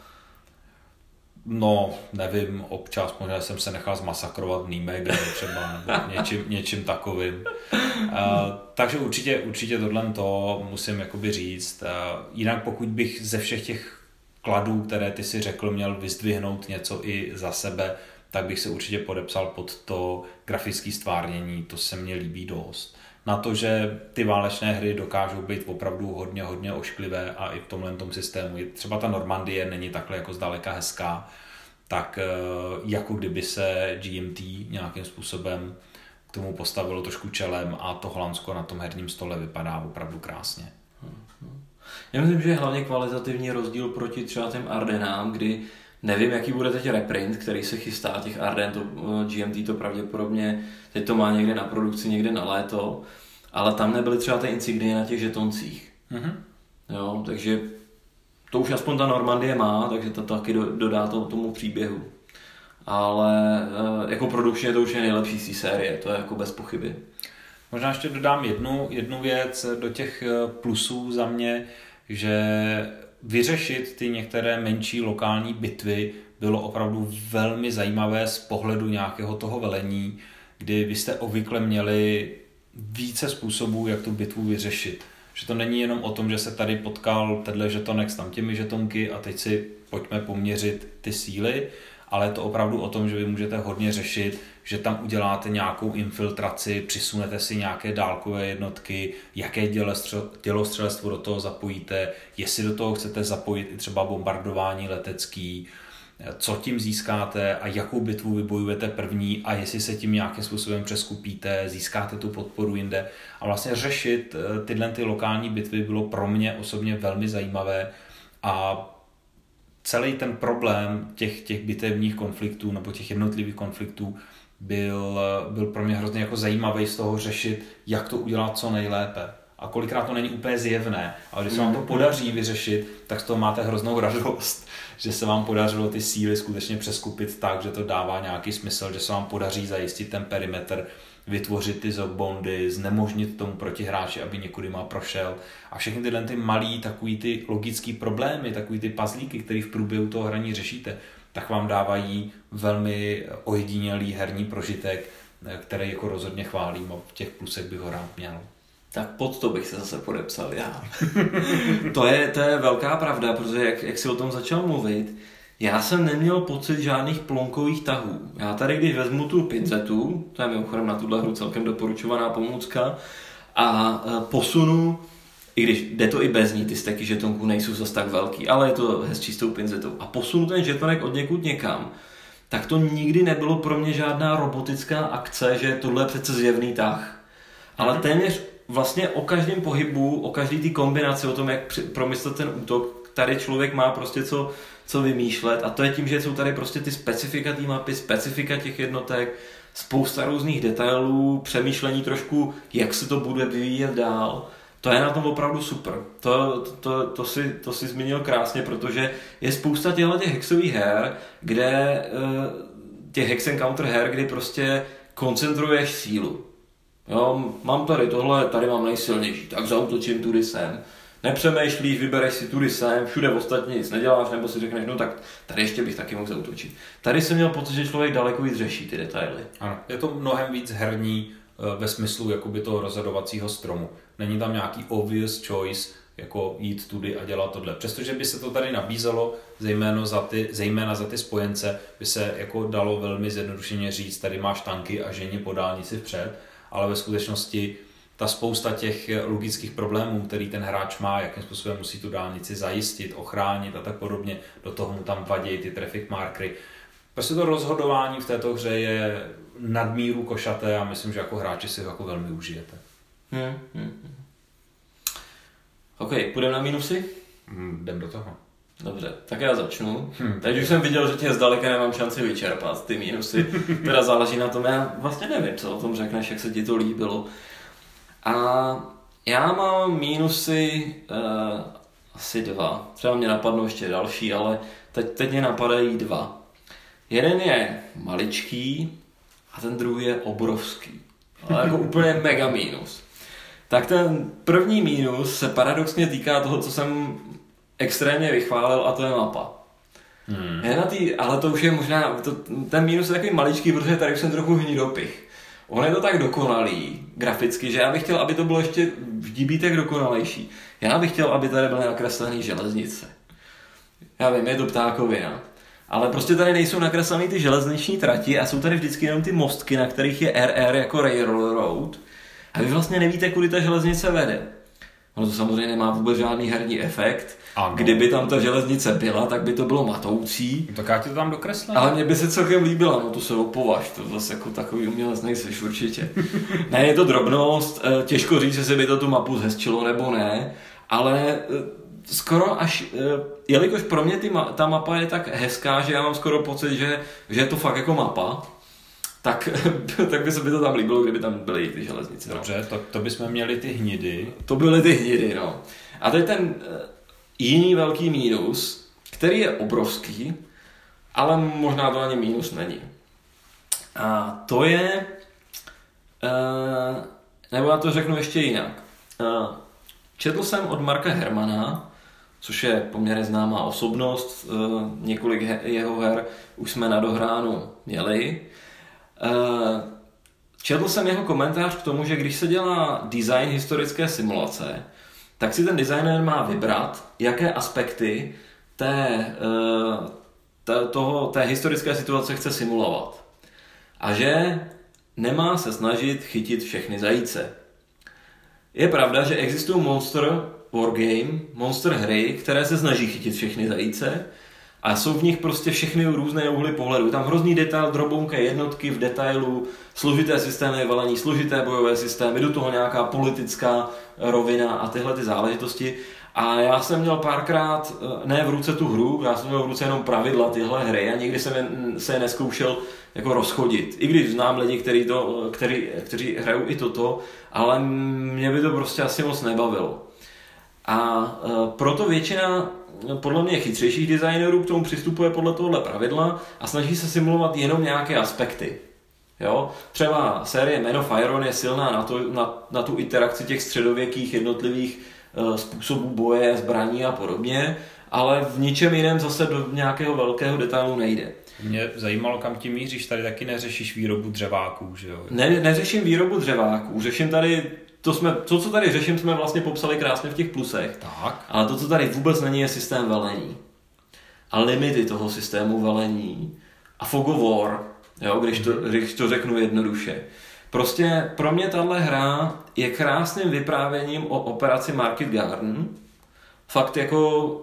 No, nevím, občas možná jsem se nechal zmasakrovat Nýmegem třeba nebo něčím takovým. Takže určitě tohle to musím jakoby říct. Jinak pokud bych ze všech těch kladů, které ty si řekl, měl vyzdvihnout něco i za sebe, tak bych se určitě podepsal pod to grafické stvárnění, to se mně líbí dost. Na to, že ty válečné hry dokážou být opravdu hodně, hodně ošklivé a i v tomhle systému. Třeba ta Normandie není takhle jako zdaleka hezká, tak jako kdyby se GMT nějakým způsobem k tomu postavilo trošku čelem a to Holandsko na tom herním stole vypadá opravdu krásně. Já myslím, že je hlavně kvalitativní rozdíl proti třeba těm Ardenám, kdy Nevím, jaký bude teď reprint, který se chystá, těch Ardent, GMT to pravděpodobně, teď to má někde na produkci, někde na léto, ale tam nebyly třeba ty insignie na těch žetoncích. Jo, takže to už aspoň ta Normandie má, takže to taky dodá tomu příběhu. Ale jako produkčně to už je nejlepší z té série, to je jako bez pochyby. Možná ještě dodám jednu věc do těch plusů za mě, že vyřešit ty některé menší lokální bitvy bylo opravdu velmi zajímavé z pohledu nějakého toho velení, kdy vy jste obvykle měli více způsobů, jak tu bitvu vyřešit. Že to není jenom o tom, že se tady potkal tenhle žetonek s tamtěmi žetonky a teď si pojďme poměřit ty síly, ale je to opravdu o tom, že vy můžete hodně řešit, že tam uděláte nějakou infiltraci, přisunete si nějaké dálkové jednotky, jaké dělostřelectvo do toho zapojíte, jestli do toho chcete zapojit i třeba bombardování letecký, co tím získáte a jakou bitvu vybojujete první a jestli se tím nějakým způsobem přeskupíte, získáte tu podporu jinde. A vlastně řešit tyhle ty lokální bitvy bylo pro mě osobně velmi zajímavé a celý ten problém těch bitevních konfliktů nebo těch jednotlivých konfliktů byl pro mě hrozně jako zajímavý z toho řešit, jak to udělat co nejlépe. A kolikrát to není úplně zjevné, ale když se vám to podaří vyřešit, tak z toho máte hroznou radost, že se vám podařilo ty síly skutečně přeskupit tak, že to dává nějaký smysl, že se vám podaří zajistit ten perimetr, vytvořit ty zombondy, znemožnit tomu protihráči, aby někudyma prošel. A všechny tyhle ty malý, takový ty logický problémy, takový ty puzzlíky, které v průběhu toho hraní řešíte, tak vám dávají velmi ojedinělý herní prožitek, který jako rozhodně chválím a v těch plusech bych ho rád měl. Tak pod to bych se zase podepsal já. To je velká pravda, protože jak jsi o tom začal mluvit, já jsem neměl pocit žádných plonkových tahů. Já tady, když vezmu tu pinzetu, to je mimochodem na tuhle hru celkem doporučovaná pomůcka, a posunu, i když jde to i bez ní, ty steky žetonků nejsou zase tak velký, ale je to hezčí s tou pinzetou. A posunu ten žetonek od někud někam, tak to nikdy nebylo pro mě žádná robotická akce, že tohle je přece zjevný tah. Ale téměř vlastně o každém pohybu, o každý ty kombinaci, o tom, jak promyslet ten útok, tady člověk má prostě co vymýšlet a to je tím, že jsou tady prostě ty specifika té mapy, specifika těch jednotek, spousta různých detailů, přemýšlení trošku, jak se to bude vyvíjet dál. To je na tom opravdu super. To si zmínil krásně, protože je spousta těch hexových her, kde těch hex encounter her, kdy prostě koncentruješ sílu. Jo, mám tady tohle, tady mám nejsilnější, tak zaútočím tudy sem. Nepřemýšlíš, vybereš si tudy sem, všude ostatně nic neděláš, nebo si řekneš, no tak tady ještě bych taky mohl zaútočit. Tady jsem měl pocit, že člověk daleko víc řeší ty detaily. Ano, je to mnohem víc herní ve smyslu jakoby toho rozhodovacího stromu. Není tam nějaký obvious choice, jako jít tudy a dělat tohle. Přestože by se to tady nabízelo, zejména za ty spojence, by se jako dalo velmi zjednodušeně říct, tady máš tanky a ženě po dálnici vpřed, ale ve skutečnosti ta spousta těch logických problémů, který ten hráč má, jakým způsobem musí tu dálnici zajistit, ochránit a tak podobně, do toho mu tam vadí ty traffic markery. Prostě to rozhodování v této hře je nadmíru košaté a myslím, že jako hráči si ho jako velmi užijete. OK, půjdeme na minusy? Jdem do toho. Dobře, tak já začnu. Teď už jsem viděl, že tě zdaleka nemám šanci vyčerpat, ty minusy. Teda záleží na tom, já vlastně nevím, co o tom řekneš, jak se ti to líbilo. A já mám minusy asi 2. Třeba mě napadnou ještě další, ale teď mě napadají 2. Jeden je maličký a ten druhý je obrovský. Ale jako úplně mega mínus. Tak ten první mínus se paradoxně týká toho, co jsem extrémně vychválil, a to je mapa. Ale to už je možná, ten mínus je takový maličký, protože tady už jsem trochu hnidopich. On je to tak dokonalý graficky, že já bych chtěl, aby to bylo ještě vždy být tak dokonalejší. Já bych chtěl, aby tady byly nakreslené železnice. Já vím, je to ptákovina. Ale prostě tady nejsou nakreslené ty železniční trati a jsou tady vždycky jenom ty mostky, na kterých je RR jako Railroad. A vy vlastně nevíte, kudy ta železnice vede. Ono to samozřejmě nemá vůbec žádný herní efekt. Ano. Kdyby tam ta železnice byla, tak by to bylo matoucí. Tak já ti to tam dokreslím. Ale mně by se celkem líbila, no to se opovaž, to zase jako takový umělec nejseš určitě. Ne, je to drobnost, těžko říct, jestli by to tu mapu zhezčilo nebo ne, ale skoro až, jelikož pro mě ta mapa je tak hezká, že já mám skoro pocit, že je to fakt jako mapa, tak by se mi to tam líbilo, kdyby tam byly ty železnice. Dobře, to bychom měli ty hnidy. To byly ty hnidy, no. A teď ten jiný velký mínus, který je obrovský, ale možná to ani mínus není. A to je, nebo já to řeknu ještě jinak. Četl jsem od Marka Hermana, což je poměrně známá osobnost, několik jeho her už jsme na dohránu měli. Četl jsem jeho komentář k tomu, že když se dělá design historické simulace, tak si ten designer má vybrat, jaké aspekty té historické situace chce simulovat. A že nemá se snažit chytit všechny zajíce. Je pravda, že existují monster wargame, monster hry, které se snaží chytit všechny zajíce a jsou v nich prostě všechny různé úhly pohledu. Tam hrozný detail, drobounké jednotky v detailu, složité systémy velení, složité bojové systémy, do toho nějaká politická rovina a tyhle ty záležitosti. A já jsem měl párkrát, ne v ruce tu hru, já jsem měl v ruce jenom pravidla tyhle hry a nikdy jsem se je neskoušel jako rozchodit. I když znám lidi, kteří hrajou i toto, ale mě by to prostě asi moc nebavilo. A proto většina podle mě chytřejších designerů k tomu přistupuje podle tohohle pravidla a snaží se simulovat jenom nějaké aspekty. Jo? Třeba série Man of Iron je silná na tu interakci těch středověkých jednotlivých způsobů boje, zbraní a podobně, ale v ničem jiném zase do nějakého velkého detailu nejde. Mě zajímalo, kam tím míříš, tady taky neřešíš výrobu dřeváků, že jo? Neřeším výrobu dřeváků, řeším tady, to, co tady řeším, jsme vlastně popsali krásně v těch plusech, tak. Ale to, co tady vůbec není, je systém velení. A limity toho systému velení. A fog of war, jo, když to řeknu jednoduše. Prostě pro mě tahle hra je krásným vyprávěním o operaci Market Garden. Fakt jako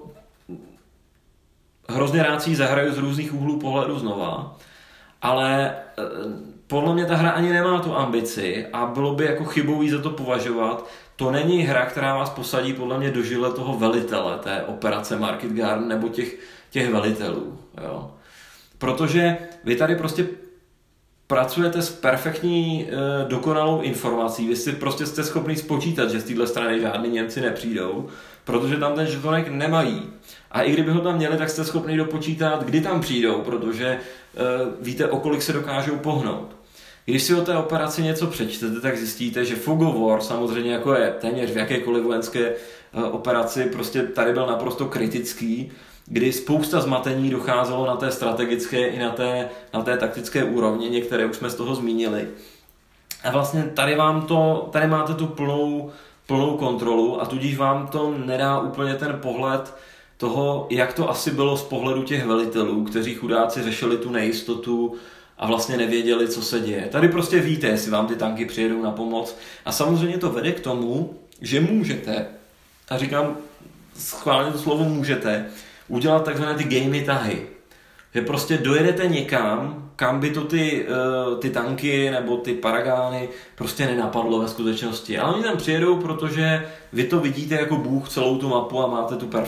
hrozně rád si ji zahraju z různých úhlů pohledu znova, ale podle mě ta hra ani nemá tu ambici a bylo by jako chybou jí za to považovat. To není hra, která vás posadí podle mě do žile toho velitele té operace Market Garden nebo těch velitelů. Jo. Protože vy tady prostě pracujete s perfektní dokonalou informací, vy si prostě jste schopni spočítat, že z téhle strany žádný Němci nepřijdou, protože tam ten žetonek nemají. A i kdyby ho tam měli, tak jste schopni dopočítat, kdy tam přijdou, protože víte, o kolik se dokážou pohnout. Když si o té operaci něco přečtete, tak zjistíte, že fog of war samozřejmě jako je téměř v jakékoliv vojenské operaci, prostě tady byl naprosto kritický, kdy spousta zmatení docházelo na té strategické i na té taktické úrovni, některé už jsme z toho zmínili. A vlastně tady máte tu plnou kontrolu a tudíž vám to nedá úplně ten pohled toho, jak to asi bylo z pohledu těch velitelů, kteří chudáci řešili tu nejistotu a vlastně nevěděli, co se děje. Tady prostě víte, jestli vám ty tanky přijedou na pomoc. A samozřejmě to vede k tomu, že můžete, a říkám schválně to slovo můžete, udělat takzvané ty gamey tahy. Že prostě dojedete někam, kam by to ty tanky nebo ty paragány prostě nenapadlo ve skutečnosti. Ale oni tam přijedou, protože vy to vidíte jako bůh celou tu mapu a máte tu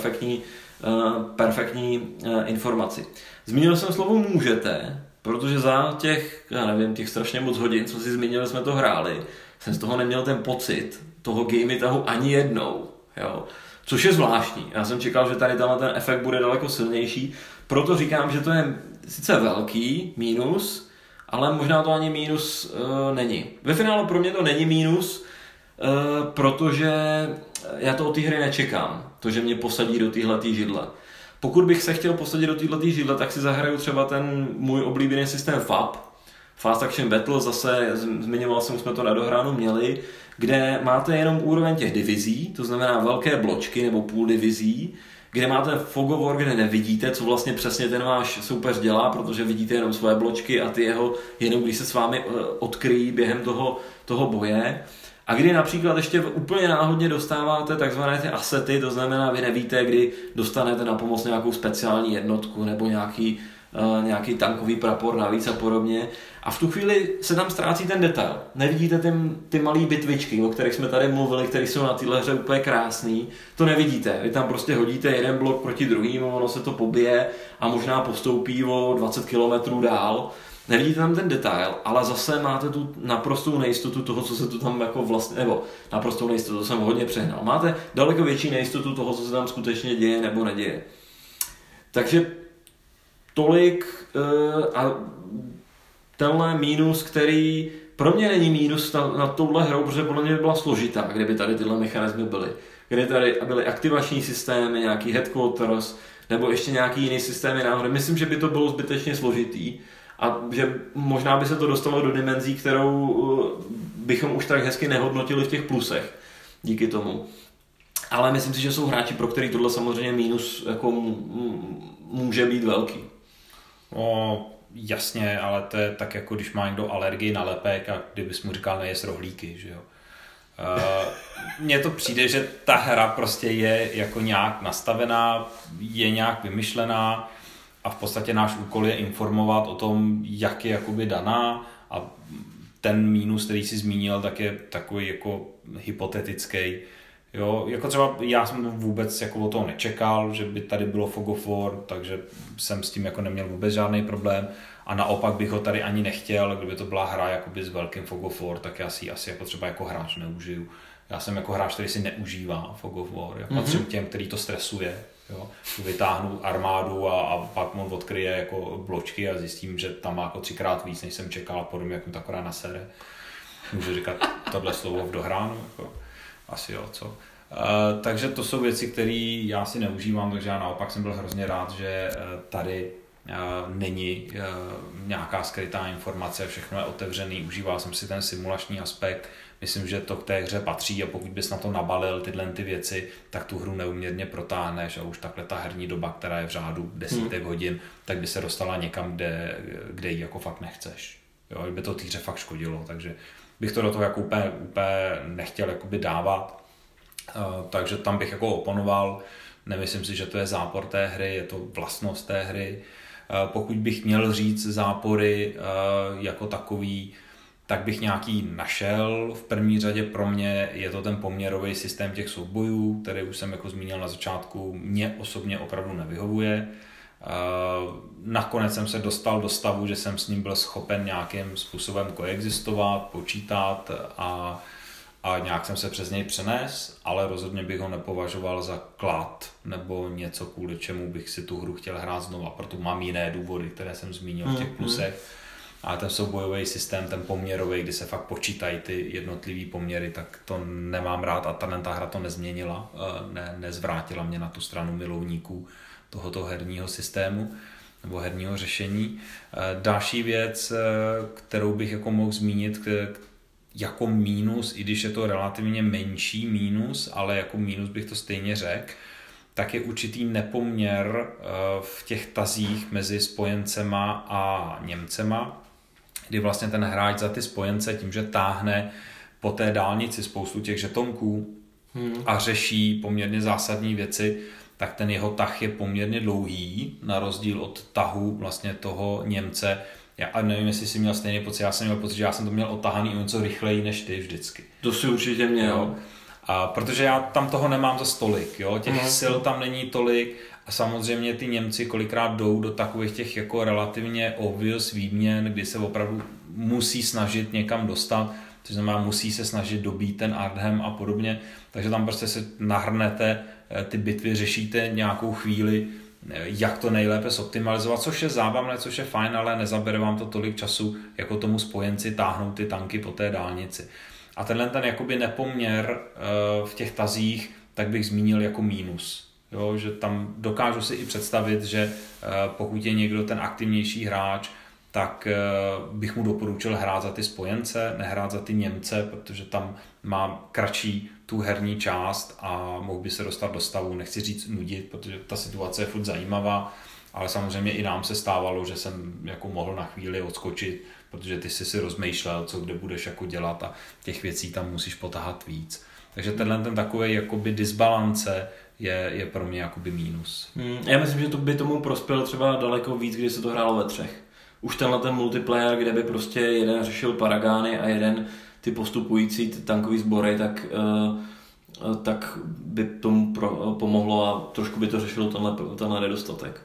perfektní informaci. Zmínil jsem slovo můžete, protože za těch strašně moc hodin, co si zmínili, jsme to hráli, jsem z toho neměl ten pocit toho gamey tahu ani jednou. Jo. Což je zvláštní. Já jsem čekal, že tady ten efekt bude daleko silnější, proto říkám, že to je sice velký mínus, ale možná to ani mínus není. Ve finále pro mě to není mínus, protože já to od té hry nečekám, to, že mě posadí do téhletý židle. Pokud bych se chtěl posadit do téhletý židle, tak si zahraju třeba ten můj oblíbený systém FAB, Fast Action Battle, zase zmiňoval jsem, jsme to na dohránu měli, kde máte jenom úroveň těch divizí, to znamená velké bločky nebo půl divizí, kde máte fog of war, kde nevidíte, co vlastně přesně ten váš soupeř dělá, protože vidíte jenom svoje bločky a ty jeho, jenom když se s vámi odkryjí během toho boje. A kdy například ještě úplně náhodně dostáváte takzvané ty asety, to znamená, vy nevíte, kdy dostanete na pomoc nějakou speciální jednotku nebo nějaký nějaký tankový prapor navíc a podobně. A v tu chvíli se tam ztrácí ten detail. Nevidíte ty malé bitvičky, o kterých jsme tady mluvili, které jsou na téhle hře úplně krásný. To nevidíte. Vy tam prostě hodíte jeden blok proti druhému, ono se to pobije a možná postoupí o 20 km dál. Nevidíte tam ten detail, ale zase máte tu naprostou nejistotu toho, co se tu tam jako vlastně, nebo naprostou nejistotu, to jsem hodně přehnal. Máte daleko větší nejistotu toho, co se tam skutečně děje nebo neděje. Takže tolik a tenhle mínus, který pro mě není mínus na touhle hrou, protože podle mě by byla složitá, kdyby tady tyhle mechanismy byly. Kdyby tady byly aktivační systémy, nějaký headquarters, nebo ještě nějaký jiný systémy náhody. Myslím, že by to bylo zbytečně složitý a že možná by se to dostalo do dimenzí, kterou bychom už tak hezky nehodnotili v těch plusech díky tomu. Ale myslím si, že jsou hráči, pro který tohle samozřejmě mínus jako může být velký. Jasně, ale to je tak jako když má někdo alergii na lepek a kdybys mu říkal nejes rohlíky, že jo. Mně to přijde, že ta hra prostě je jako nějak nastavená, je nějak vymyšlená a v podstatě náš úkol je informovat o tom, jak je jakoby daná a ten mínus, který jsi zmínil, tak je takový jako hypotetický. Jo, jako třeba já jsem vůbec jako o toho nečekal, že by tady bylo Fog of War, takže jsem s tím jako neměl vůbec žádný problém a naopak bych ho tady ani nechtěl, kdyby to byla hra jakoby s velkým Fog of War, tak já si ji asi jako třeba jako hráč neužiju. Já jsem jako hráč, který si neužívá Fog of War, já patřím těm, který to stresuje. Jo. Vytáhnu armádu a pak mu odkryje jako bločky a zjistím, že tam má jako 3x víc, než jsem čekal a podobně, jak mu to akorát nasere. Můžu říkat tohle slovo v dohránu, jako asi jo, co? Takže to jsou věci, které já si neužívám, takže já naopak jsem byl hrozně rád, že tady není nějaká skrytá informace, všechno je otevřený, užíval jsem si ten simulační aspekt, myslím, že to k té hře patří a pokud bys na to nabalil tyhle ty věci, tak tu hru neuměrně protáhneš a už takhle ta herní doba, která je v řádu desítek hodin, tak by se dostala někam, kde ji jako fakt nechceš. Jo, by to té hře fakt škodilo, takže bych to do toho jako úplně nechtěl jakoby dávat, takže tam bych jako oponoval. Nemyslím si, že to je zápor té hry, je to vlastnost té hry. Pokud bych měl říct zápory jako takový, tak bych nějaký našel. V první řadě pro mě je to ten poměrový systém těch soubojů, který už jsem jako zmínil na začátku, mě osobně opravdu nevyhovuje. Nakonec jsem se dostal do stavu, že jsem s ním byl schopen nějakým způsobem koexistovat, počítat a nějak jsem se přes něj přenes, ale rozhodně bych ho nepovažoval za klad nebo něco, kvůli čemu bych si tu hru chtěl hrát znova, proto mám jiné důvody, které jsem zmínil v těch plusech. A ten soubojový systém, ten poměrový, kdy se fakt počítají ty jednotlivý poměry, tak to nemám rád a ta hra to nezměnila, nezvrátila mě na tu stranu milovníků tohoto herního systému nebo herního řešení. Další věc, kterou bych jako mohl zmínit jako mínus, i když je to relativně menší mínus, ale jako mínus bych to stejně řekl, tak je určitý nepoměr v těch tazích mezi spojencema a Němcema, kdy vlastně ten hráč za ty spojence tím, že táhne po té dálnici spoustu těch žetonků a řeší poměrně zásadní věci, tak ten jeho tah je poměrně dlouhý, na rozdíl od tahu vlastně toho Němce. Já nevím, jestli jsi měl stejný pocit, já jsem měl pocit, že já jsem to měl otahaný o něco rychleji než ty vždycky. To si určitě měl. A protože já tam toho nemám za stolik, jo? Těch sil tam není tolik a samozřejmě ty Němci kolikrát jdou do takových těch jako relativně obvious výměn, kdy se opravdu musí snažit někam dostat, to znamená musí se snažit dobít ten Arnhem a podobně, takže tam prostě se nahrnete, ty bitvy řešíte nějakou chvíli, jak to nejlépe zoptimalizovat, což je zábavné, což je fajn, ale nezabere vám to tolik času, jako tomu spojenci táhnout ty tanky po té dálnici. A ten jakoby nepoměr v těch tazích, tak bych zmínil jako mínus. Jo, že tam dokážu si i představit, že pokud je někdo ten aktivnější hráč, tak bych mu doporučil hrát za ty spojence, nehrát za ty Němce, protože tam má kratší tu herní část a mohl by se dostat do stavu, nechci říct nudit, protože ta situace je furt zajímavá, ale samozřejmě i nám se stávalo, že jsem jako mohl na chvíli odskočit, protože ty jsi si rozmýšlel, co kde budeš jako dělat a těch věcí tam musíš potahat víc. Takže ten takový jakoby disbalance je pro mě jakoby mínus. Já myslím, že to by tomu prospělo třeba daleko víc, když se to hrálo ve 3. Už tenhle ten multiplayer, kde by prostě jeden řešil Paragány a jeden ty postupující ty tankový sbory, tak by tomu pomohlo a trošku by to řešilo tenhle nedostatek.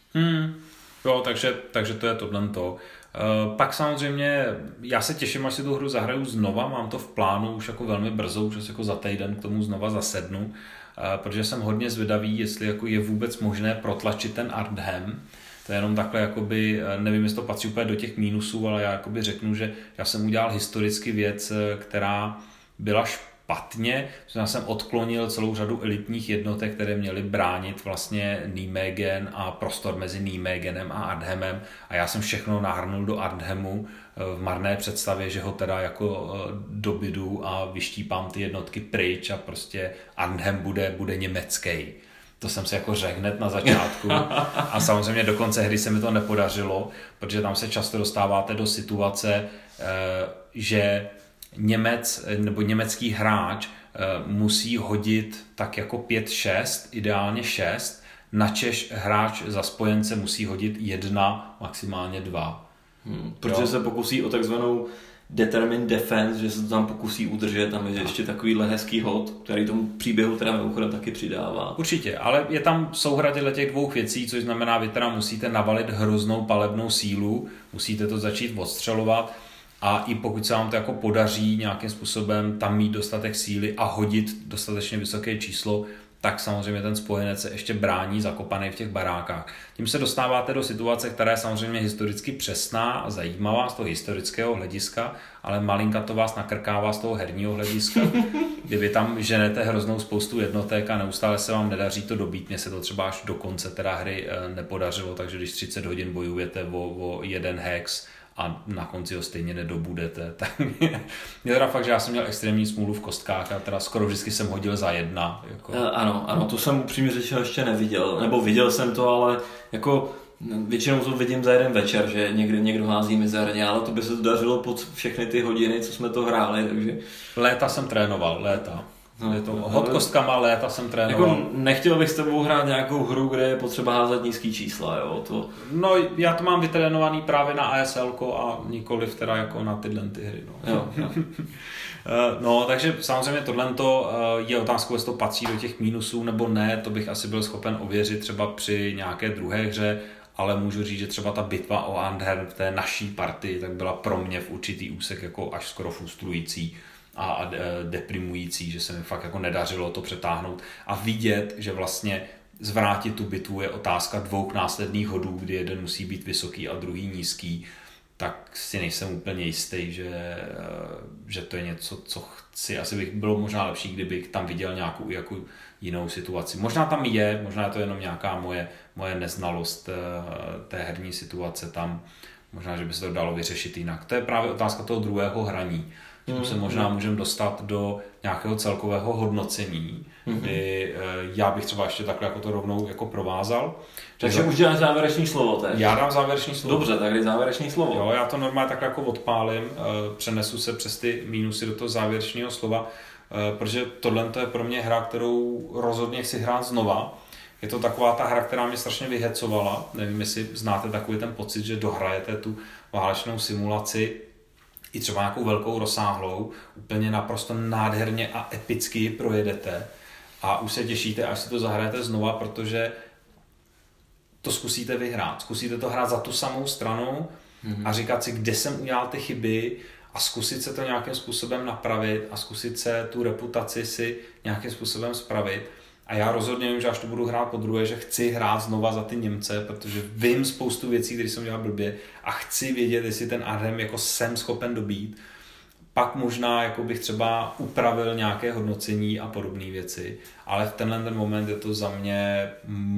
Jo, takže to je tohleto. Pak samozřejmě já se těším, až si tu hru zahraju znova, mám to v plánu už jako velmi brzo, už jako za týden k tomu znova zasednu, protože jsem hodně zvědavý, jestli jako je vůbec možné protlačit ten Arnhem. To je jenom takhle, jakoby, nevím, jestli to patří úplně do těch mínusů, ale já jakoby řeknu, že já jsem udělal historicky věc, která byla špatně. Já jsem odklonil celou řadu elitních jednotek, které měly bránit vlastně Nijmegen a prostor mezi Nijmegenem a Arnhemem a já jsem všechno nahrnul do Arnhemu v marné představě, že ho teda jako dobydu a vyštípám ty jednotky pryč a prostě Arnhem bude německý. To jsem si jako řekl hned na začátku a samozřejmě do konce hry se mi to nepodařilo, protože tam se často dostáváte do situace, že Němec nebo německý hráč musí hodit tak jako 5-6, ideálně 6, načež hráč za spojence musí hodit 1, maximálně 2. Protože se pokusí o takzvanou determined defense, že se to tam pokusí udržet, tam je ještě takovýhle hezký hod, který tomu příběhu teda mimochodem taky přidává. Určitě, ale je tam souhra těch dvou věcí, což znamená, vy teda musíte navalit hroznou palebnou sílu, musíte to začít odstřelovat a i pokud se vám to jako podaří nějakým způsobem tam mít dostatek síly a hodit dostatečně vysoké číslo, tak samozřejmě ten spojenec se ještě brání zakopaný v těch barákách. Tím se dostáváte do situace, která je samozřejmě historicky přesná a zajímavá z toho historického hlediska, ale malinka to vás nakrkává z toho herního hlediska. Kdyby tam ženete hroznou spoustu jednotek a neustále se vám nedaří to dobít, mně se to třeba až do konce teda hry nepodařilo, takže když 30 hodin bojujete o jeden hex a na konci ho stejně nedobudete. Tak mě teda fakt, že já jsem měl extrémní smůlu v kostkách a teda skoro vždycky jsem hodil za 1. Jako. Ano, to jsem upřímně řečeno ještě neviděl. Nebo viděl jsem to, ale jako většinou to vidím za jeden večer, že někdo hází mizerně, ale to by se to dařilo pod všechny ty hodiny, co jsme to hráli, takže... Léta jsem trénoval, léta. Je to hod kostkama, léta jsem trénoval. Jako nechtěl bych s tebou hrát nějakou hru, kde je potřeba házet nízký čísla, jo? To... No, já to mám vytrénovaný právě na ASL a nikoliv teda jako na tyhle ty hry. No. Jo. No, takže samozřejmě tohle je otázkou, jestli to patří do těch mínusů nebo ne, to bych asi byl schopen ověřit třeba při nějaké druhé hře, ale můžu říct, že třeba ta bitva o Arnhem v té naší partii tak byla pro mě v určitý úsek jako až skoro frustrující a deprimující, že se mi fakt jako nedařilo to přetáhnout a vidět, že vlastně zvrátit tu bitvu je otázka 2 následných hodů, kdy jeden musí být vysoký a druhý nízký, tak si nejsem úplně jistý, že to je něco, co chci. Asi bych bylo možná lepší, kdybych tam viděl nějakou jako jinou situaci. Možná tam je, možná je to jenom nějaká moje neznalost té herní situace tam. Možná, že by se to dalo vyřešit jinak. To je právě otázka toho druhého hraní. Tím se možná můžeme dostat do nějakého celkového hodnocení, kdy já bych třeba ještě takhle jako to rovnou jako provázal. Takže už děláš závěrečný slovo teď. Já dám závěrečný slovo. Dobře, tak dej závěrečný slovo. Jo, já to normálně takhle jako odpálím, přenesu se přes ty mínusy do toho závěrečného slova, protože tohle je pro mě hra, kterou rozhodně chci hrát znova. Je to taková ta hra, která mě strašně vyhecovala. Nevím, jestli znáte takový ten pocit, že dohrajete tu válečnou simulaci i třeba nějakou velkou rozsáhlou, úplně naprosto nádherně a epicky ji projedete a už se těšíte, až si to zahrajete znova, protože to zkusíte vyhrát. Zkusíte to hrát za tu samou stranu a říkat si, kde jsem udělal ty chyby a zkusit se to nějakým způsobem napravit a zkusit se tu reputaci si nějakým způsobem spravit. A já rozhodně vím, že až to budu hrát po druhé, že chci hrát znova za ty Němce, protože vím spoustu věcí, které jsem dělal blbě a chci vědět, jestli ten Arnhem jako jsem schopen dobít. Pak možná jako bych třeba upravil nějaké hodnocení a podobné věci, ale v tenhle ten moment je to za mě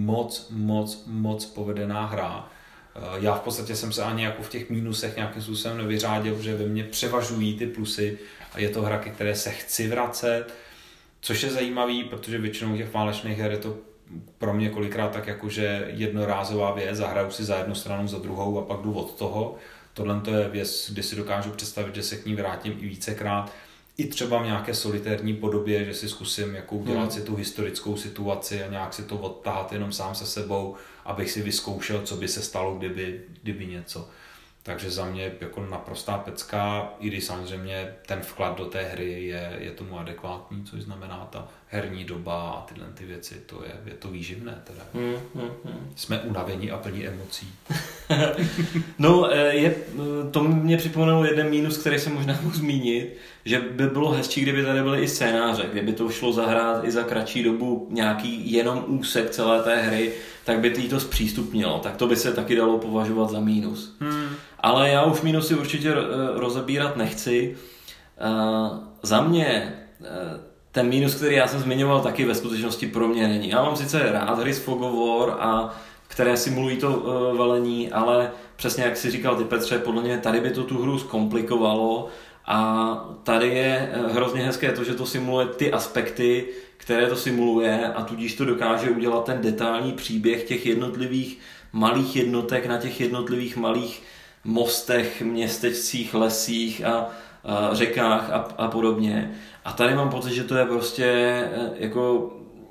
moc povedená hra. Já v podstatě jsem se ani jako v těch mínusech nějakým způsobem nevyřádil, že ve mně převažují ty plusy a je to hra, ke které se chci vracet. Což je zajímavý, protože většinou těch válečných her je to pro mě kolikrát tak jakože jednorázová věc, zahraju si za jednu stranu, za druhou a pak jdu od toho. Tohle to je věc, kdy si dokážu představit, že se k ní vrátím i vícekrát. i třeba v nějaké solitérní podobě, že si zkusím jako udělat si tu historickou situaci a nějak si to odtahat jenom sám se sebou, abych si vyzkoušel, co by se stalo, kdyby něco. Takže za mě jako naprostá pecka, i když samozřejmě ten vklad do té hry je tomu adekvátní, což znamená ta herní doba a tyhle ty věci, je to výživné teda. Jsme unavení a plní emocí. No, to mě připomnělo jeden mínus, který jsem možná mohl zmínit, že by bylo hezčí, kdyby tady byly i scénáře, kdyby to šlo zahrát i za kratší dobu nějaký jenom úsek celé té hry, tak by to zpřístupnilo. Tak to by se taky dalo považovat za mínus. Ale já už mínusy určitě rozebírat nechci. Za mě ten mínus, který já jsem zmiňoval, taky ve skutečnosti pro mě není. Já mám sice rád hry z Fog of War, které simulují to velení, ale přesně jak si říkal ty, Petře, podle mě tady by to tu hru zkomplikovalo a tady je hrozně hezké to, že to simuluje ty aspekty, které to simuluje a tudíž to dokáže udělat ten detailní příběh těch jednotlivých malých jednotek na těch jednotlivých malých mostech, městečcích, lesích a řekách a podobně. A tady mám pocit, že to je prostě jako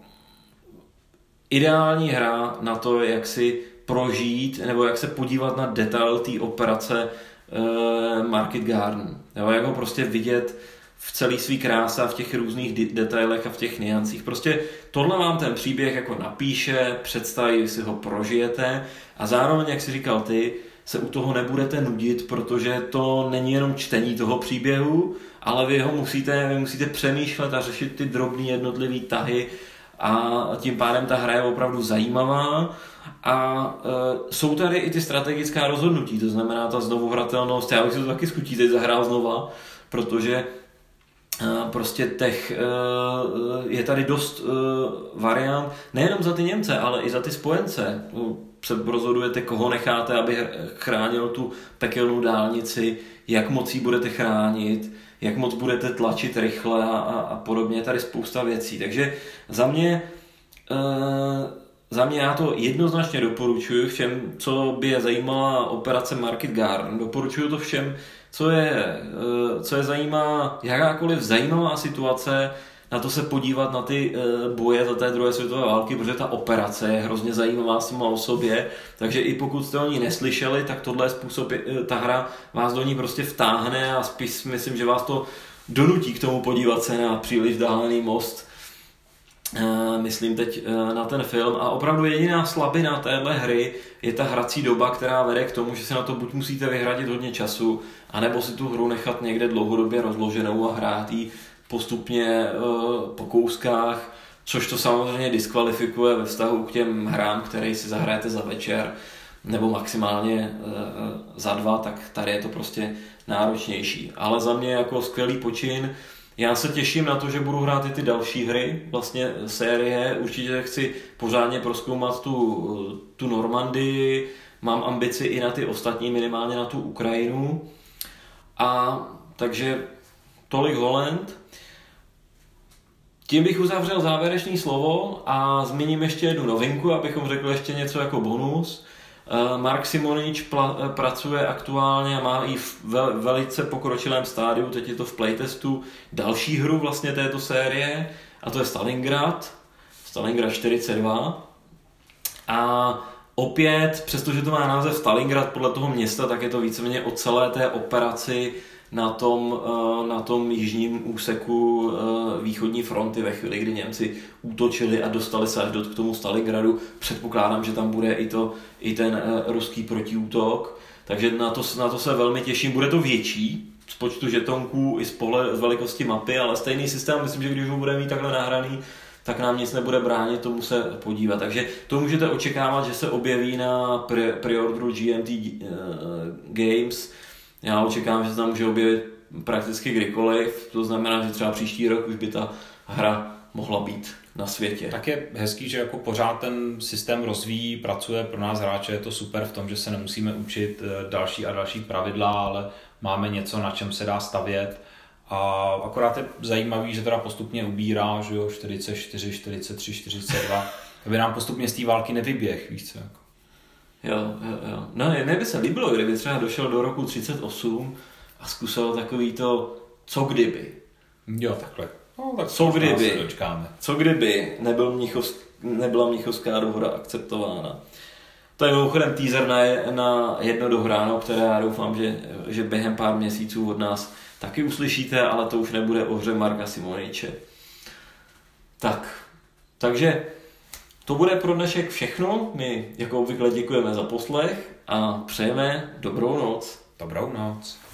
ideální hra na to, jak si prožít nebo jak se podívat na detail té operace Market Garden. Jo, jak ho prostě vidět v celé svý kráse a v těch různých detailech a v těch niancích. Prostě tohle vám ten příběh jako napíše, představí, vy si ho prožijete a zároveň, jak si říkal ty, se u toho nebudete nudit, protože to není jenom čtení toho příběhu, ale vy musíte přemýšlet a řešit ty drobné jednotlivé tahy a tím pádem ta hra je opravdu zajímavá a jsou tady i ty strategická rozhodnutí, to znamená ta znovuhratelnost, já bych si to taky skutí teď zahrál znova, protože prostě je tady dost variant, nejenom za ty Němce, ale i za ty spojence. Se rozhodujete, koho necháte, aby chránil tu pekelnou dálnici, jak moc ji budete chránit, jak moc budete tlačit rychle a podobně. Je tady spousta věcí. Takže za mě já to jednoznačně doporučuji všem, co by je zajímala operace Market Garden. Doporučuji to všem, co je zajímá jakákoliv zajímavá situace, na to se podívat na ty boje za té druhé světové války, protože ta operace je hrozně zajímavá sama o sobě, takže i pokud jste o ní neslyšeli, tak tohle je způsob, ta hra vás do ní prostě vtáhne a spíš myslím, že vás to donutí k tomu podívat se na příliš vzdálený most. Myslím teď na ten film a opravdu jediná slabina téhle hry je ta hrací doba, která vede k tomu, že se na to buď musíte vyhradit hodně času, anebo si tu hru nechat někde dlouhodobě rozloženou a hrát ji postupně po kouskách, což to samozřejmě diskvalifikuje ve vztahu k těm hrám, které si zahrajete za večer nebo maximálně za 2, tak tady je to prostě náročnější. Ale za mě jako skvělý počin. Já se těším na to, že budu hrát i ty další hry, vlastně série. Určitě chci pořádně prozkoumat tu Normandii, mám ambici i na ty ostatní, minimálně na tu Ukrajinu. A takže tolik Holland. Tím bych uzavřel závěrečné slovo a zmíním ještě jednu novinku, abychom řekli ještě něco jako bonus. Mark Simonič pracuje aktuálně a má i v velice pokročilém stádiu, teď je to v playtestu, další hru vlastně této série a to je Stalingrad 42. A opět, přestože to má název Stalingrad podle toho města, tak je to víceméně o celé té operaci na tom jižním úseku východní fronty ve chvíli, kdy Němci útočili a dostali se až k tomu Stalingradu. Předpokládám, že tam bude i ten ruský protiútok, takže na to se velmi těším. Bude to větší z počtu žetonků i z velikosti mapy, ale stejný systém, myslím, že když ho budeme mít takhle nahraný, tak nám nic nebude bránit tomu se podívat. Takže to můžete očekávat, že se objeví na preorderu GMT Games. Já očekávám, že se tam může objevit prakticky kdykoliv, to znamená, že třeba příští rok už by ta hra mohla být na světě. Tak je hezký, že jako pořád ten systém rozvíjí, pracuje pro nás hráče, je to super v tom, že se nemusíme učit další a další pravidla, ale máme něco, na čem se dá stavět. A akorát je zajímavý, že teda postupně ubírá, že jo, 44, 43, 42, aby nám postupně z té války nevyběh, víš co, jako. Jo. No, mě by se líbilo, kdyby třeba došel do roku 38 a zkusil takový to, co kdyby. Jo, takhle. No, tak co kdyby nebyla Mnichovská dohoda akceptována. To je mimochodem teaser na jedno dohráno, které já doufám, že během pár měsíců od nás taky uslyšíte, ale to už nebude o hře Marka Simoniče. Takže to bude pro dnešek všechno. My jako obvykle děkujeme za poslech a přejeme dobrou noc. Dobrou noc.